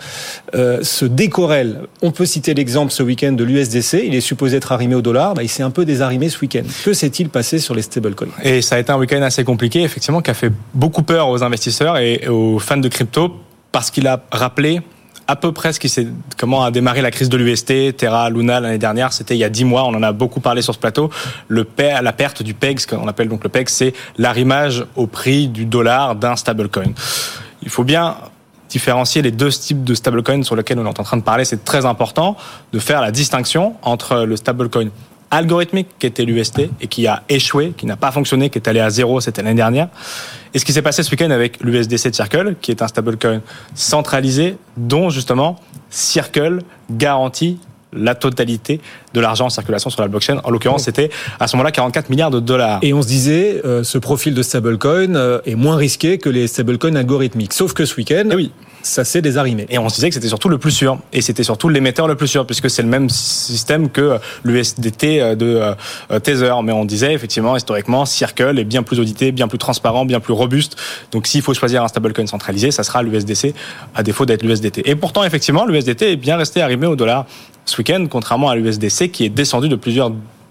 se décorrèlent. On peut citer l'exemple ce week-end de l'USDC. Il est supposé être arrimé au dollar. Il s'est un peu désarrimé ce week-end. Que s'est-il passé sur les stablecoins? Et ça a été un week-end assez compliqué, effectivement, qui a fait beaucoup peur aux investisseurs et aux fans de crypto, parce qu'il a rappelé à peu près comment a démarré la crise de l'UST, Terra, Luna l'année dernière. C'était il y a 10 mois, on en a beaucoup parlé sur ce plateau. La perte du PEG, ce qu'on appelle donc le PEG, c'est l'arrimage au prix du dollar d'un stablecoin. Il faut bien différencier les deux types de stablecoins sur lesquels on est en train de parler. C'est très important de faire la distinction entre le stablecoin algorithmique qui était l'UST et qui a échoué, qui n'a pas fonctionné, qui est allé à zéro, c'était l'année dernière. Et ce qui s'est passé ce week-end avec l'USDC de Circle, qui est un stablecoin centralisé, dont justement Circle garantit la totalité de l'argent en circulation sur la blockchain. En l'occurrence, c'était à ce moment-là 44 milliards de dollars. Et on se disait, ce profil de stablecoin est moins risqué que les stablecoins algorithmiques. Sauf que ce week-end, ça s'est désarrimé. Et on se disait que c'était surtout le plus sûr. Et c'était surtout l'émetteur le plus sûr, puisque c'est le même système que l'USDT de Tether. Mais on disait, effectivement, historiquement, Circle est bien plus audité, bien plus transparent, bien plus robuste. Donc s'il faut choisir un stablecoin centralisé, ça sera l'USDC, à défaut d'être l'USDT. Et pourtant, effectivement, l'USDT est bien resté arrimé au dollar ce week-end, contrairement à l'USDC qui est descendu de plusieurs,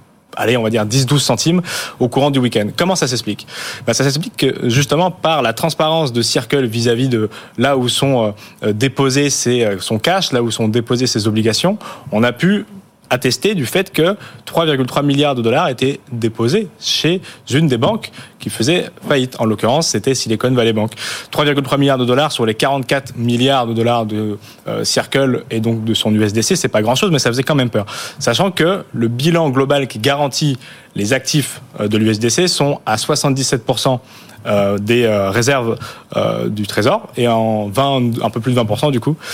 on va dire 10-12 centimes au courant du week-end. Comment ça s'explique? Ça s'explique que, justement, par la transparence de Circle vis-à-vis de là où sont déposés son cash, là où sont déposées ses obligations, on a pu attesté du fait que 3,3 milliards de dollars étaient déposés chez une des banques qui faisait faillite. En l'occurrence, c'était Silicon Valley Bank. 3,3 milliards de dollars sur les 44 milliards de dollars de Circle et donc de son USDC, c'est pas grand-chose, mais ça faisait quand même peur. Sachant que le bilan global qui garantit les actifs de l'USDC sont à 77% des réserves du Trésor et un peu plus de 20% du coup,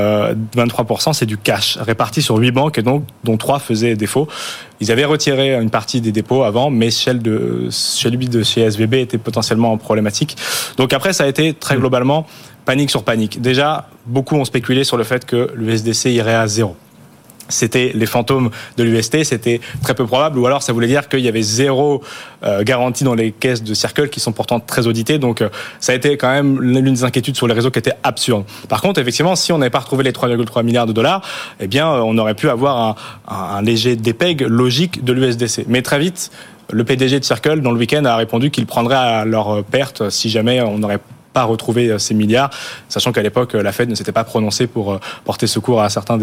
23% c'est du cash réparti sur 8 banques et donc dont 3 faisaient défaut. Ils avaient retiré une partie des dépôts avant, mais celle de chez SVB était potentiellement problématique. Donc après, ça a été très globalement panique sur panique. Déjà, beaucoup ont spéculé sur le fait que l'USDC irait à 0. C'était les fantômes de l'UST, c'était très peu probable, ou alors ça voulait dire qu'il y avait zéro garantie dans les caisses de Circle qui sont pourtant très auditées, donc ça a été quand même l'une des inquiétudes sur les réseaux qui était absurde. Par contre, effectivement, si on n'avait pas retrouvé les 3,3 milliards de dollars, eh bien, on aurait pu avoir un léger dépeg logique de l'USDC. Mais très vite, le PDG de Circle, dans le week-end, a répondu qu'il prendrait à leur perte si jamais on n'aurait pas retrouver ces milliards, sachant qu'à l'époque la Fed ne s'était pas prononcée pour porter secours à certaines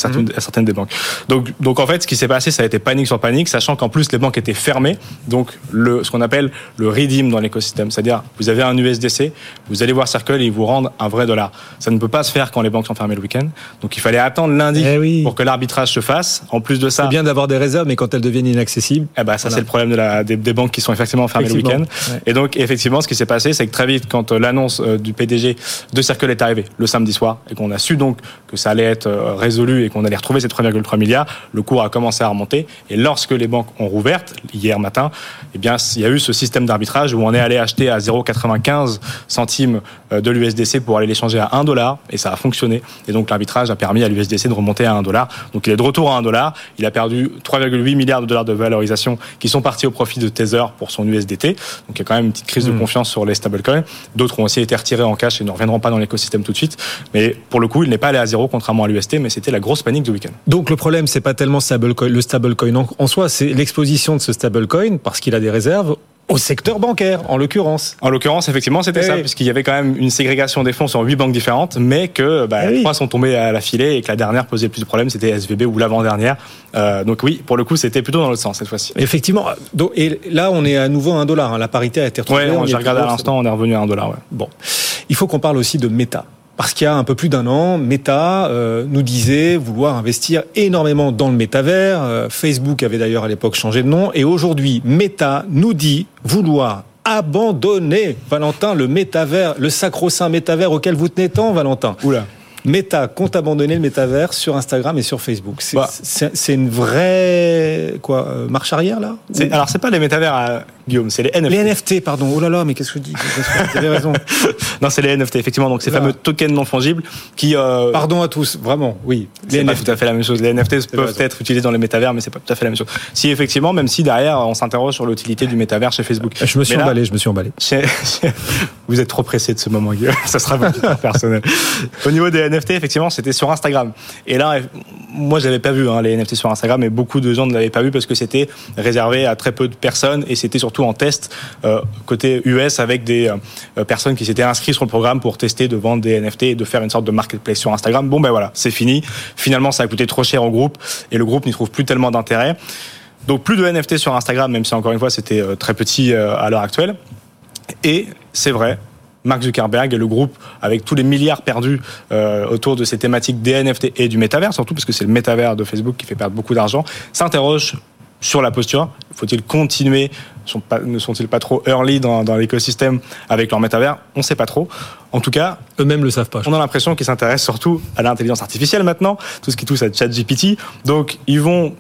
des banques. Donc en fait, ce qui s'est passé, ça a été panique sur panique, sachant qu'en plus les banques étaient fermées. Donc ce qu'on appelle le redeem dans l'écosystème, c'est-à-dire vous avez un USDC, vous allez voir Circle et ils vous rendent un vrai dollar. Ça ne peut pas se faire quand les banques sont fermées le week-end. Donc il fallait attendre lundi pour que l'arbitrage se fasse. En plus de ça, c'est bien d'avoir des réserves, mais quand elles deviennent inaccessibles, ça c'est le problème des banques qui sont effectivement fermées le week-end. Ouais. Et donc effectivement, ce qui s'est passé, c'est que très vite, quand l'annonce du PDG de Circle est arrivée le samedi soir et qu'on a su donc que ça allait être résolu et qu'on allait retrouver ces 3,3 milliards, le cours a commencé à remonter. Et lorsque les banques ont rouvert hier matin, eh bien, il y a eu ce système d'arbitrage où on est allé acheter à 0,95 centimes de l'USDC pour aller l'échanger à $1 et ça a fonctionné. Et donc l'arbitrage a permis à l'USDC de remonter à $1. Donc il est de retour à $1. Il a perdu 3,8 milliards de dollars de valorisation qui sont partis au profit de Tether pour son USDT. Donc il y a quand même une petite crise de confiance sur les stablecoins. D'autres ont aussi été retirés en cash et ne reviendront pas dans l'écosystème tout de suite. Mais pour le coup, il n'est pas allé à 0 contrairement à l'UST, mais c'était la grosse panique du week-end. Donc le problème, c'est pas tellement le stablecoin en soi, c'est l'exposition de ce stablecoin parce qu'il a des réserves au secteur bancaire, en l'occurrence. En l'occurrence, effectivement, c'était ça, puisqu'il y avait quand même une ségrégation des fonds sur 8 banques différentes, mais que 3 sont tombées à la filée et que la dernière posait le plus de problèmes, c'était SVB ou l'avant-dernière. Donc oui, pour le coup, c'était plutôt dans l'autre sens cette fois-ci. Effectivement. Donc, et là, on est à nouveau à $1. La parité a été retrouvée. Oui, j'ai regardé à l'instant, on est revenu à $1. Ouais. Bon, il faut qu'on parle aussi de Meta. Parce qu'il y a un peu plus d'un an, Meta nous disait vouloir investir énormément dans le métavers. Facebook avait d'ailleurs à l'époque changé de nom. Et aujourd'hui, Meta nous dit vouloir abandonner, Valentin, le métavers, le sacro-saint métavers auquel vous tenez tant, Valentin. Oula. Meta compte abandonner le métavers sur Instagram et sur Facebook. C'est une vraie marche arrière là. Alors c'est pas les métavers, Guillaume, c'est les NFT. Les NFT, pardon. Oh là là, mais qu'est-ce que je dis? Vous avez raison. Non, c'est les NFT effectivement. Donc ces fameux tokens non fongibles qui. Pardon à tous, vraiment. Oui. C'est pas tout à fait la même chose. Les NFT peuvent être utilisés dans les métavers, mais c'est pas tout à fait la même chose. Si effectivement, même si derrière on s'interroge sur l'utilité du métavers chez Facebook. Je me suis emballé. Vous êtes trop pressé de ce moment, Guillaume. Ça sera beaucoup plus personnel. Au niveau des NFT, effectivement, c'était sur Instagram. Et là, moi, je l'avais pas vu, les NFT sur Instagram, mais beaucoup de gens ne l'avaient pas vu parce que c'était réservé à très peu de personnes et c'était surtout en test côté US avec des personnes qui s'étaient inscrites sur le programme pour tester de vendre des NFT et de faire une sorte de marketplace sur Instagram. Bon, ben voilà, c'est fini. Finalement, ça a coûté trop cher au groupe et le groupe n'y trouve plus tellement d'intérêt. Donc, plus de NFT sur Instagram, même si encore une fois, c'était très petit à l'heure actuelle. Et c'est vrai, Mark Zuckerberg et le groupe, avec tous les milliards perdus autour de ces thématiques des NFT et du métavers, surtout parce que c'est le métavers de Facebook qui fait perdre beaucoup d'argent, s'interrogent sur la posture. Faut-il continuer? Ne sont-ils pas trop early dans l'écosystème avec leur métavers? On ne sait pas trop. En tout cas, eux-mêmes le savent pas. On a l'impression qu'ils s'intéressent surtout à l'intelligence artificielle maintenant, tout ce qui touche à ChatGPT. Donc, ils vont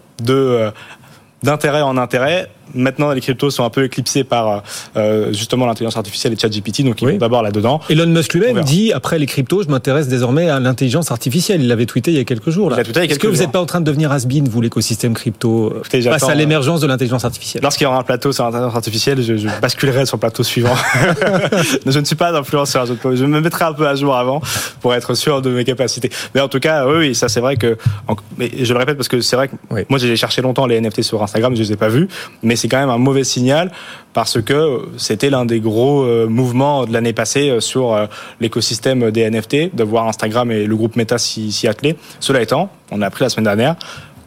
d'intérêt en intérêt. Maintenant, les cryptos sont un peu éclipsés par justement l'intelligence artificielle et ChatGPT, donc ils vont d'abord là-dedans. Elon Musk lui-même dit, après les cryptos, je m'intéresse désormais à l'intelligence artificielle. Il l'avait tweeté il y a quelques jours. Est-ce que vous n'êtes pas en train de devenir has-been, vous, l'écosystème crypto, face à l'émergence de l'intelligence artificielle? Lorsqu'il y aura un plateau sur l'intelligence artificielle, je basculerai sur le plateau suivant. Je ne suis pas influenceur, je me mettrai un peu à jour avant pour être sûr de mes capacités. Mais en tout cas, oui, ça c'est vrai que, mais je le répète parce que c'est vrai que moi j'ai cherché longtemps les NFT sur Instagram, je les ai pas vus, mais c'est quand même un mauvais signal parce que c'était l'un des gros mouvements de l'année passée sur l'écosystème des NFT, de voir Instagram et le groupe Meta s'y atteler. Cela étant, on a appris la semaine dernière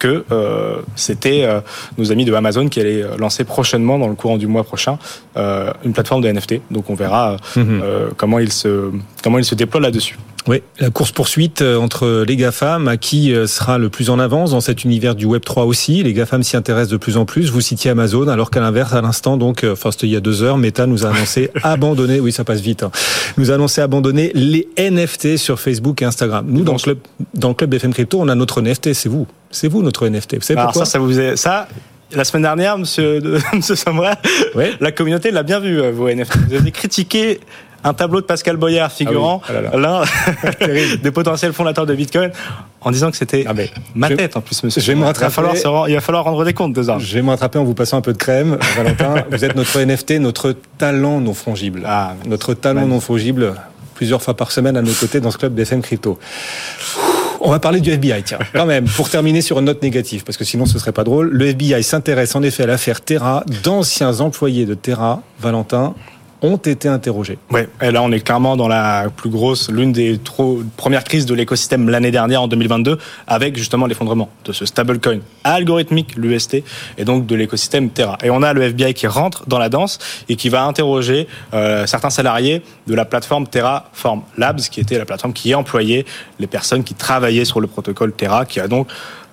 que c'était nos amis de Amazon qui allaient lancer prochainement, dans le courant du mois prochain, une plateforme de NFT. Donc on verra comment ils se déploient là-dessus. Oui, la course-poursuite entre les GAFAM, à qui sera le plus en avance dans cet univers du Web3 aussi. Les GAFAM s'y intéressent de plus en plus. Vous citiez Amazon, alors qu'à l'inverse, à l'instant, donc, c'était il y a 2 heures, Meta nous a annoncé abandonner, oui, ça passe vite, nous a annoncé abandonner les NFT sur Facebook et Instagram. Nous, dans le club BFM Crypto, on a notre NFT, c'est vous. C'est vous, notre NFT. Vous savez pourquoi? Ça, la semaine dernière, monsieur Sommerer, la communauté l'a bien vu, vos NFT. Vous avez critiqué un tableau de Pascal Boyard figurant l'un des potentiels fondateurs de Bitcoin en disant que c'était ma tête en plus, monsieur. Je vais me rattraper. Il va falloir rendre des comptes de ça. Je vais me rattraper en vous passant un peu de crème. Valentin, vous êtes notre NFT, notre talent non fongible. Notre talent non fongible, plusieurs fois par semaine à nos côtés dans ce club BFM Crypto. On va parler du FBI, tiens, quand même, pour terminer sur une note négative, parce que sinon ce serait pas drôle. Le FBI s'intéresse en effet à l'affaire Terra. D'anciens employés de Terra, Valentin, ont été interrogés. Oui, et là on est clairement dans l'une des premières crises de l'écosystème l'année dernière, en 2022, avec justement l'effondrement de ce stablecoin algorithmique, l'UST, et donc de l'écosystème Terra. Et on a le FBI qui rentre dans la danse et qui va interroger certains salariés de la plateforme Terraform Labs, qui était la plateforme qui employait les personnes qui travaillaient sur le protocole Terra, qui a donc,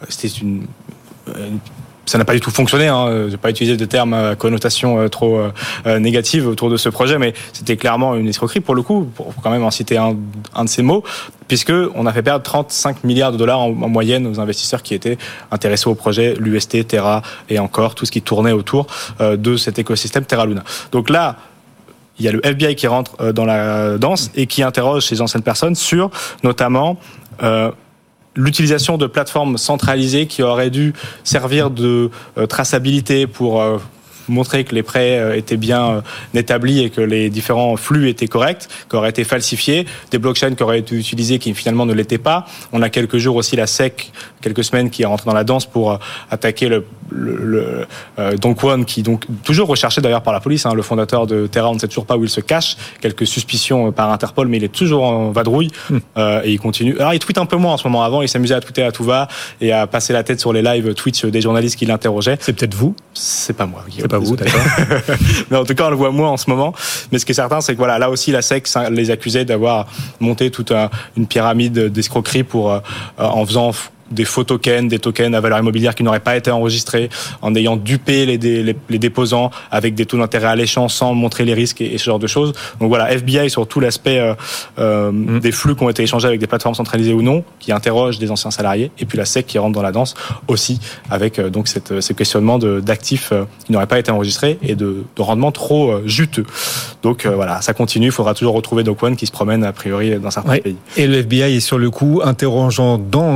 ça n'a pas du tout fonctionné, je vais pas utiliser de termes à connotation trop négative autour de ce projet, mais c'était clairement une escroquerie pour le coup, pour quand même en citer un de ces mots, puisque on a fait perdre 35 milliards de dollars en moyenne aux investisseurs qui étaient intéressés au projet, l'UST, Terra et encore tout ce qui tournait autour de cet écosystème Terra Luna. Donc là, il y a le FBI qui rentre dans la danse et qui interroge ces anciennes personnes sur notamment l'utilisation de plateformes centralisées qui auraient dû servir de traçabilité pour montrer que les prêts étaient bien établis et que les différents flux étaient corrects, qui auraient été falsifiés, des blockchains qui auraient été utilisées qui finalement ne l'étaient pas. On a quelques jours aussi la SEC, quelques semaines, qui est rentrée dans la danse pour attaquer Do Kwon, qui donc toujours recherché d'ailleurs par la police, le fondateur de Terra, on ne sait toujours pas où il se cache, quelques suspicions par Interpol, mais il est toujours en vadrouille et il continue. Alors il tweete un peu moins en ce moment. Avant il s'amusait à tweeter à tout va et à passer la tête sur les live Twitch des journalistes qui l'interrogeaient. C'est peut-être vous? C'est pas moi. C'est pas vous, d'accord. Mais en tout cas on le voit moins en ce moment. Mais ce qui est certain, c'est que voilà, là aussi la SEC les accusait d'avoir monté toute une pyramide d'escroquerie pour en faisant des faux tokens, des tokens à valeur immobilière qui n'auraient pas été enregistrés, en ayant dupé les déposants avec des taux d'intérêt alléchants sans montrer les risques et ce genre de choses. Donc voilà, FBI sur tout l'aspect des flux qui ont été échangés avec des plateformes centralisées ou non, qui interrogent des anciens salariés, et puis la SEC qui rentre dans la danse aussi avec donc ce questionnement d'actifs qui n'auraient pas été enregistrés et de rendements trop juteux. Donc voilà, ça continue, il faudra toujours retrouver Do Kwon qui se promène a priori dans certains pays. Et le FBI est sur le coup, interrogeant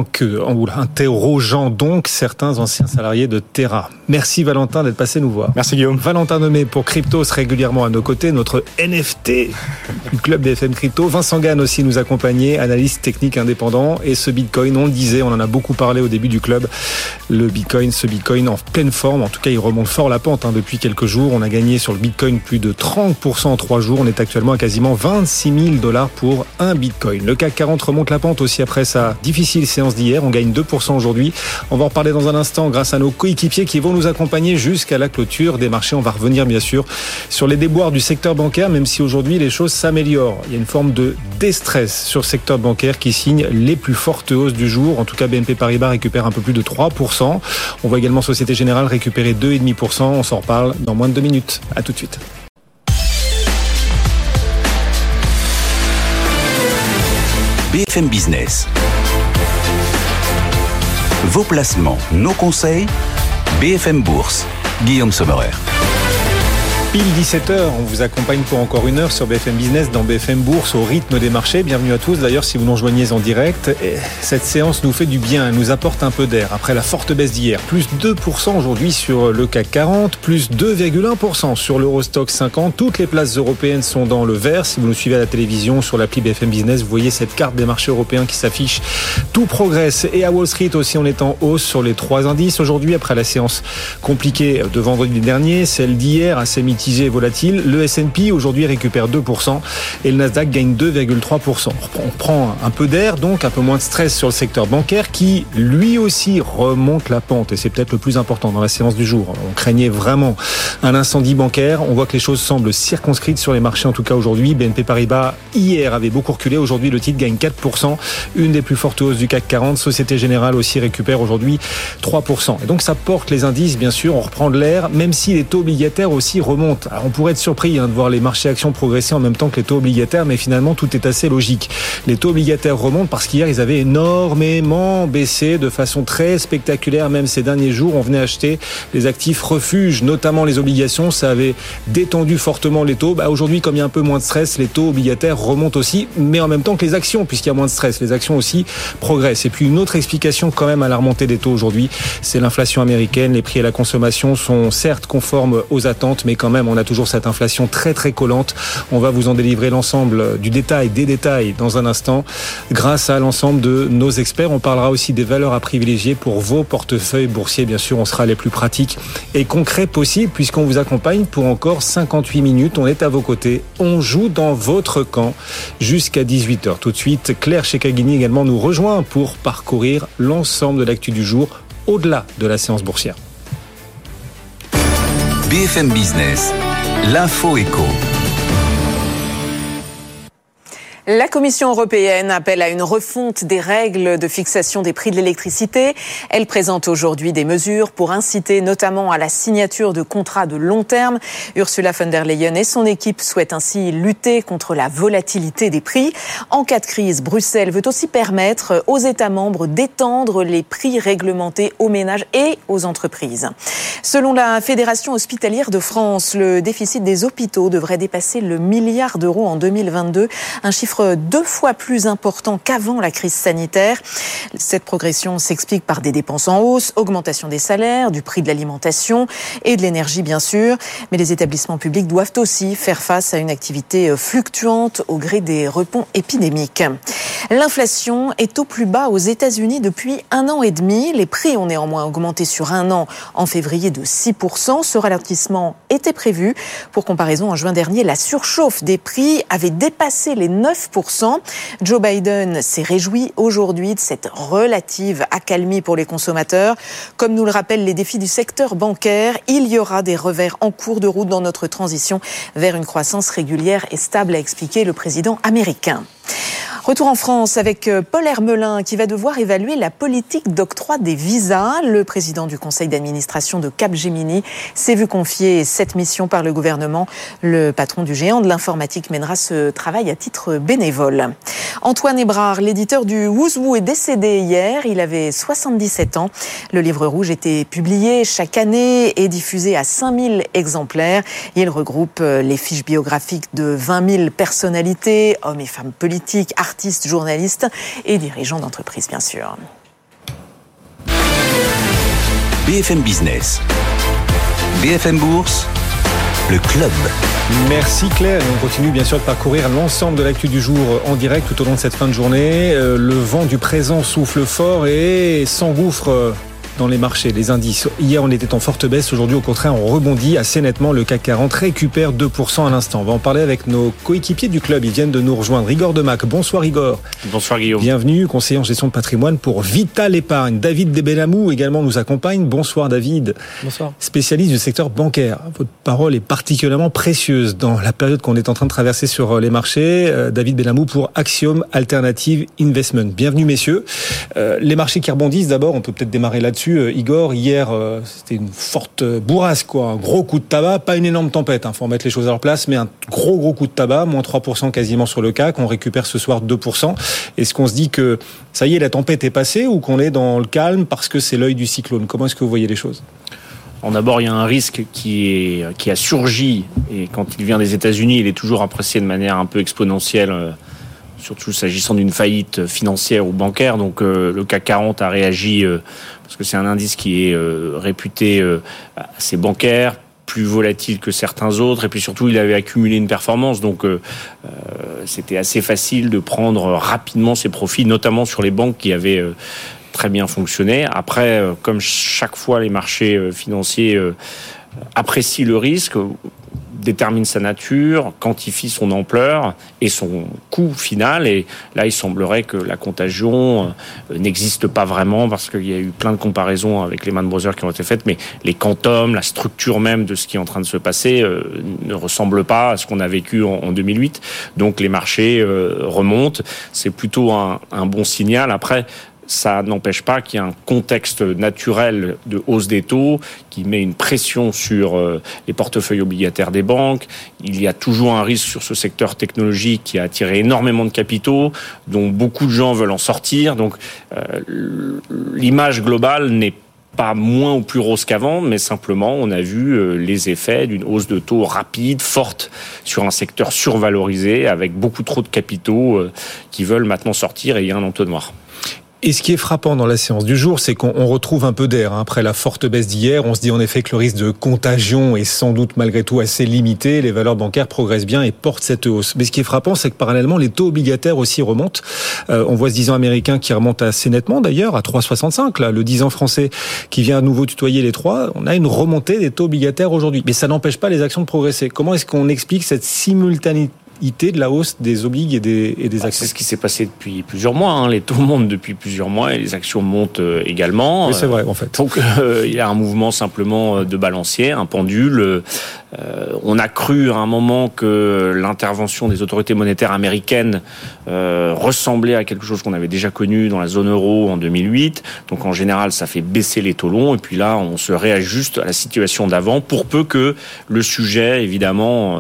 donc certains anciens salariés de Terra. Merci Valentin d'être passé nous voir. Merci Guillaume. Valentin nommé pour Cryptos régulièrement à nos côtés, notre NFT du club BFM Crypto. Vincent Gann aussi nous accompagnait, analyste technique indépendant. Et ce Bitcoin, on le disait, on en a beaucoup parlé au début du club. Ce Bitcoin en pleine forme. En tout cas, il remonte fort la pente depuis quelques jours. On a gagné sur le Bitcoin plus de 30% en 3 jours. On est actuellement à quasiment 26 000 $ pour un Bitcoin. Le CAC 40 remonte la pente aussi après sa difficile séance d'hier. On gagne 2% aujourd'hui. On va en reparler dans un instant grâce à nos coéquipiers qui vont nous accompagner jusqu'à la clôture des marchés. On va revenir bien sûr sur les déboires du secteur bancaire, même si aujourd'hui les choses s'améliorent. Il y a une forme de déstress sur le secteur bancaire qui signe les plus fortes hausses du jour. En tout cas, BNP Paribas récupère un peu plus de 3%. On voit également Société Générale récupérer 2,5%. On s'en reparle dans moins de 2 minutes. À tout de suite. BFM Business. Vos placements, nos conseils, BFM Bourse, Guillaume Sommerer. Pile 17h, on vous accompagne pour encore 1 heure sur BFM Business dans BFM Bourse au rythme des marchés. Bienvenue à tous d'ailleurs si vous nous rejoignez en direct. Et cette séance nous fait du bien, elle nous apporte un peu d'air après la forte baisse d'hier. Plus 2% aujourd'hui sur le CAC 40, plus 2,1% sur l'Eurostoxx 50. Toutes les places européennes sont dans le vert. Si vous nous suivez à la télévision sur l'appli BFM Business, vous voyez cette carte des marchés européens qui s'affiche. Tout progresse et à Wall Street aussi on est en hausse sur les 3 indices aujourd'hui après la séance compliquée de vendredi dernier, celle d'hier assez mitigée mitigé et volatile. Le S&P aujourd'hui récupère 2% et le Nasdaq gagne 2,3%. On prend un peu d'air, donc un peu moins de stress sur le secteur bancaire qui lui aussi remonte la pente et c'est peut-être le plus important dans la séance du jour. On craignait vraiment un incendie bancaire. On voit que les choses semblent circonscrites sur les marchés en tout cas aujourd'hui. BNP Paribas hier avait beaucoup reculé. Aujourd'hui le titre gagne 4%, une des plus fortes hausses du CAC 40. Société Générale aussi récupère aujourd'hui 3%. Et donc ça porte les indices bien sûr. On reprend de l'air même si les taux obligataires aussi remontent. Alors, on pourrait être surpris de voir les marchés actions progresser en même temps que les taux obligataires, mais finalement tout est assez logique. Les taux obligataires remontent parce qu'hier ils avaient énormément baissé de façon très spectaculaire. Même ces derniers jours, on venait acheter les actifs refuges, notamment les obligations. Ça avait détendu fortement les taux. Aujourd'hui, comme il y a un peu moins de stress, les taux obligataires remontent aussi, mais en même temps que les actions, puisqu'il y a moins de stress. Les actions aussi progressent. Et puis une autre explication quand même à la remontée des taux aujourd'hui, c'est l'inflation américaine. Les prix à la consommation sont certes conformes aux attentes, mais quand même, on a toujours cette inflation très très collante. On va vous en délivrer l'ensemble du détail, des détails dans un instant, grâce à l'ensemble de nos experts. On parlera aussi des valeurs à privilégier pour vos portefeuilles boursiers. Bien sûr, on sera les plus pratiques et concrets possibles puisqu'on vous accompagne pour encore 58 minutes. On est à vos côtés. On joue dans votre camp jusqu'à 18h. Tout de suite, Claire Chekagini également nous rejoint pour parcourir l'ensemble de l'actu du jour au-delà de la séance boursière. BFM Business, l'info éco. La Commission européenne appelle à une refonte des règles de fixation des prix de l'électricité. Elle présente aujourd'hui des mesures pour inciter notamment à la signature de contrats de long terme. Ursula von der Leyen et son équipe souhaitent ainsi lutter contre la volatilité des prix. En cas de crise, Bruxelles veut aussi permettre aux États membres d'étendre les prix réglementés aux ménages et aux entreprises. Selon la Fédération hospitalière de France, le déficit des hôpitaux devrait dépasser le milliard d'euros en 2022, un chiffre 2 fois plus important qu'avant la crise sanitaire. Cette progression s'explique par des dépenses en hausse, augmentation des salaires, du prix de l'alimentation et de l'énergie bien sûr. Mais les établissements publics doivent aussi faire face à une activité fluctuante au gré des rebonds épidémiques. L'inflation est au plus bas aux États-Unis depuis 1 an et demi. Les prix ont néanmoins augmenté sur 1 an en février de 6%. Ce ralentissement était prévu. Pour comparaison, en juin dernier, la surchauffe des prix avait dépassé les 9%. Joe Biden s'est réjoui aujourd'hui de cette relative accalmie pour les consommateurs. Comme nous le rappellent les défis du secteur bancaire, il y aura des revers en cours de route dans notre transition vers une croissance régulière et stable, a expliqué le président américain. Retour en France avec Paul Hermelin qui va devoir évaluer la politique d'octroi des visas. Le président du conseil d'administration de Capgemini s'est vu confier cette mission par le gouvernement. Le patron du géant de l'informatique mènera ce travail à titre bénévole. Antoine Hébrard, l'éditeur du Wouzou, est décédé hier. Il avait 77 ans. Le livre rouge était publié chaque année et diffusé à 5000 exemplaires. Il regroupe les fiches biographiques de 20 000 personnalités, hommes et femmes politiques, artistes, journalistes et dirigeants d'entreprises, bien sûr. BFM Business, BFM Bourse, le club. Merci Claire. Et on continue bien sûr de parcourir l'ensemble de l'actu du jour en direct tout au long de cette fin de journée. Le vent du présent souffle fort et s'engouffre dans les marchés, les indices. Hier, on était en forte baisse. Aujourd'hui, au contraire, on rebondit assez nettement. Le CAC 40 récupère 2% à l'instant. On va en parler avec nos coéquipiers du club. Ils viennent de nous rejoindre. Igor Demac. Bonsoir Igor. Bonsoir Guillaume. Bienvenue, conseiller en gestion de patrimoine pour Vital Épargne. David Debelamou également nous accompagne. Bonsoir David. Bonsoir. Spécialiste du secteur bancaire. Votre parole est particulièrement précieuse dans la période qu'on est en train de traverser sur les marchés. David Debelamou pour Axiom Alternative Investment. Bienvenue messieurs. Les marchés qui rebondissent d'abord, on peut peut-être démarrer là-dessus. Igor, hier, c'était une forte bourrasque, quoi. Un gros coup de tabac, pas une énorme tempête, faut remettre les choses à leur place, mais un gros coup de tabac, moins 3% quasiment sur le CAC, on récupère ce soir 2%. Est-ce qu'on se dit que ça y est, la tempête est passée ou qu'on est dans le calme parce que c'est l'œil du cyclone? Comment est-ce que vous voyez les choses? D'abord, il y a un risque qui a surgi, et quand il vient des États-Unis, il est toujours apprécié de manière un peu exponentielle, surtout s'agissant d'une faillite financière ou bancaire. Donc le CAC 40 a réagi parce que c'est un indice qui est réputé assez bancaire, plus volatile que certains autres, et puis surtout il avait accumulé une performance, donc c'était assez facile de prendre rapidement ses profits, notamment sur les banques qui avaient très bien fonctionné. Après, comme chaque fois les marchés financiers apprécient le risque, détermine sa nature, quantifie son ampleur et son coût final. Et là, il semblerait que la contagion n'existe pas vraiment parce qu'il y a eu plein de comparaisons avec Lehman Brothers qui ont été faites, mais les quantums, la structure même de ce qui est en train de se passer ne ressemble pas à ce qu'on a vécu en 2008. Donc les marchés remontent. C'est plutôt un bon signal. Après, ça n'empêche pas qu'il y ait un contexte naturel de hausse des taux qui met une pression sur les portefeuilles obligataires des banques. Il y a toujours un risque sur ce secteur technologique qui a attiré énormément de capitaux, dont beaucoup de gens veulent en sortir. Donc l'image globale n'est pas moins ou plus rose qu'avant, mais simplement on a vu les effets d'une hausse de taux rapide, forte, sur un secteur survalorisé, avec beaucoup trop de capitaux qui veulent maintenant sortir et il y a un entonnoir. Et ce qui est frappant dans la séance du jour, c'est qu'on retrouve un peu d'air. Après la forte baisse d'hier, on se dit en effet que le risque de contagion est sans doute malgré tout assez limité. Les valeurs bancaires progressent bien et portent cette hausse. Mais ce qui est frappant, c'est que parallèlement, les taux obligataires aussi remontent. On voit ce 10 ans américain qui remonte assez nettement d'ailleurs, à 3,65. Là, le 10 ans français qui vient à nouveau tutoyer les 3. On a une remontée des taux obligataires aujourd'hui. Mais ça n'empêche pas les actions de progresser. Comment est-ce qu'on explique cette simultanéité de la hausse des obligues et des actions? C'est ce qui s'est passé depuis plusieurs mois. Les taux montent depuis plusieurs mois et les actions montent également. Oui, c'est vrai, en fait. Donc, il y a un mouvement simplement de balancier, un pendule. On a cru à un moment que l'intervention des autorités monétaires américaines ressemblait à quelque chose qu'on avait déjà connu dans la zone euro en 2008. Donc, en général, ça fait baisser les taux longs. Et puis là, on se réajuste à la situation d'avant pour peu que le sujet, évidemment,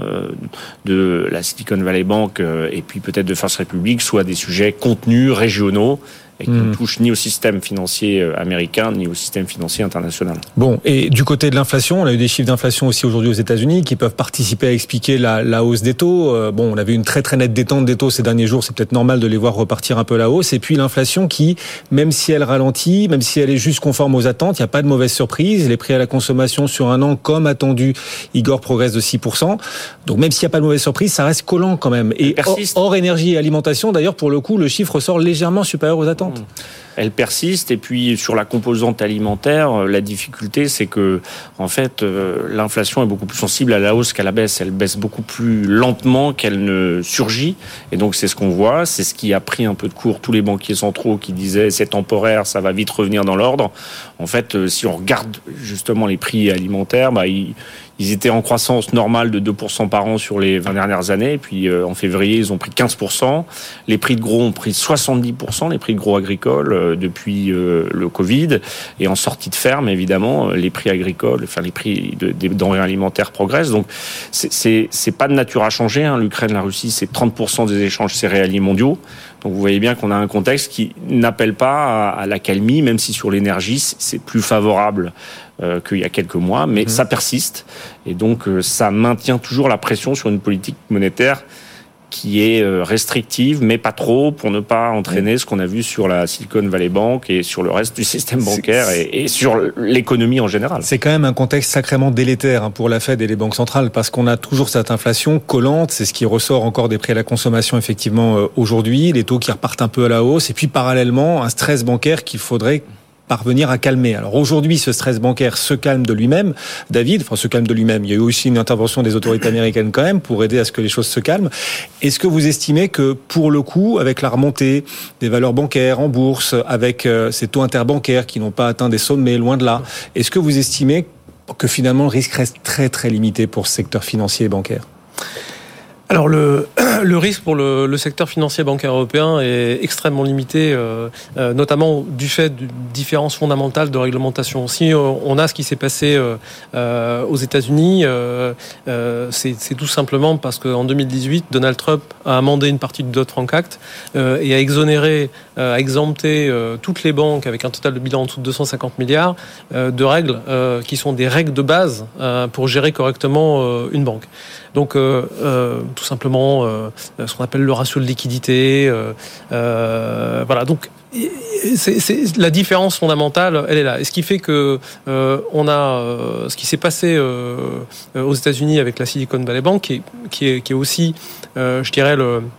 de la Silicon Valley Bank et puis peut-être de First Republic soient des sujets contenus, régionaux, et qui ne touchent ni au système financier américain, ni au système financier international. Bon, et du côté de l'inflation, on a eu des chiffres d'inflation aussi aujourd'hui aux États-Unis qui peuvent participer à expliquer la hausse des taux. Bon, on avait une très très nette détente des taux ces derniers jours, c'est peut-être normal de les voir repartir un peu à la hausse. Et puis l'inflation qui, même si elle ralentit, même si elle est juste conforme aux attentes, il n'y a pas de mauvaise surprise. Les prix à la consommation sur un an, comme attendu, Igor, progresse de 6%. Donc même s'il n'y a pas de mauvaise surprise, ça reste collant quand même. Et hors énergie et alimentation, d'ailleurs, pour le coup, le chiffre sort légèrement supérieur aux attentes. Elle persiste, et puis sur la composante alimentaire, la difficulté c'est que en fait l'inflation est beaucoup plus sensible à la hausse qu'à la baisse. Elle baisse beaucoup plus lentement qu'elle ne surgit, et donc c'est ce qu'on voit, c'est ce qui a pris un peu de court tous les banquiers centraux qui disaient c'est temporaire, ça va vite revenir dans l'ordre. En fait, si on regarde justement les prix alimentaires, ils étaient en croissance normale de 2% par an sur les 20 dernières années. Et puis en février, ils ont pris 15%. Les prix de gros ont pris 70%, les prix de gros agricoles depuis le Covid. Et en sortie de ferme, évidemment, les prix agricoles, enfin les prix des denrées alimentaires progressent. Donc c'est pas de nature à changer. L'Ukraine, la Russie, c'est 30% des échanges céréaliers mondiaux. Donc vous voyez bien qu'on a un contexte qui n'appelle pas à l'accalmie, même si sur l'énergie, c'est plus favorable qu'il y a quelques mois, mais ça persiste. Et donc ça maintient toujours la pression sur une politique monétaire qui est restrictive, mais pas trop, pour ne pas entraîner ce qu'on a vu sur la Silicon Valley Bank et sur le reste du système bancaire et sur l'économie en général. C'est quand même un contexte sacrément délétère pour la Fed et les banques centrales, parce qu'on a toujours cette inflation collante, c'est ce qui ressort encore des prix à la consommation effectivement aujourd'hui, les taux qui repartent un peu à la hausse, et puis parallèlement un stress bancaire qu'il faudrait parvenir à calmer. Alors aujourd'hui, ce stress bancaire se calme de lui-même. David, se calme de lui-même. Il y a eu aussi une intervention des autorités américaines quand même pour aider à ce que les choses se calment. Est-ce que vous estimez que pour le coup, avec la remontée des valeurs bancaires en bourse, avec ces taux interbancaires qui n'ont pas atteint des sommets, loin de là, est-ce que vous estimez que finalement le risque reste très très limité pour ce secteur financier et bancaire ? Alors le risque pour le secteur financier bancaire européen est extrêmement limité, notamment du fait de différences fondamentales de réglementation. Si on a ce qui s'est passé aux États-Unis, c'est tout simplement parce qu'en 2018, Donald Trump a amendé une partie du Dodd-Frank Act et a exonéré, a exempté toutes les banques avec un total de bilan en dessous de 250 milliards de règles qui sont des règles de base pour gérer correctement une banque. Donc tout simplement ce qu'on appelle le ratio de liquidité. Voilà, donc c'est la différence fondamentale, elle est là. Et ce qui fait que on a ce qui s'est passé aux États-Unis avec la Silicon Valley Bank, qui est aussi, je dirais,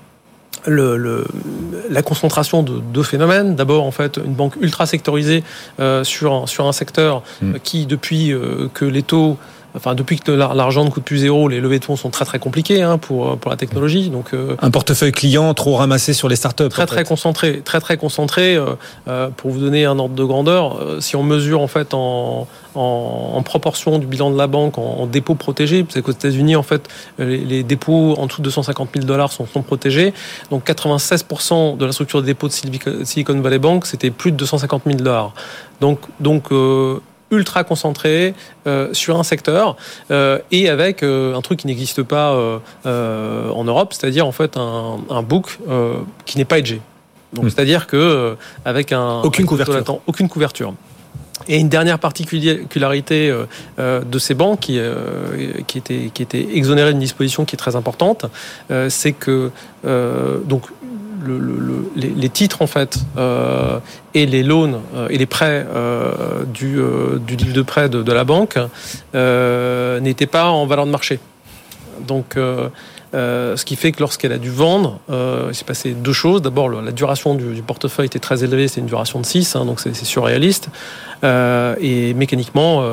la concentration de deux phénomènes. D'abord, en fait, une banque ultra sectorisée sur un secteur qui, depuis que les taux depuis que l'argent ne coûte plus zéro, les levées de fonds sont très très compliquées pour la technologie. Donc un portefeuille client trop ramassé sur les startups. Très concentré. Pour vous donner un ordre de grandeur, si on mesure en fait en proportion du bilan de la banque en dépôts protégés, c'est qu'aux États-Unis en fait les dépôts en dessous de $250 000 sont protégés. Donc 96% de la structure de dépôt de Silicon Valley Bank, c'était plus de $250 000. Donc ultra concentré sur un secteur et avec un truc qui n'existe pas en Europe, c'est-à-dire en fait un book qui n'est pas hedgé. Donc c'est-à-dire que avec aucune couverture. Et une dernière particularité de ces banques qui était exonérée d'une disposition qui est très importante, c'est que donc les titres en fait et les loans et les prêts du livre de prêt de la banque n'étaient pas en valeur de marché. Donc ce qui fait que lorsqu'elle a dû vendre, il s'est passé deux choses. D'abord, la duration du portefeuille était très élevée, c'est une duration de 6, donc c'est surréaliste. Et mécaniquement,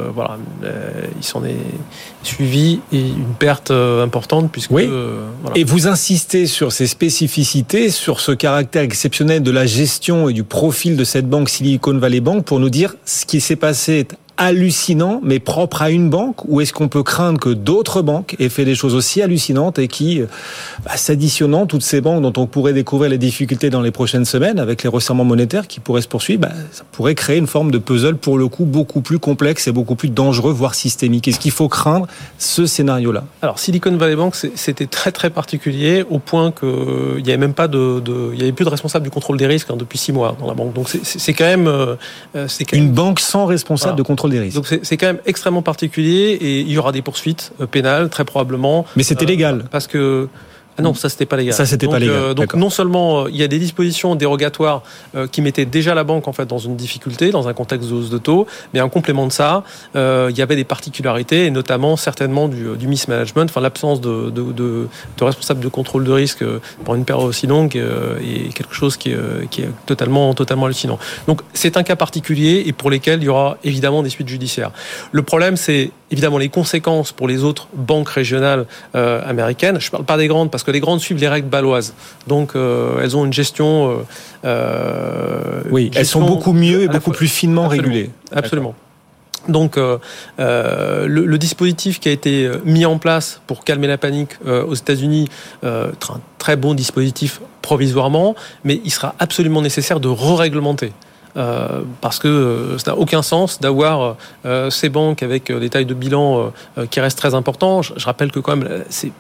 il s'en est suivi une perte importante. Puisque, Et vous insistez sur ces spécificités, sur ce caractère exceptionnel de la gestion et du profil de cette banque Silicon Valley Bank pour nous dire ce qui s'est passé est hallucinant, mais propre à une banque, ou est-ce qu'on peut craindre que d'autres banques aient fait des choses aussi hallucinantes et qui, s'additionnant toutes ces banques dont on pourrait découvrir les difficultés dans les prochaines semaines avec les resserrements monétaires qui pourraient se poursuivre, ça pourrait créer une forme de puzzle pour le coup beaucoup plus complexe et beaucoup plus dangereux, voire systémique. Est-ce qu'il faut craindre ce scénario-là ? Alors Silicon Valley Bank, c'était très très particulier au point qu'il n'y avait même pas il y avait plus de responsable du contrôle des risques depuis 6 mois dans la banque. Donc c'est quand même une banque sans responsable de contrôle des risques. Donc c'est quand même extrêmement particulier et il y aura des poursuites pénales très probablement. Mais c'était légal. Parce que non, ça c'était pas légal. Ça c'était pas légal. Donc non seulement il y a des dispositions dérogatoires qui mettaient déjà la banque en fait dans une difficulté, dans un contexte de hausse de taux, mais en complément de ça, il y avait des particularités et notamment certainement du mismanagement, enfin l'absence de responsable de contrôle de risque pour une période aussi longue et quelque chose qui est totalement hallucinant. Donc c'est un cas particulier et pour lesquels il y aura évidemment des suites judiciaires. Le problème c'est évidemment les conséquences pour les autres banques régionales américaines. Je ne parle pas des grandes parce que les grandes suivent les règles baloises. Donc elles ont une gestion... elles sont beaucoup mieux et beaucoup plus finement régulées. Absolument. Donc le dispositif qui a été mis en place pour calmer la panique aux États-Unis, un très bon dispositif provisoirement, mais il sera absolument nécessaire de re-réglementer. Parce que ça n'a aucun sens d'avoir ces banques avec des tailles de bilan qui restent très importantes. Je rappelle que quand même,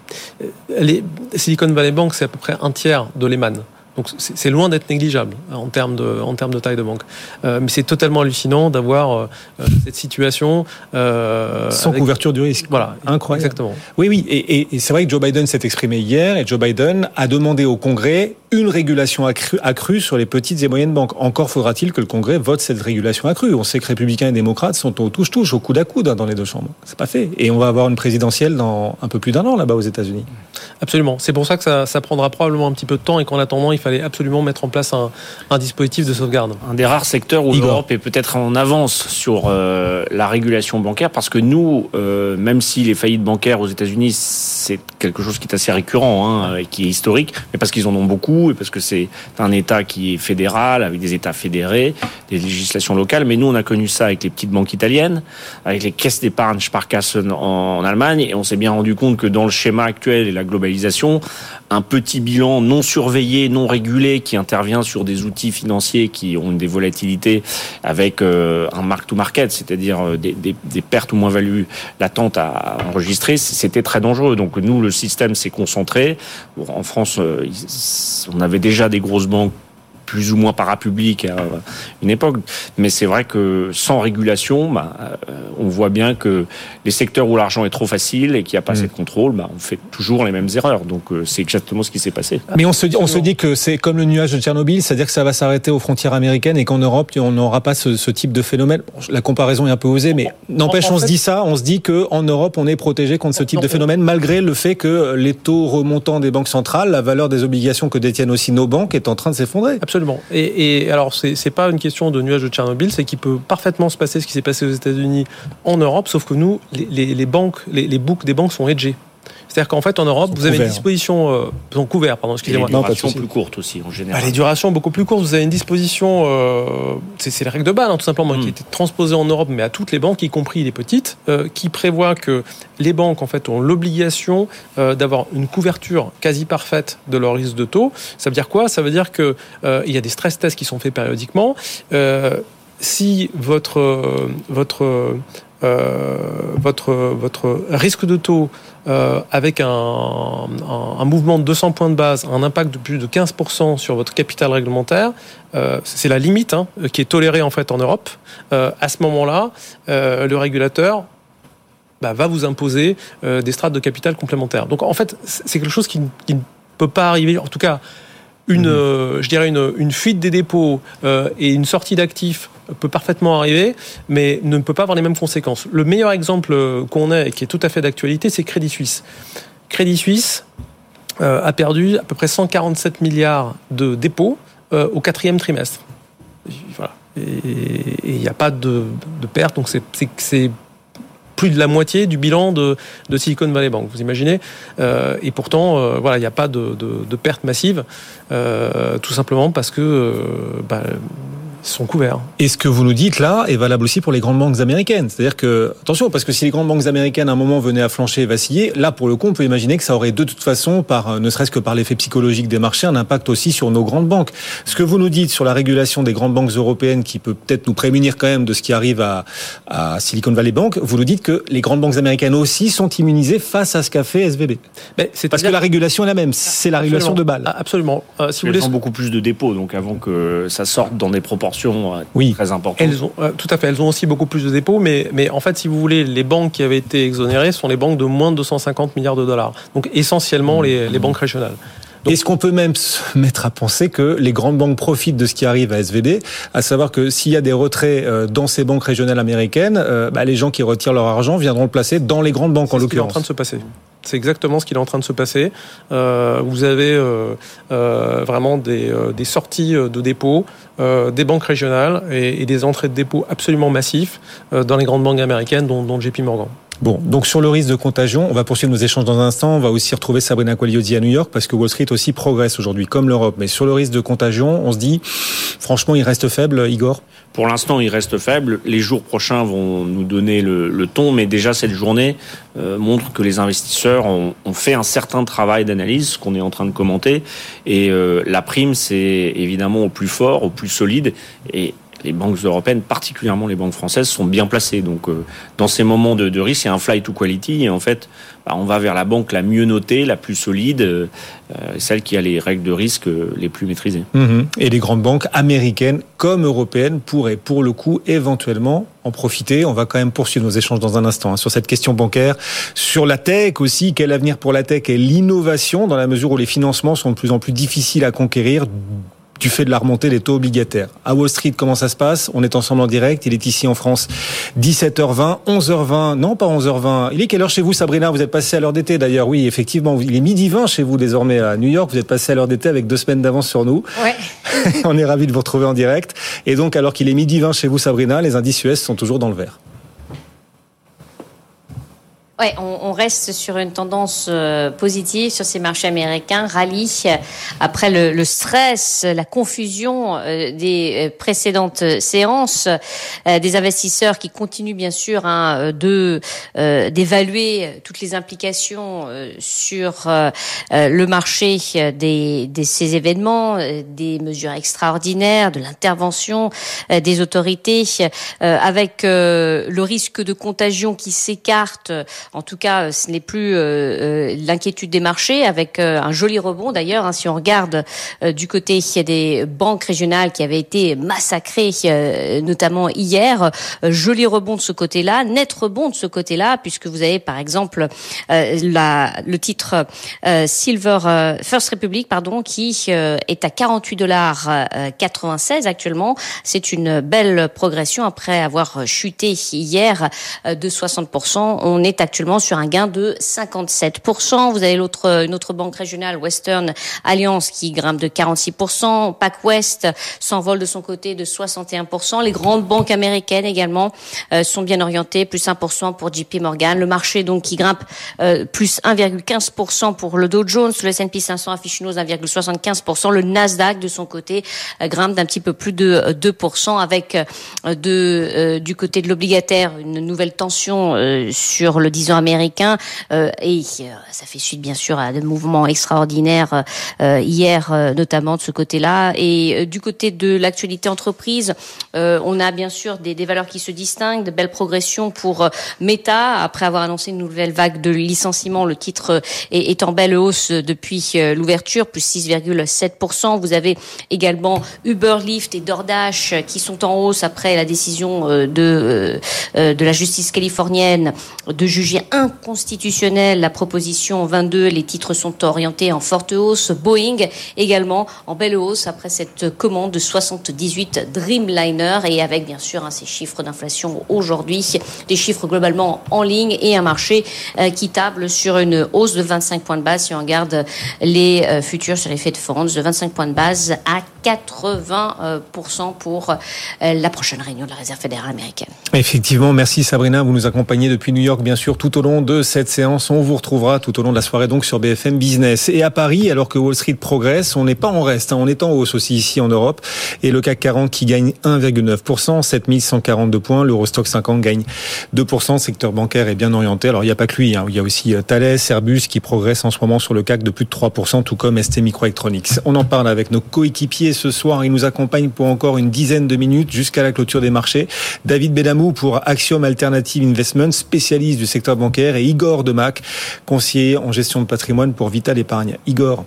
Silicon Valley Bank, c'est à peu près un tiers de Lehman. Donc c'est loin d'être négligeable en termes de taille de banque. Mais c'est totalement hallucinant d'avoir cette situation sans couverture du risque. Voilà, incroyable. Exactement. Oui, et c'est vrai que Joe Biden s'est exprimé hier et Joe Biden a demandé au Congrès une régulation accrue sur les petites et moyennes banques. Encore faudra-t-il que le Congrès vote cette régulation accrue. On sait que républicains et démocrates sont au touche-touche, au coude à coude dans les deux chambres. C'est pas fait. Et on va avoir une présidentielle dans un peu plus d'1 an là-bas aux États-Unis. Absolument. C'est pour ça que ça prendra probablement un petit peu de temps et qu'en attendant, il fallait absolument mettre en place un dispositif de sauvegarde. Un des rares secteurs où l'Europe est peut-être en avance sur la régulation bancaire parce que nous, même si les faillites bancaires aux États-Unis, c'est quelque chose qui est assez récurrent et qui est historique, mais parce qu'ils en ont beaucoup et parce que c'est un État qui est fédéral avec des États fédérés, des législations locales. Mais nous, on a connu ça avec les petites banques italiennes, avec les caisses d'épargne Sparkassen en Allemagne, et on s'est bien rendu compte que dans le schéma actuel et la globalisation, un petit bilan non surveillé, non régulé, qui intervient sur des outils financiers qui ont des volatilités avec un mark-to-market, c'est-à-dire des pertes ou moins-values latentes à enregistrer, c'était très dangereux. Donc nous, le système s'est concentré. En France, on avait déjà des grosses banques plus ou moins parapubliques à une époque. Mais c'est vrai que sans régulation, on voit bien que les secteurs où l'argent est trop facile et qu'il n'y a pas assez de contrôle, on fait toujours les mêmes erreurs. Donc c'est exactement ce qui s'est passé. Mais on se dit que c'est comme le nuage de Tchernobyl, c'est-à-dire que ça va s'arrêter aux frontières américaines et qu'en Europe, on n'aura pas ce type de phénomène. La comparaison est un peu osée, mais n'empêche, on se dit ça, on se dit qu'en Europe, on est protégé contre ce type de phénomène, malgré le fait que les taux remontants des banques centrales, la valeur des obligations que détiennent aussi nos banques est en train de s'effondrer. Absolument. Absolument. Et alors, c'est pas une question de nuage de Tchernobyl, c'est qu'il peut parfaitement se passer ce qui s'est passé aux États-Unis en Europe, sauf que nous, les banques, les books des banques sont hedgés. C'est-à-dire qu'en fait, en Europe, vous avez une disposition... sont couverts, pardon, excusez-moi. Et les durations plus courtes aussi, en général. Les durations beaucoup plus courtes. Vous avez une disposition... c'est la règle de base, tout simplement, qui a été transposée en Europe, mais à toutes les banques, y compris les petites, qui prévoit que les banques, en fait, ont l'obligation d'avoir une couverture quasi parfaite de leur risque de taux. Ça veut dire quoi ? Ça veut dire qu'il y a des stress tests qui sont faits périodiquement. Si votre risque de taux avec un mouvement de 200 points de base, un impact de plus de 15% sur votre capital réglementaire, c'est la limite qui est tolérée en fait en Europe. À ce moment-là, le régulateur va vous imposer des strates de capital complémentaires. Donc en fait, c'est quelque chose qui ne peut pas arriver, en tout cas je dirais une fuite des dépôts et une sortie d'actifs peut parfaitement arriver, mais ne peut pas avoir les mêmes conséquences. Le meilleur exemple qu'on ait et qui est tout à fait d'actualité, c'est Crédit Suisse. Crédit Suisse a perdu à peu près 147 milliards de dépôts au 4e trimestre. Voilà. Et il n'y a pas de perte, donc c'est plus de la moitié du bilan de Silicon Valley Bank, vous imaginez. Et pourtant, il n'y a pas de perte massive, tout simplement parce que sont couverts. Et ce que vous nous dites là est valable aussi pour les grandes banques américaines. C'est-à-dire que, attention, parce que si les grandes banques américaines à un moment venaient à flancher et vaciller, là pour le coup on peut imaginer que ça aurait de toute façon, ne serait-ce que par l'effet psychologique des marchés, un impact aussi sur nos grandes banques. Ce que vous nous dites sur la régulation des grandes banques européennes qui peut peut-être nous prémunir quand même de ce qui arrive à Silicon Valley Bank, vous nous dites que les grandes banques américaines aussi sont immunisées face à ce qu'a fait SVB. Parce que la régulation est la même, c'est la régulation de Bâle. Absolument. Si vous voulez, beaucoup plus de dépôts, donc avant que ça sorte dans des proportions très importantes. Tout à fait, elles ont aussi beaucoup plus de dépôts, mais en fait, si vous voulez, les banques qui avaient été exonérées sont les banques de moins de 250 milliards de dollars. Donc essentiellement les banques régionales. Donc, est-ce qu'on peut même se mettre à penser que les grandes banques profitent de ce qui arrive à SVB, à savoir que s'il y a des retraits dans ces banques régionales américaines, les gens qui retirent leur argent viendront le placer dans les grandes banques en l'occurrence. C'est en train de se passer. C'est exactement ce qui est en train de se passer. Vous avez vraiment des sorties de dépôts, des banques régionales et des entrées de dépôts absolument massifs dans les grandes banques américaines, dont JP Morgan. Bon, donc sur le risque de contagion, on va poursuivre nos échanges dans un instant. On va aussi retrouver Sabrina Quagliozzi à New York parce que Wall Street aussi progresse aujourd'hui, comme l'Europe. Mais sur le risque de contagion, on se dit, franchement, il reste faible, Igor ? Pour l'instant, il reste faible. Les jours prochains vont nous donner le ton, mais déjà cette journée montre que les investisseurs ont fait un certain travail d'analyse, ce qu'on est en train de commenter. Et la prime, c'est évidemment au plus fort, au plus solide. Et les banques européennes, particulièrement les banques françaises, sont bien placées. Donc, dans ces moments de risque, il y a un flight to quality. Et en fait, on va vers la banque la mieux notée, la plus solide, celle qui a les règles de risque les plus maîtrisées. Et les grandes banques américaines comme européennes pourraient, pour le coup, éventuellement en profiter. On va quand même poursuivre nos échanges dans un instant sur cette question bancaire. Sur la tech aussi, quel avenir pour la tech et l'innovation dans la mesure où les financements sont de plus en plus difficiles à conquérir du fait de la remontée des taux obligataires. À Wall Street, comment ça se passe ? On est ensemble en direct. Il est ici en France, 17h20, 11h20. Non, pas 11h20. Il est quelle heure chez vous, Sabrina ? Vous êtes passé à l'heure d'été, d'ailleurs. Oui, effectivement. Il est 12h20 chez vous, désormais, à New York. Vous êtes passé à l'heure d'été avec 2 semaines d'avance sur nous. Ouais. On est ravis de vous retrouver en direct. Et donc, alors qu'il est 12h20 chez vous, Sabrina, les indices US sont toujours dans le vert. Ouais, on reste sur une tendance positive sur ces marchés américains. Rallye après le stress, la confusion des précédentes séances, des investisseurs qui continuent bien sûr d'évaluer toutes les implications sur le marché de ces événements, des mesures extraordinaires, de l'intervention des autorités, avec le risque de contagion qui s'écarte. En tout cas, ce n'est plus l'inquiétude des marchés, avec un joli rebond d'ailleurs. Si on regarde du côté des banques régionales qui avaient été massacrées, notamment hier, joli rebond de ce côté-là, net rebond de ce côté-là, puisque vous avez par exemple le titre Silver First Republic, qui est à $48,96 actuellement. C'est une belle progression après avoir chuté hier de 60%. On est actuellement actuellement sur un gain de 57%. Vous avez une autre banque régionale, Western Alliance, qui grimpe de 46%. PacWest s'envole de son côté de 61%. Les grandes banques américaines également sont bien orientées, plus 1% pour JP Morgan. Le marché donc qui grimpe plus 1,15% pour le Dow Jones. Le S&P 500 affiche une hausse 1,75%. Le Nasdaq de son côté grimpe d'un petit peu plus de 2% avec du côté de l'obligataire une nouvelle tension sur le 10 ans américain et ça fait suite bien sûr à des mouvements extraordinaires hier notamment de ce côté-là. Et du côté de l'actualité entreprise, on a bien sûr des valeurs qui se distinguent, de belles progressions pour Meta après avoir annoncé une nouvelle vague de licenciements. Le titre est en belle hausse depuis l'ouverture, plus 6,7%. Vous avez également Uber, Lyft et DoorDash qui sont en hausse après la décision de la justice californienne de juger inconstitutionnelle la proposition 22. Les titres sont orientés en forte hausse. Boeing également en belle hausse après cette commande de 78 Dreamliner et avec bien sûr ces chiffres d'inflation aujourd'hui, des chiffres globalement en ligne et un marché qui table sur une hausse de 25 points de base si on regarde les futurs sur les Fed Funds, de 25 points de base à 80% pour la prochaine réunion de la Réserve fédérale américaine. Effectivement, merci Sabrina, vous nous accompagnez depuis New York bien sûr tout au long de cette séance. On vous retrouvera tout au long de la soirée donc sur BFM Business. Et à Paris, alors que Wall Street progresse, on n'est pas en reste, on est en hausse aussi ici en Europe. Et le CAC 40 qui gagne 1,9%, 7142 points. L'Eurostock 50 gagne 2%. Le secteur bancaire est bien orienté. Alors il n'y a pas que lui, il y a aussi Thales, Airbus qui progressent en ce moment sur le CAC de plus de 3%, tout comme ST Microelectronics. On en parle avec nos coéquipiers ce soir. Ils nous accompagnent pour encore une dizaine de minutes jusqu'à la clôture des marchés. David Benamou pour Axiom Alternative Investment, spécialiste du secteur bancaire, et Igor Demac, conseiller en gestion de patrimoine pour Vital Épargne. Igor,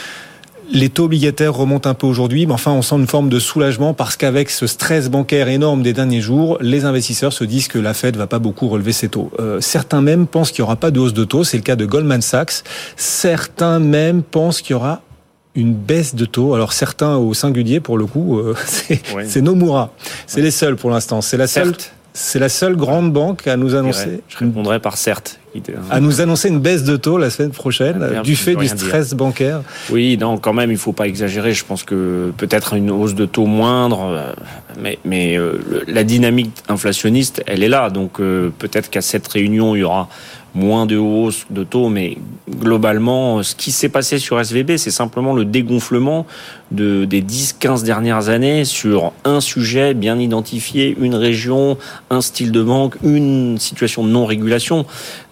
les taux obligataires remontent un peu aujourd'hui, mais enfin on sent une forme de soulagement parce qu'avec ce stress bancaire énorme des derniers jours, les investisseurs se disent que la Fed va pas beaucoup relever ses taux. Certains même pensent qu'il n'y aura pas de hausse de taux, c'est le cas de Goldman Sachs. Certains même pensent qu'il y aura une baisse de taux. Alors certains au singulier pour le coup, c'est Nomura. C'est les seuls pour l'instant. C'est la seule grande banque à nous annoncer. Je répondrai par certes. À nous annoncer une baisse de taux la semaine prochaine du fait du stress bancaire. Oui, non, quand même, il faut pas exagérer. Je pense que peut-être une hausse de taux moindre, mais la dynamique inflationniste, elle est là. Donc peut-être qu'à cette réunion, il y aura moins de hausse de taux, mais globalement, ce qui s'est passé sur SVB, c'est simplement le dégonflement des 10-15 dernières années sur un sujet bien identifié, une région, un style de banque, une situation de non-régulation.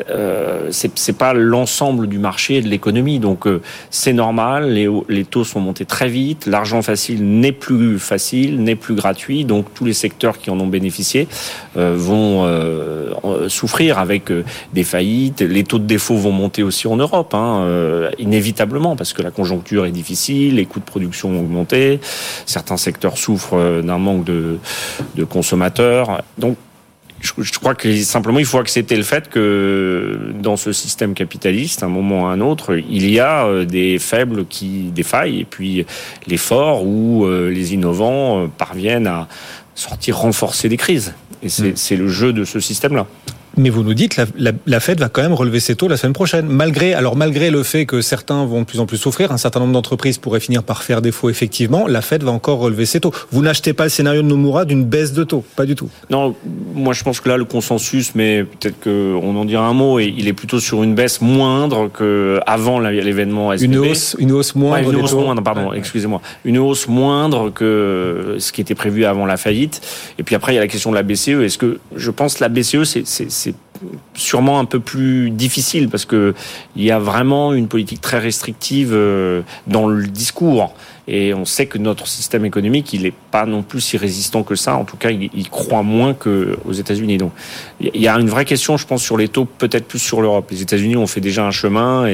C'est pas l'ensemble du marché et de l'économie, donc c'est normal. Les taux sont montés très vite, l'argent facile n'est plus facile, n'est plus gratuit, donc tous les secteurs qui en ont bénéficié vont souffrir avec des faillites. Les taux de défaut vont monter aussi en Europe, inévitablement, parce que la conjoncture est difficile, les coûts de production ont augmenté, certains secteurs souffrent d'un manque de consommateurs. Donc, je crois que simplement il faut accepter le fait que dans ce système capitaliste, à un moment ou à un autre, il y a des faibles qui défaillent et puis les forts ou les innovants parviennent à sortir renforcés des crises. Et c'est le jeu de ce système-là. Mais vous nous dites la Fed va quand même relever ses taux la semaine prochaine. Malgré le fait que certains vont de plus en plus souffrir, un certain nombre d'entreprises pourraient finir par faire défaut effectivement, la Fed va encore relever ses taux. Vous n'achetez pas le scénario de Nomura d'une baisse de taux, pas du tout. Non, moi je pense que là le consensus, mais peut-être qu'on en dira un mot, et il est plutôt sur une baisse moindre qu'avant l'événement SVB. Une hausse moindre. Une hausse moindre, pardon, excusez-moi. Une hausse moindre que ce qui était prévu avant la faillite. Et puis après il y a la question de la BCE. Est-ce que je pense que la BCE c'est sûrement un peu plus difficile parce que il y a vraiment une politique très restrictive dans le discours. Et on sait que notre système économique, il n'est pas non plus si résistant que ça. En tout cas, il croît moins qu'aux États-Unis. Donc, il y a une vraie question, je pense, sur les taux, peut-être plus sur l'Europe. Les États-Unis ont fait déjà un chemin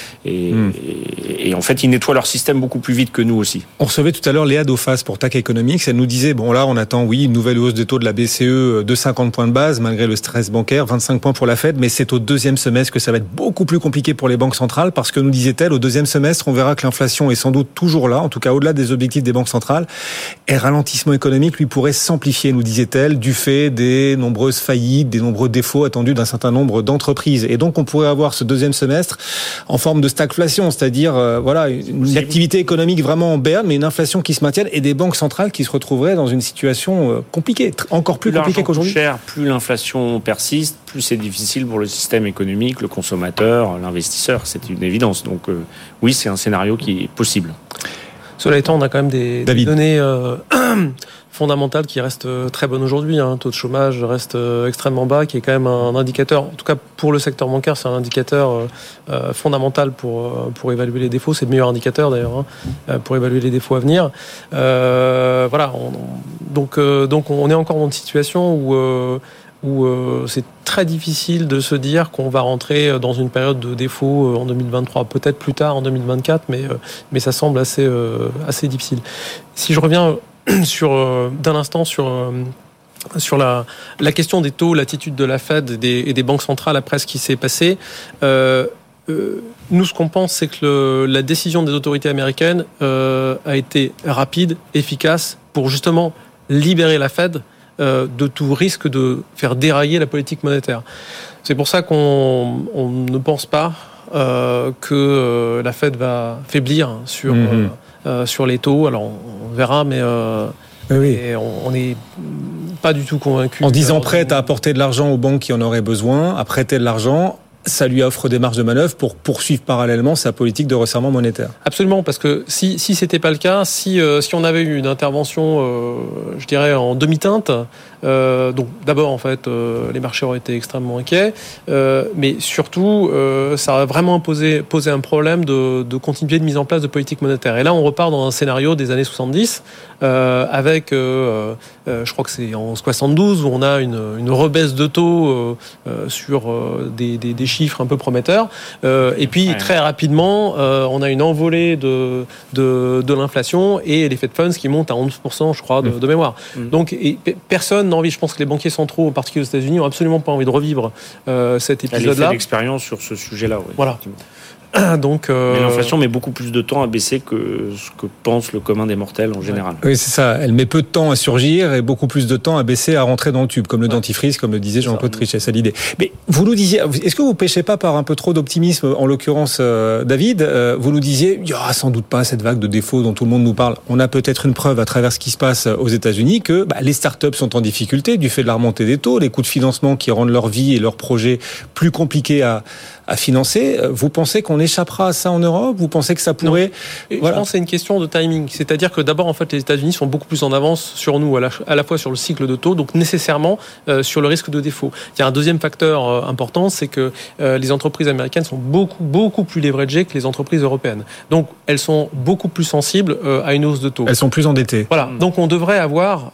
et en fait, ils nettoient leur système beaucoup plus vite que nous aussi. On recevait tout à l'heure Léa Dauphas pour TAC Economics. Elle nous disait, bon là, on attend, oui, une nouvelle hausse des taux de la BCE de 50 points de base, malgré le stress bancaire, 25 points pour la Fed, mais c'est au deuxième semestre que ça va être beaucoup plus compliqué pour les banques centrales parce que, nous disait-elle, au deuxième semestre, on verra que l'inflation est sans doute toujours là, en tout cas au-delà des objectifs des banques centrales. Et le ralentissement économique, lui, pourrait s'amplifier, nous disait-elle, du fait des nombreuses faillites, des nombreux défauts attendus d'un certain nombre d'entreprises. Et donc, on pourrait avoir ce deuxième semestre en forme de stagflation, c'est-à-dire une activité économique vraiment en berne, mais une inflation qui se maintienne et des banques centrales qui se retrouveraient dans une situation compliquée, encore plus compliquée qu'aujourd'hui. Plus l'inflation persiste, plus c'est difficile pour le système économique, le consommateur, l'investisseur. C'est une évidence. Donc oui, c'est un scénario qui est possible. Cela étant, on a quand même des données fondamentales qui restent très bonnes aujourd'hui. Le taux de chômage reste extrêmement bas, qui est quand même un indicateur, en tout cas pour le secteur bancaire, c'est un indicateur fondamental pour évaluer les défauts. C'est le meilleur indicateur d'ailleurs pour évaluer les défauts à venir. Donc on est encore dans une situation où c'est très difficile de se dire qu'on va rentrer dans une période de défaut en 2023, peut-être plus tard en 2024, mais ça semble assez difficile. Si je reviens d'un instant sur la question des taux, l'attitude de la Fed et des banques centrales après ce qui s'est passé, nous, ce qu'on pense, c'est que la décision des autorités américaines a été rapide, efficace, pour justement libérer la Fed de tout risque de faire dérailler la politique monétaire. C'est pour ça qu'on ne pense pas que la Fed va faiblir sur les taux. Alors on verra, mais on n'est pas du tout convaincu. En disant prête à apporter de l'argent aux banques qui en auraient besoin, à prêter de l'argent, ça lui offre des marges de manœuvre pour poursuivre parallèlement sa politique de resserrement monétaire. Absolument, parce que si c'était pas le cas, si on avait eu une intervention, je dirais en demi-teinte, donc d'abord en fait les marchés auraient été extrêmement inquiets, mais surtout ça aurait vraiment posé un problème de continuité de mise en place de politique monétaire. Et là on repart dans un scénario des années 70 avec je crois que c'est en 72 où on a une rebaisse de taux sur des chiffres un peu prometteurs, et puis très rapidement on a une envolée de l'inflation et les Fed Funds qui montent à 11%, je crois, de mémoire. Donc personne n'a envie, je pense que les banquiers centraux, en particulier aux États-Unis, n'ont absolument pas envie de revivre cet épisode-là. Elle a fait l'expérience sur ce sujet-là. Oui, voilà. Donc, mais l'inflation met beaucoup plus de temps à baisser que ce que pense le commun des mortels en général. Oui, c'est ça. Elle met peu de temps à surgir et beaucoup plus de temps à baisser, à rentrer dans le tube, comme le dentifrice, comme le disait Jean-Claude Trichet. C'est l'idée. Mais vous nous disiez, est-ce que vous pêchez pas par un peu trop d'optimisme, en l'occurrence, David? Vous nous disiez, il y aura sans doute pas cette vague de défauts dont tout le monde nous parle. On a peut-être une preuve à travers ce qui se passe aux États-Unis que les startups sont en difficulté du fait de la remontée des taux, les coûts de financement qui rendent leur vie et leurs projets plus compliqués à financer. Vous pensez qu'on échappera à ça en Europe? Vous pensez que ça pourrait... Je pense que c'est une question de timing. C'est-à-dire que d'abord, en fait, les États-Unis sont beaucoup plus en avance sur nous, à la fois sur le cycle de taux, donc nécessairement sur le risque de défaut. Il y a un deuxième facteur important, c'est que les entreprises américaines sont beaucoup plus leveragées que les entreprises européennes. Donc, elles sont beaucoup plus sensibles à une hausse de taux. Elles sont plus endettées. Voilà. Donc, on devrait avoir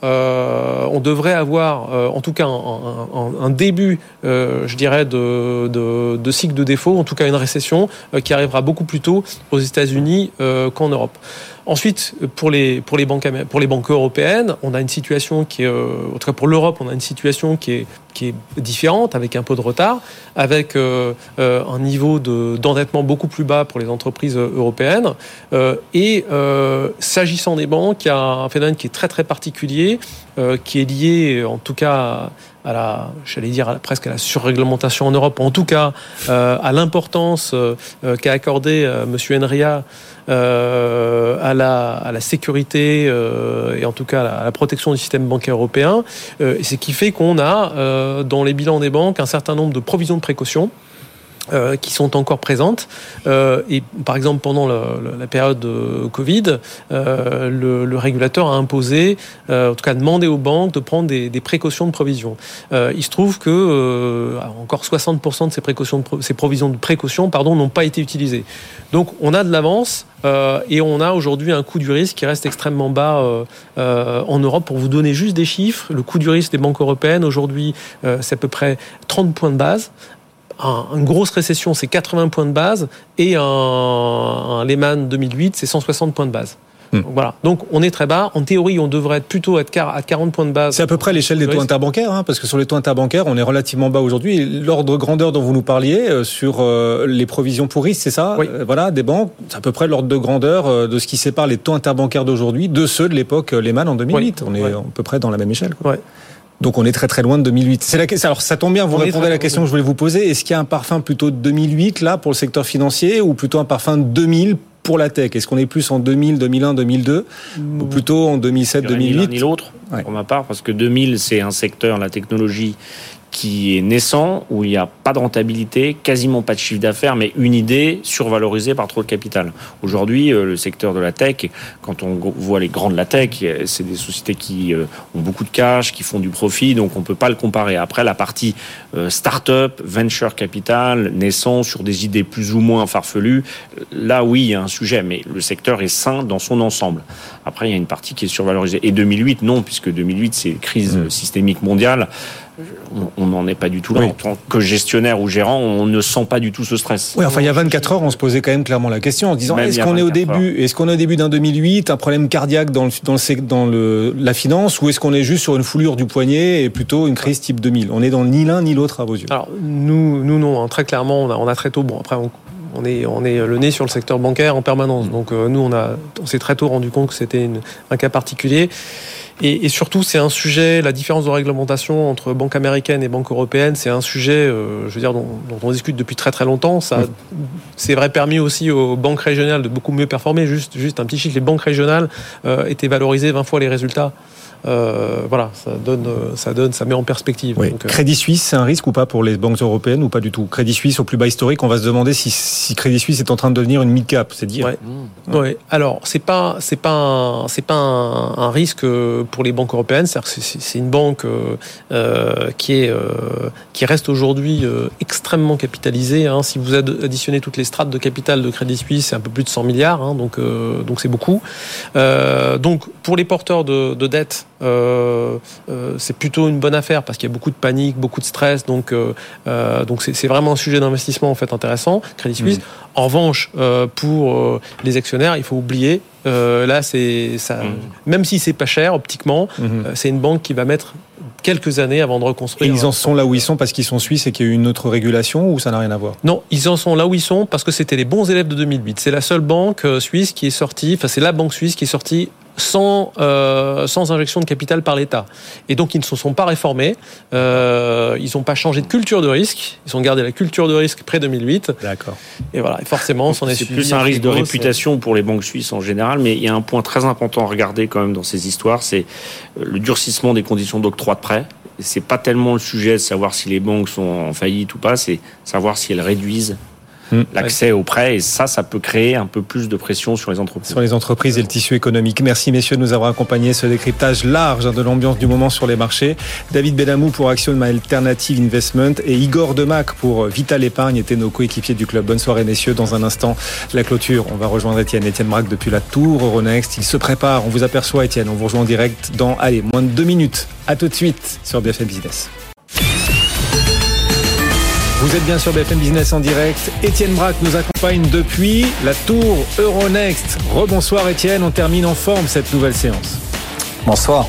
en tout cas un début, je dirais, de cycle de défaut, en tout cas une récession qui arrivera beaucoup plus tôt aux États-Unis qu'en Europe. Ensuite, pour les banques européennes, on a une situation qui est, en tout cas pour l'Europe, on a une situation qui est différente, avec un peu de retard, avec un niveau d'endettement beaucoup plus bas pour les entreprises européennes. Et s'agissant des banques, il y a un phénomène qui est très très particulier, qui est lié, en tout cas, presque à la surréglementation en Europe, en tout cas à l'importance qu'a accordée M. Enria à la sécurité et en tout cas à la protection du système bancaire européen. Et ce qui fait qu'on a dans les bilans des banques un certain nombre de provisions de précaution qui sont encore présentes. Et par exemple, pendant la période de Covid, le régulateur a imposé, en tout cas demandé aux banques de prendre des précautions de provision. Il se trouve que encore 60% de ces provisions de précaution n'ont pas été utilisées. Donc on a de l'avance et on a aujourd'hui un coût du risque qui reste extrêmement bas en Europe. Pour vous donner juste des chiffres, le coût du risque des banques européennes aujourd'hui, c'est à peu près 30 points de base. Une grosse récession, c'est 80 points de base, et un Lehman 2008, c'est 160 points de base. Donc, voilà. Donc on est très bas. En théorie, on devrait plutôt être à 40 points de base. C'est à peu près l'échelle des taux interbancaires, parce que sur les taux interbancaires, on est relativement bas aujourd'hui. L'ordre de grandeur dont vous nous parliez sur les provisions pour risque, c'est ça ? Oui. Voilà, des banques, c'est à peu près l'ordre de grandeur de ce qui sépare les taux interbancaires d'aujourd'hui de ceux de l'époque Lehman en 2008. On est à peu près dans la même échelle. Ouais. Donc on est très très loin de 2008. Alors ça tombe bien, vous répondez à la question que je voulais vous poser. Est-ce qu'il y a un parfum plutôt de 2008 là pour le secteur financier ou plutôt un parfum de 2000 pour la tech ? Est-ce qu'on est plus en 2000, 2001, 2002 ou plutôt en 2007, 2008 ? Ni l'un ni l'autre, pour ma part, parce que 2000 c'est un secteur, la technologie, qui est naissant, où il n'y a pas de rentabilité, quasiment pas de chiffre d'affaires, mais une idée survalorisée par trop de capital. Aujourd'hui, le secteur de la tech, quand on voit les grands de la tech, c'est des sociétés qui ont beaucoup de cash, qui font du profit, donc on ne peut pas le comparer. Après, la partie start-up, venture capital, naissant sur des idées plus ou moins farfelues, là, oui, il y a un sujet, mais le secteur est sain dans son ensemble. Après, il y a une partie qui est survalorisée. Et 2008, non, puisque 2008, c'est une crise systémique mondiale. On n'en est pas du tout là. Oui. En tant que gestionnaire ou gérant, on ne sent pas du tout ce stress. Oui, enfin, il y a 24 heures, on se posait quand même clairement la question en se disant, est-ce qu'on est au début d'un 2008, un problème cardiaque dans la finance, ou est-ce qu'on est juste sur une foulure du poignet et plutôt une crise type 2000 ? On est dans ni l'un ni l'autre à vos yeux. Alors, nous non, hein, très clairement, on a très tôt, bon, après, on est le nez sur le secteur bancaire en permanence. Donc, nous, on s'est très tôt rendu compte que c'était un cas particulier. Et surtout, c'est un sujet, la différence de réglementation entre banques américaines et banques européennes, c'est un sujet, dont on discute depuis très très longtemps. Ça, c'est vrai, permis aussi aux banques régionales de beaucoup mieux performer. Juste un petit chiffre, les banques régionales étaient valorisées 20 fois les résultats. Voilà, ça met en perspective. Oui. Donc, Crédit Suisse, c'est un risque ou pas pour les banques européennes ou pas du tout ? Crédit Suisse au plus bas historique, on va se demander si Crédit Suisse est en train de devenir une mid-cap, c'est dire. Ouais. Alors c'est pas un risque pour les banques européennes. C'est-à-dire que c'est une banque qui reste aujourd'hui extrêmement capitalisée. Hein. Si vous additionnez toutes les strates de capital de Crédit Suisse, c'est un peu plus de 100 milliards. Hein, donc c'est beaucoup. Donc pour les porteurs de dette, c'est plutôt une bonne affaire parce qu'il y a beaucoup de panique, beaucoup de stress, donc c'est vraiment un sujet d'investissement en fait intéressant, Crédit Suisse. En revanche, pour les actionnaires, il faut oublier, là c'est ça, même si c'est pas cher optiquement, c'est une banque qui va mettre quelques années avant de reconstruire. Et ils en sont là où ils sont parce qu'ils sont suisses et qu'il y a eu une autre régulation, ou ça n'a rien à voir ? Non, ils en sont là où ils sont parce que c'était les bons élèves de 2008. C'est la seule banque suisse qui est sortie, enfin c'est la banque suisse qui est sortie sans injection de capital par l'État. Et donc, ils ne se sont pas réformés. Ils n'ont pas changé de culture de risque. Ils ont gardé la culture de risque pré-2008. D'accord. Et voilà. Et forcément, c'est plus un risque de réputation pour les banques suisses en général. Mais il y a un point très important à regarder quand même dans ces histoires, c'est le durcissement des conditions d'octroi de prêt. C'est pas tellement le sujet de savoir si les banques sont en faillite ou pas, c'est savoir si elles réduisent l'accès aux prêts, et ça peut créer un peu plus de pression sur les entreprises. Sur les entreprises et le tissu économique. Merci messieurs de nous avoir accompagnés ce décryptage large de l'ambiance du moment sur les marchés. David Benamou pour Axiom Alternative Investment et Igor Demac pour Vital Épargne étaient nos coéquipiers du club. Bonne soirée messieurs. Dans un instant, la clôture. On va rejoindre Étienne Braque depuis la Tour Euronext. Il se prépare. On vous aperçoit Étienne. On vous rejoint en direct dans, moins de 2 minutes. À tout de suite sur BFM Business. Vous êtes bien sur BFM Business en direct. Étienne Braque nous accompagne depuis la Tour Euronext. Rebonsoir Étienne, on termine en forme cette nouvelle séance. Bonsoir.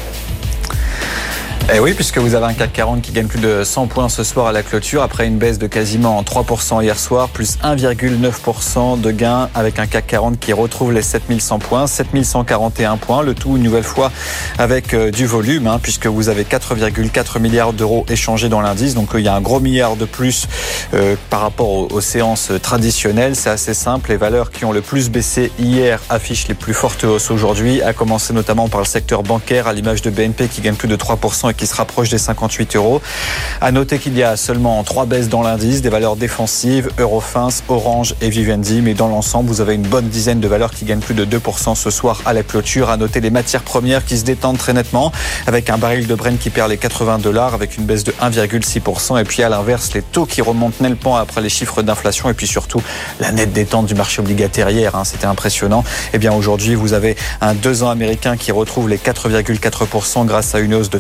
Eh oui, puisque vous avez un CAC 40 qui gagne plus de 100 points ce soir à la clôture, après une baisse de quasiment 3% hier soir, plus 1,9% de gain, avec un CAC 40 qui retrouve les 7100 points, 7141 points, le tout une nouvelle fois avec du volume, puisque vous avez 4,4 milliards d'euros échangés dans l'indice, donc il y a un gros milliard de plus par rapport aux séances traditionnelles. C'est assez simple, les valeurs qui ont le plus baissé hier affichent les plus fortes hausses aujourd'hui, à commencer notamment par le secteur bancaire, à l'image de BNP qui gagne plus de 3% et qui se rapproche des 58 euros. À noter qu'il y a seulement 3 baisses dans l'indice, des valeurs défensives, Eurofins, Orange et Vivendi, mais dans l'ensemble, vous avez une bonne dizaine de valeurs qui gagnent plus de 2% ce soir à la clôture. À noter les matières premières qui se détendent très nettement, avec un baril de Brent qui perd les $80, avec une baisse de 1,6%, et puis à l'inverse, les taux qui remontent nettement après les chiffres d'inflation, et puis surtout la nette détente du marché obligataire hier, c'était impressionnant. Et bien aujourd'hui, vous avez un 2 ans américain qui retrouve les 4,4% grâce à une hausse de 37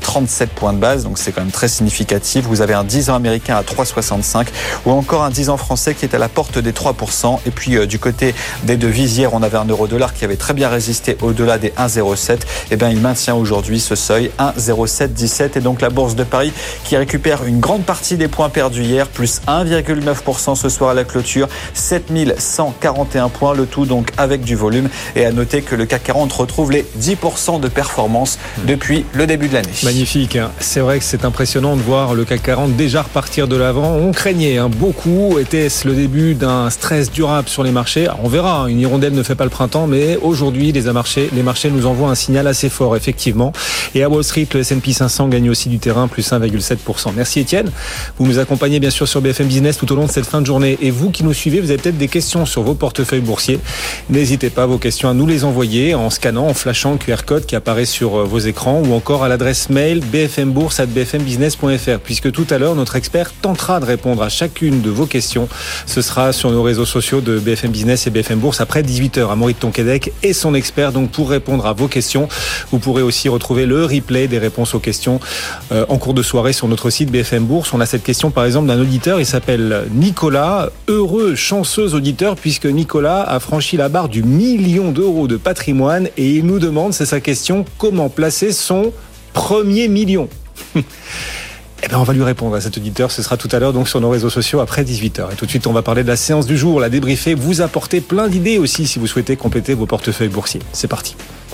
points de base, donc c'est quand même très significatif. Vous avez un 10 ans américain à 3,65 ou encore un 10 ans français qui est à la porte des 3%. Et puis du côté des devises, hier on avait un euro-dollar qui avait très bien résisté au-delà des 1,07. Et bien il maintient aujourd'hui ce seuil 1,0717. Et donc la Bourse de Paris qui récupère une grande partie des points perdus hier, plus 1,9% ce soir à la clôture, 7141 points, le tout donc avec du volume. Et à noter que le CAC 40 retrouve les 10% de performance depuis le début de l'année. Magnifique, hein. C'est vrai que c'est impressionnant de voir le CAC 40 déjà repartir de l'avant. On craignait beaucoup. Était-ce le début d'un stress durable sur les marchés? Alors, on verra, une hirondelle ne fait pas le printemps, mais aujourd'hui les marchés nous envoient un signal assez fort, effectivement. Et à Wall Street, le S&P 500 gagne aussi du terrain, plus 1,7%. Merci Étienne. Vous nous accompagnez bien sûr sur BFM Business tout au long de cette fin de journée. Et vous qui nous suivez, vous avez peut-être des questions sur vos portefeuilles boursiers. N'hésitez pas, vos questions, à nous les envoyer en scannant, en flashant le QR code qui apparaît sur vos écrans ou encore à l'adresse mail bfmbourse@bfmbusiness.fr, puisque tout à l'heure, notre expert tentera de répondre à chacune de vos questions. Ce sera sur nos réseaux sociaux de BFM Business et BFM Bourse après 18h. Amaury de Tonquédec et son expert donc pour répondre à vos questions. Vous pourrez aussi retrouver le replay des réponses aux questions en cours de soirée sur notre site BFM Bourse. On a cette question par exemple d'un auditeur, il s'appelle Nicolas. Heureux, chanceux auditeur, puisque Nicolas a franchi la barre du 1 million d'euros de patrimoine et il nous demande, c'est sa question, comment placer son premier million. Eh bien, on va lui répondre à cet auditeur. Ce sera tout à l'heure donc sur nos réseaux sociaux après 18h. Et tout de suite, on va parler de la séance du jour, la débriefer, vous apporter plein d'idées aussi si vous souhaitez compléter vos portefeuilles boursiers. C'est parti.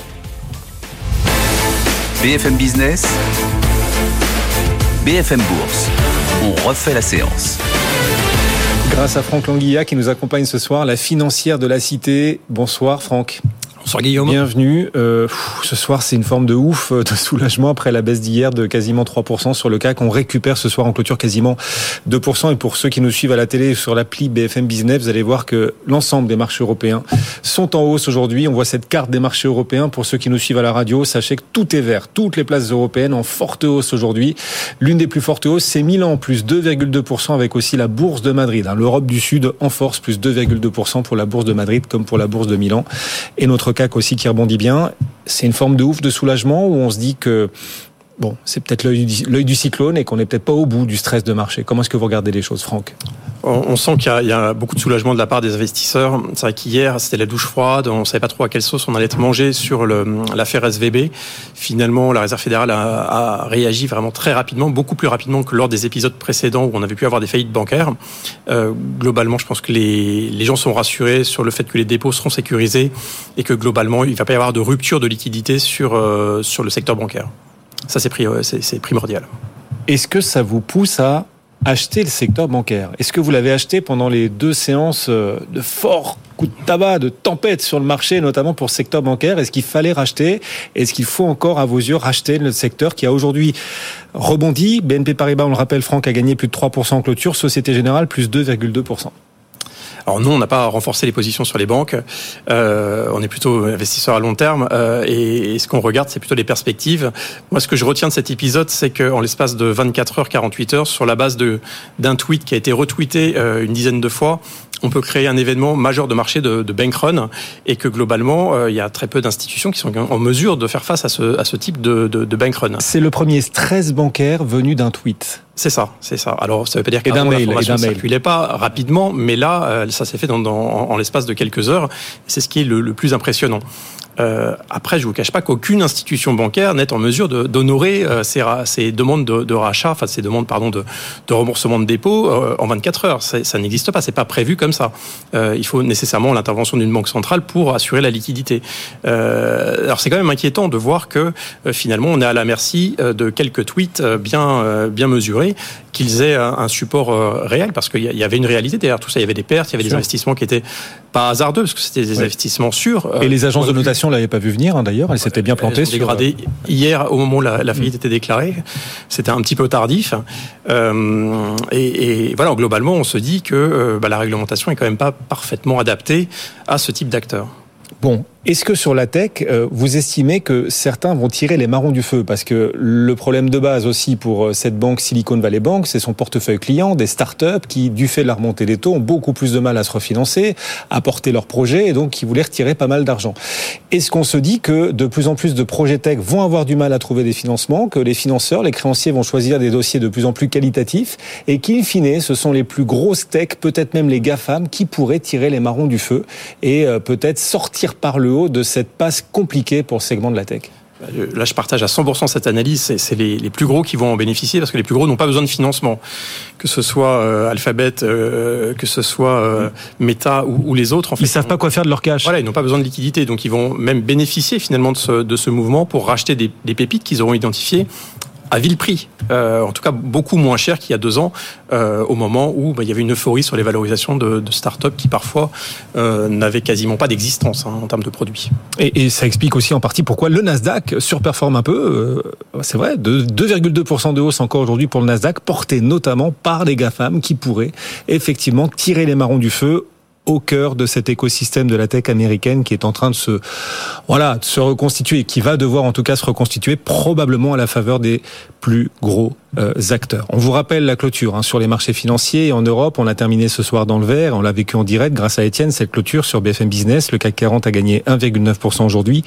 BFM Business, BFM Bourse. On refait la séance. Grâce à Franck Languilla qui nous accompagne ce soir, la financière de la Cité. Bonsoir Franck. Bonsoir Guillaume. Bienvenue. Ce soir, c'est une forme de ouf, de soulagement après la baisse d'hier de quasiment 3% sur le CAC. On récupère ce soir en clôture quasiment 2%. Et pour ceux qui nous suivent à la télé sur l'appli BFM Business, vous allez voir que l'ensemble des marchés européens sont en hausse aujourd'hui. On voit cette carte des marchés européens. Pour ceux qui nous suivent à la radio, sachez que tout est vert. Toutes les places européennes en forte hausse aujourd'hui. L'une des plus fortes hausses, c'est Milan, plus 2,2% avec aussi la Bourse de Madrid. L'Europe du Sud en force, plus 2,2% pour la Bourse de Madrid comme pour la Bourse de Milan. Et notre CAC aussi qui rebondit bien. C'est une forme de ouf, de soulagement où on se dit que bon, c'est peut-être l'œil du cyclone et qu'on n'est peut-être pas au bout du stress de marché. Comment est-ce que vous regardez les choses, Franck ? On sent qu'il y a beaucoup de soulagement de la part des investisseurs. C'est vrai qu'hier, c'était la douche froide. On ne savait pas trop à quelle sauce on allait être mangé sur l'affaire SVB. Finalement, la Réserve fédérale a réagi vraiment très rapidement, beaucoup plus rapidement que lors des épisodes précédents où on avait pu avoir des faillites bancaires. Globalement, je pense que les gens sont rassurés sur le fait que les dépôts seront sécurisés et que globalement, il ne va pas y avoir de rupture de liquidité sur le secteur bancaire. Ça, c'est primordial. Est-ce que ça vous pousse à acheter le secteur bancaire? Est-ce que vous l'avez acheté pendant les 2 séances de forts coups de tabac, de tempête sur le marché, notamment pour le secteur bancaire? Est-ce qu'il fallait racheter? Est-ce qu'il faut encore, à vos yeux, racheter le secteur qui a aujourd'hui rebondi? BNP Paribas, on le rappelle, Franck, a gagné plus de 3% en clôture. Société Générale, plus 2,2%. Alors nous, on n'a pas renforcé les positions sur les banques. On est plutôt investisseurs à long terme. Et ce qu'on regarde, c'est plutôt les perspectives. Moi, ce que je retiens de cet épisode, c'est qu'en l'espace de 24 heures, 48 heures, sur la base d'un tweet qui a été retweeté une dizaine de fois, on peut créer un événement majeur de marché de bank run et que globalement, il y a très peu d'institutions qui sont en mesure de faire face à ce type de bank run. C'est le premier stress bancaire venu d'un tweet. C'est ça. Alors, ça veut pas dire qu'avant l'information ne circulait pas rapidement, mais là, ça s'est fait en l'espace de quelques heures. C'est ce qui est le plus impressionnant. Après, je vous cache pas qu'aucune institution bancaire n'est en mesure d'honorer ces demandes de rachat, enfin ces demandes de remboursement de dépôt en 24 heures. Ça n'existe pas, c'est pas prévu comme ça. Il faut nécessairement l'intervention d'une banque centrale pour assurer la liquidité. Alors c'est quand même inquiétant de voir que finalement on est à la merci de quelques tweets bien mesurés, qu'ils aient un support réel, parce qu'il y avait une réalité derrière tout ça. Il y avait des pertes, il y avait des investissements qui étaient pas hasardeux, parce que c'était des investissements sûrs. Et les agences de notation l'avaient pas vu venir, d'ailleurs. Elles s'étaient bien plantées. Elles ont dégradé hier au moment où la faillite était déclarée. C'était un petit peu tardif. Et voilà, globalement, on se dit que la réglementation est quand même pas parfaitement adaptée à ce type d'acteurs. Bon, Est-ce que sur la tech, vous estimez que certains vont tirer les marrons du feu? Parce que le problème de base aussi pour cette banque Silicon Valley Bank, c'est son portefeuille client, des startups qui, du fait de la remontée des taux, ont beaucoup plus de mal à se refinancer, à porter leurs projets, et donc qui voulaient retirer pas mal d'argent. Est-ce qu'on se dit que de plus en plus de projets tech vont avoir du mal à trouver des financements, que les financeurs, les créanciers vont choisir des dossiers de plus en plus qualitatifs, et qu'in fine, ce sont les plus grosses tech, peut-être même les GAFAM, qui pourraient tirer les marrons du feu et peut-être sortir par le haut de cette passe compliquée pour le segment de la tech? Là, je partage à 100% cette analyse. C'est les plus gros qui vont en bénéficier parce que les plus gros n'ont pas besoin de financement. Que ce soit Alphabet, que ce soit Meta ou les autres. En fait, ils savent pas quoi faire de leur cash. Voilà, ils n'ont pas besoin de liquidité. Donc, ils vont même bénéficier finalement de ce mouvement pour racheter des pépites qu'ils auront identifiées à vil prix, en tout cas beaucoup moins cher qu'il y a 2 ans, au moment où il y avait une euphorie sur les valorisations de start-up qui parfois n'avaient quasiment pas d'existence en termes de produits. Et ça explique aussi en partie pourquoi le Nasdaq surperforme un peu. C'est vrai, de 2,2% de hausse encore aujourd'hui pour le Nasdaq, porté notamment par les GAFAM qui pourraient effectivement tirer les marrons du feu au cœur de cet écosystème de la tech américaine qui est en train de se reconstituer, qui va devoir en tout cas se reconstituer probablement à la faveur des plus gros acteurs. On vous rappelle la clôture sur les marchés financiers. Et en Europe, on a terminé ce soir dans le vert. On l'a vécu en direct grâce à Étienne, cette clôture sur BFM Business. Le CAC 40 a gagné 1,9% aujourd'hui,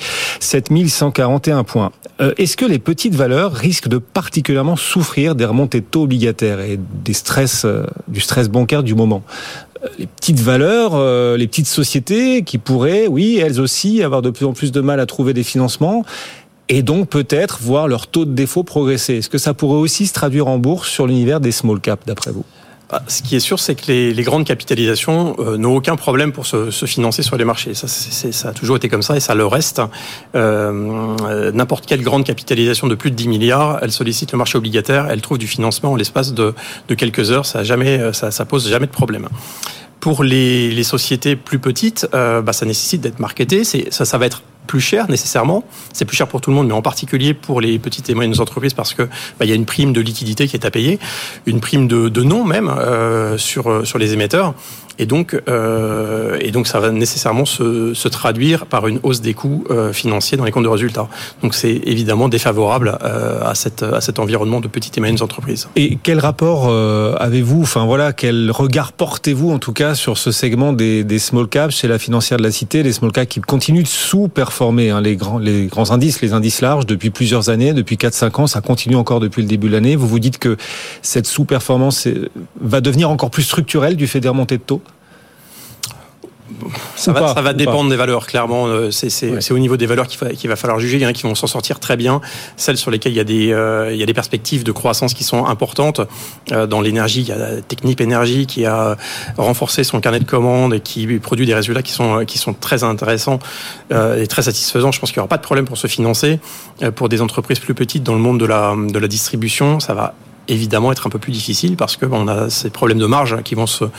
7141 points. Est-ce que les petites valeurs risquent de particulièrement souffrir des remontées de taux obligataires et du stress bancaire du moment? Les petites valeurs, les petites sociétés qui pourraient, oui, elles aussi, avoir de plus en plus de mal à trouver des financements et donc peut-être voir leur taux de défaut progresser. Est-ce que ça pourrait aussi se traduire en bourse sur l'univers des small caps, d'après vous? Ce qui est sûr, c'est que les grandes capitalisations n'ont aucun problème pour se financer sur les marchés. Ça a toujours été comme ça et ça le reste. N'importe quelle grande capitalisation de plus de 10 milliards, elle sollicite le marché obligataire, elle trouve du financement en l'espace de quelques heures. Ça pose jamais de problème. Pour les sociétés plus petites, ça nécessite d'être marketé. Ça va être plus cher nécessairement. C'est plus cher pour tout le monde, mais en particulier pour les petites et moyennes entreprises parce que il y a une prime de liquidité qui est à payer, une prime de nom même sur les émetteurs. Et donc ça va nécessairement se traduire par une hausse des coûts financiers dans les comptes de résultats. Donc c'est évidemment défavorable à cet environnement de petites et moyennes entreprises. Et quel rapport avez-vous, quel regard portez-vous en tout cas sur ce segment des small caps chez la financière de la Cité, les small caps qui continuent de sous-performer les grands indices, les indices larges depuis plusieurs années, depuis 4-5 ans, ça continue encore depuis le début de l'année. Vous vous dites que cette sous-performance va devenir encore plus structurelle du fait des remontées de taux? Ça va dépendre des valeurs, clairement. C'est au niveau des valeurs qu'il va falloir juger. Il y en a qui vont s'en sortir très bien. Celles sur lesquelles il y a des perspectives de croissance qui sont importantes. Dans l'énergie, il y a Technip Énergie qui a renforcé son carnet de commandes et qui produit des résultats qui sont très intéressants et très satisfaisants. Je pense qu'il n'y aura pas de problème pour se financer. Pour des entreprises plus petites dans le monde de la distribution, ça va évidemment être un peu plus difficile parce que on a ces problèmes de marge qui vont se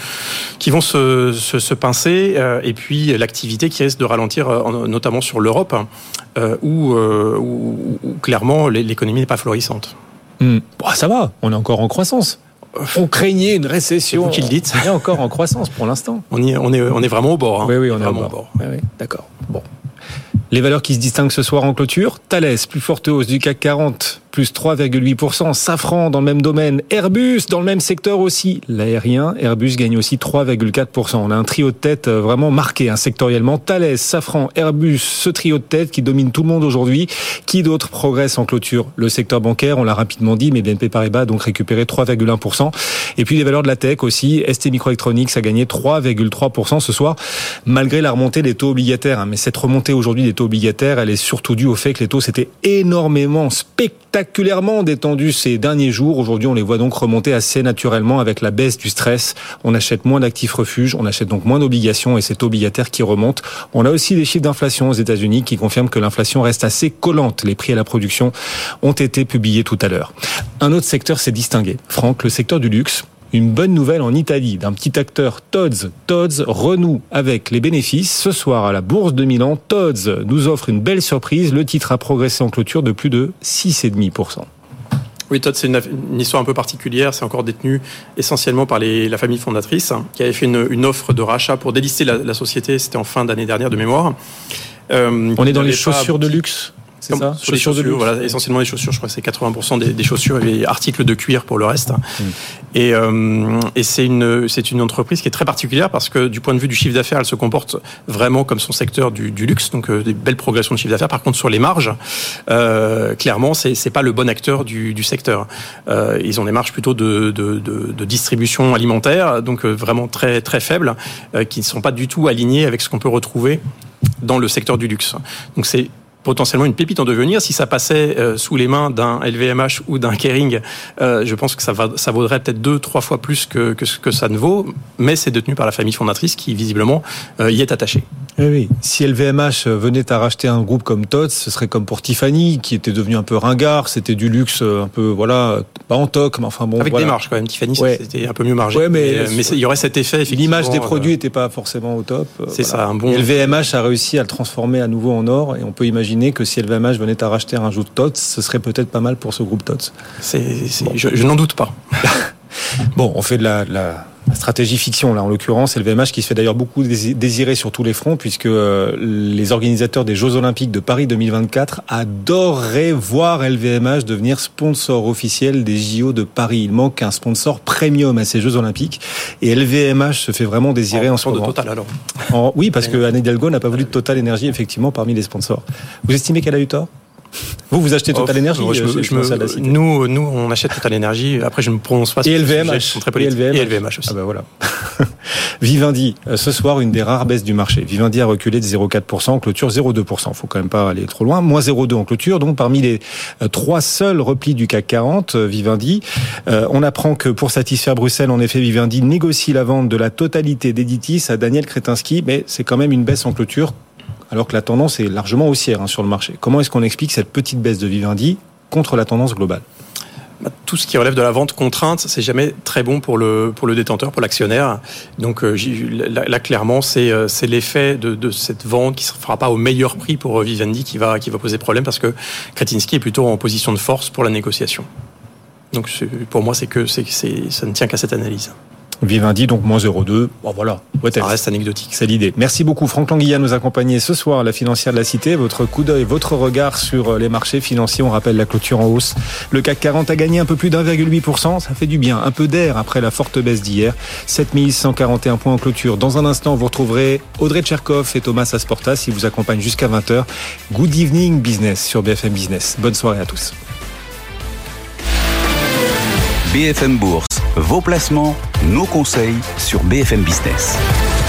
pincer et puis l'activité qui risque de ralentir notamment sur l'Europe où clairement l'économie n'est pas florissante. Ça va, on est encore en croissance. On craignait une récession. C'est vous qui le dites. On est encore en croissance pour l'instant. On est vraiment au bord. Oui, on est vraiment au bord. Oui, d'accord. Bon. Les valeurs qui se distinguent ce soir en clôture, Thales, plus forte hausse du CAC 40, plus 3,8%, Safran dans le même domaine, Airbus dans le même secteur aussi, l'aérien, Airbus gagne aussi 3,4%. On a un trio de tête vraiment marqué sectoriellement, Thales, Safran, Airbus, ce trio de tête qui domine tout le monde aujourd'hui. Qui d'autre progresse en clôture? Le secteur bancaire, on l'a rapidement dit, mais BNP Paribas a donc récupéré 3,1%. Et puis les valeurs de la tech aussi, ST Microelectronics a gagné 3,3% ce soir, malgré la remontée des taux obligataires. Mais cette remontée aujourd'hui des taux obligataires, elle est surtout due au fait que les taux s'étaient énormément, spectaculairement détendus ces derniers jours. Aujourd'hui, on les voit donc remonter assez naturellement avec la baisse du stress. On achète moins d'actifs refuges, on achète donc moins d'obligations et c'est taux obligataire qui remonte. On a aussi des chiffres d'inflation aux États-Unis qui confirment que l'inflation reste assez collante. Les prix à la production ont été publiés tout à l'heure. Un autre secteur s'est distingué. Franck, le secteur du luxe. Une bonne nouvelle en Italie d'un petit acteur, Tod's. Tod's renoue avec les bénéfices. Ce soir à la Bourse de Milan, Tod's nous offre une belle surprise. Le titre a progressé en clôture de plus de 6,5%. Oui, Tod's, c'est une histoire un peu particulière. C'est encore détenu essentiellement par la famille fondatrice qui avait fait une offre de rachat pour délister la société. C'était en fin d'année dernière de mémoire. On est dans les chaussures de luxe. C'est ça, chaussures de luxe. Voilà, essentiellement les chaussures. Je crois que c'est 80% des chaussures et articles de cuir pour le reste. Et c'est une entreprise qui est très particulière parce que du point de vue du chiffre d'affaires, elle se comporte vraiment comme son secteur du luxe, donc des belles progressions de chiffre d'affaires. Par contre, sur les marges, clairement, c'est pas le bon acteur du secteur. Ils ont des marges plutôt de distribution alimentaire, donc vraiment très très faibles, qui ne sont pas du tout alignées avec ce qu'on peut retrouver dans le secteur du luxe. Donc c'est potentiellement une pépite en devenir. Si ça passait sous les mains d'un LVMH ou d'un Kering, je pense que ça vaudrait peut-être 2-3 fois plus que ce que ça ne vaut, mais c'est détenu par la famille fondatrice qui visiblement y est attachée. Oui. Si LVMH venait à racheter un groupe comme Tod's, ce serait comme pour Tiffany, qui était devenu un peu ringard, c'était du luxe un peu, voilà, pas en toc, mais enfin bon. Avec des marges quand même, Tiffany, c'était un peu mieux margé. Ouais, mais il y aurait cet effet, effectivement. L'image des produits n'était pas forcément au top. C'est ça, un bon. LVMH a réussi à le transformer à nouveau en or, et on peut imaginer que si LVMH venait à racheter un jour de Tod's, ce serait peut-être pas mal pour ce groupe Tod's. Je n'en doute pas. Bon, on fait de la stratégie fiction, là, en l'occurrence, LVMH qui se fait d'ailleurs beaucoup désirer sur tous les fronts, puisque les organisateurs des Jeux Olympiques de Paris 2024 adoreraient voir LVMH devenir sponsor officiel des JO de Paris. Il manque un sponsor premium à ces Jeux Olympiques, et LVMH se fait vraiment désirer en ce moment. De Total, alors. Oui, parce que Anne Hidalgo n'a pas voulu de Total Énergie, effectivement, parmi les sponsors. Vous estimez qu'elle a eu tort ? Vous achetez Total Énergie? Nous, on achète Total Énergie. Après, je ne me prononce pas. Et LVMH. Et LVMH aussi. Ah ben voilà. Vivendi, ce soir, une des rares baisses du marché. Vivendi a reculé de 0,4% en clôture, 0,2%. Faut quand même pas aller trop loin. Moins 0,2 en clôture. Donc, parmi les 3 seuls replis du CAC 40, Vivendi, on apprend que pour satisfaire Bruxelles, en effet, Vivendi négocie la vente de la totalité d'Editis à Daniel Kretinsky, mais c'est quand même une baisse en clôture, alors que la tendance est largement haussière sur le marché. Comment est-ce qu'on explique cette petite baisse de Vivendi contre la tendance globale? Tout ce qui relève de la vente contrainte, c'est jamais très bon pour le détenteur, pour l'actionnaire. Donc là, clairement, c'est l'effet de cette vente qui ne se fera pas au meilleur prix pour Vivendi qui va poser problème, parce que Kretinsky est plutôt en position de force pour la négociation. Donc pour moi, ça ne tient qu'à cette analyse. Vivendi, donc moins 0,2. Bon, voilà. Ça reste anecdotique. C'est l'idée. Merci beaucoup. Franck Languilla nous accompagnait ce soir à la financière de la Cité. Votre coup d'œil, votre regard sur les marchés financiers. On rappelle la clôture en hausse. Le CAC 40 a gagné un peu plus d'1,8%. Ça fait du bien. Un peu d'air après la forte baisse d'hier. 7141 points en clôture. Dans un instant, vous retrouverez Audrey Tcherkov et Thomas Asportas qui vous accompagnent jusqu'à 20h. Good evening business sur BFM Business. Bonne soirée à tous. BFM Bourse, vos placements, nos conseils sur BFM Business.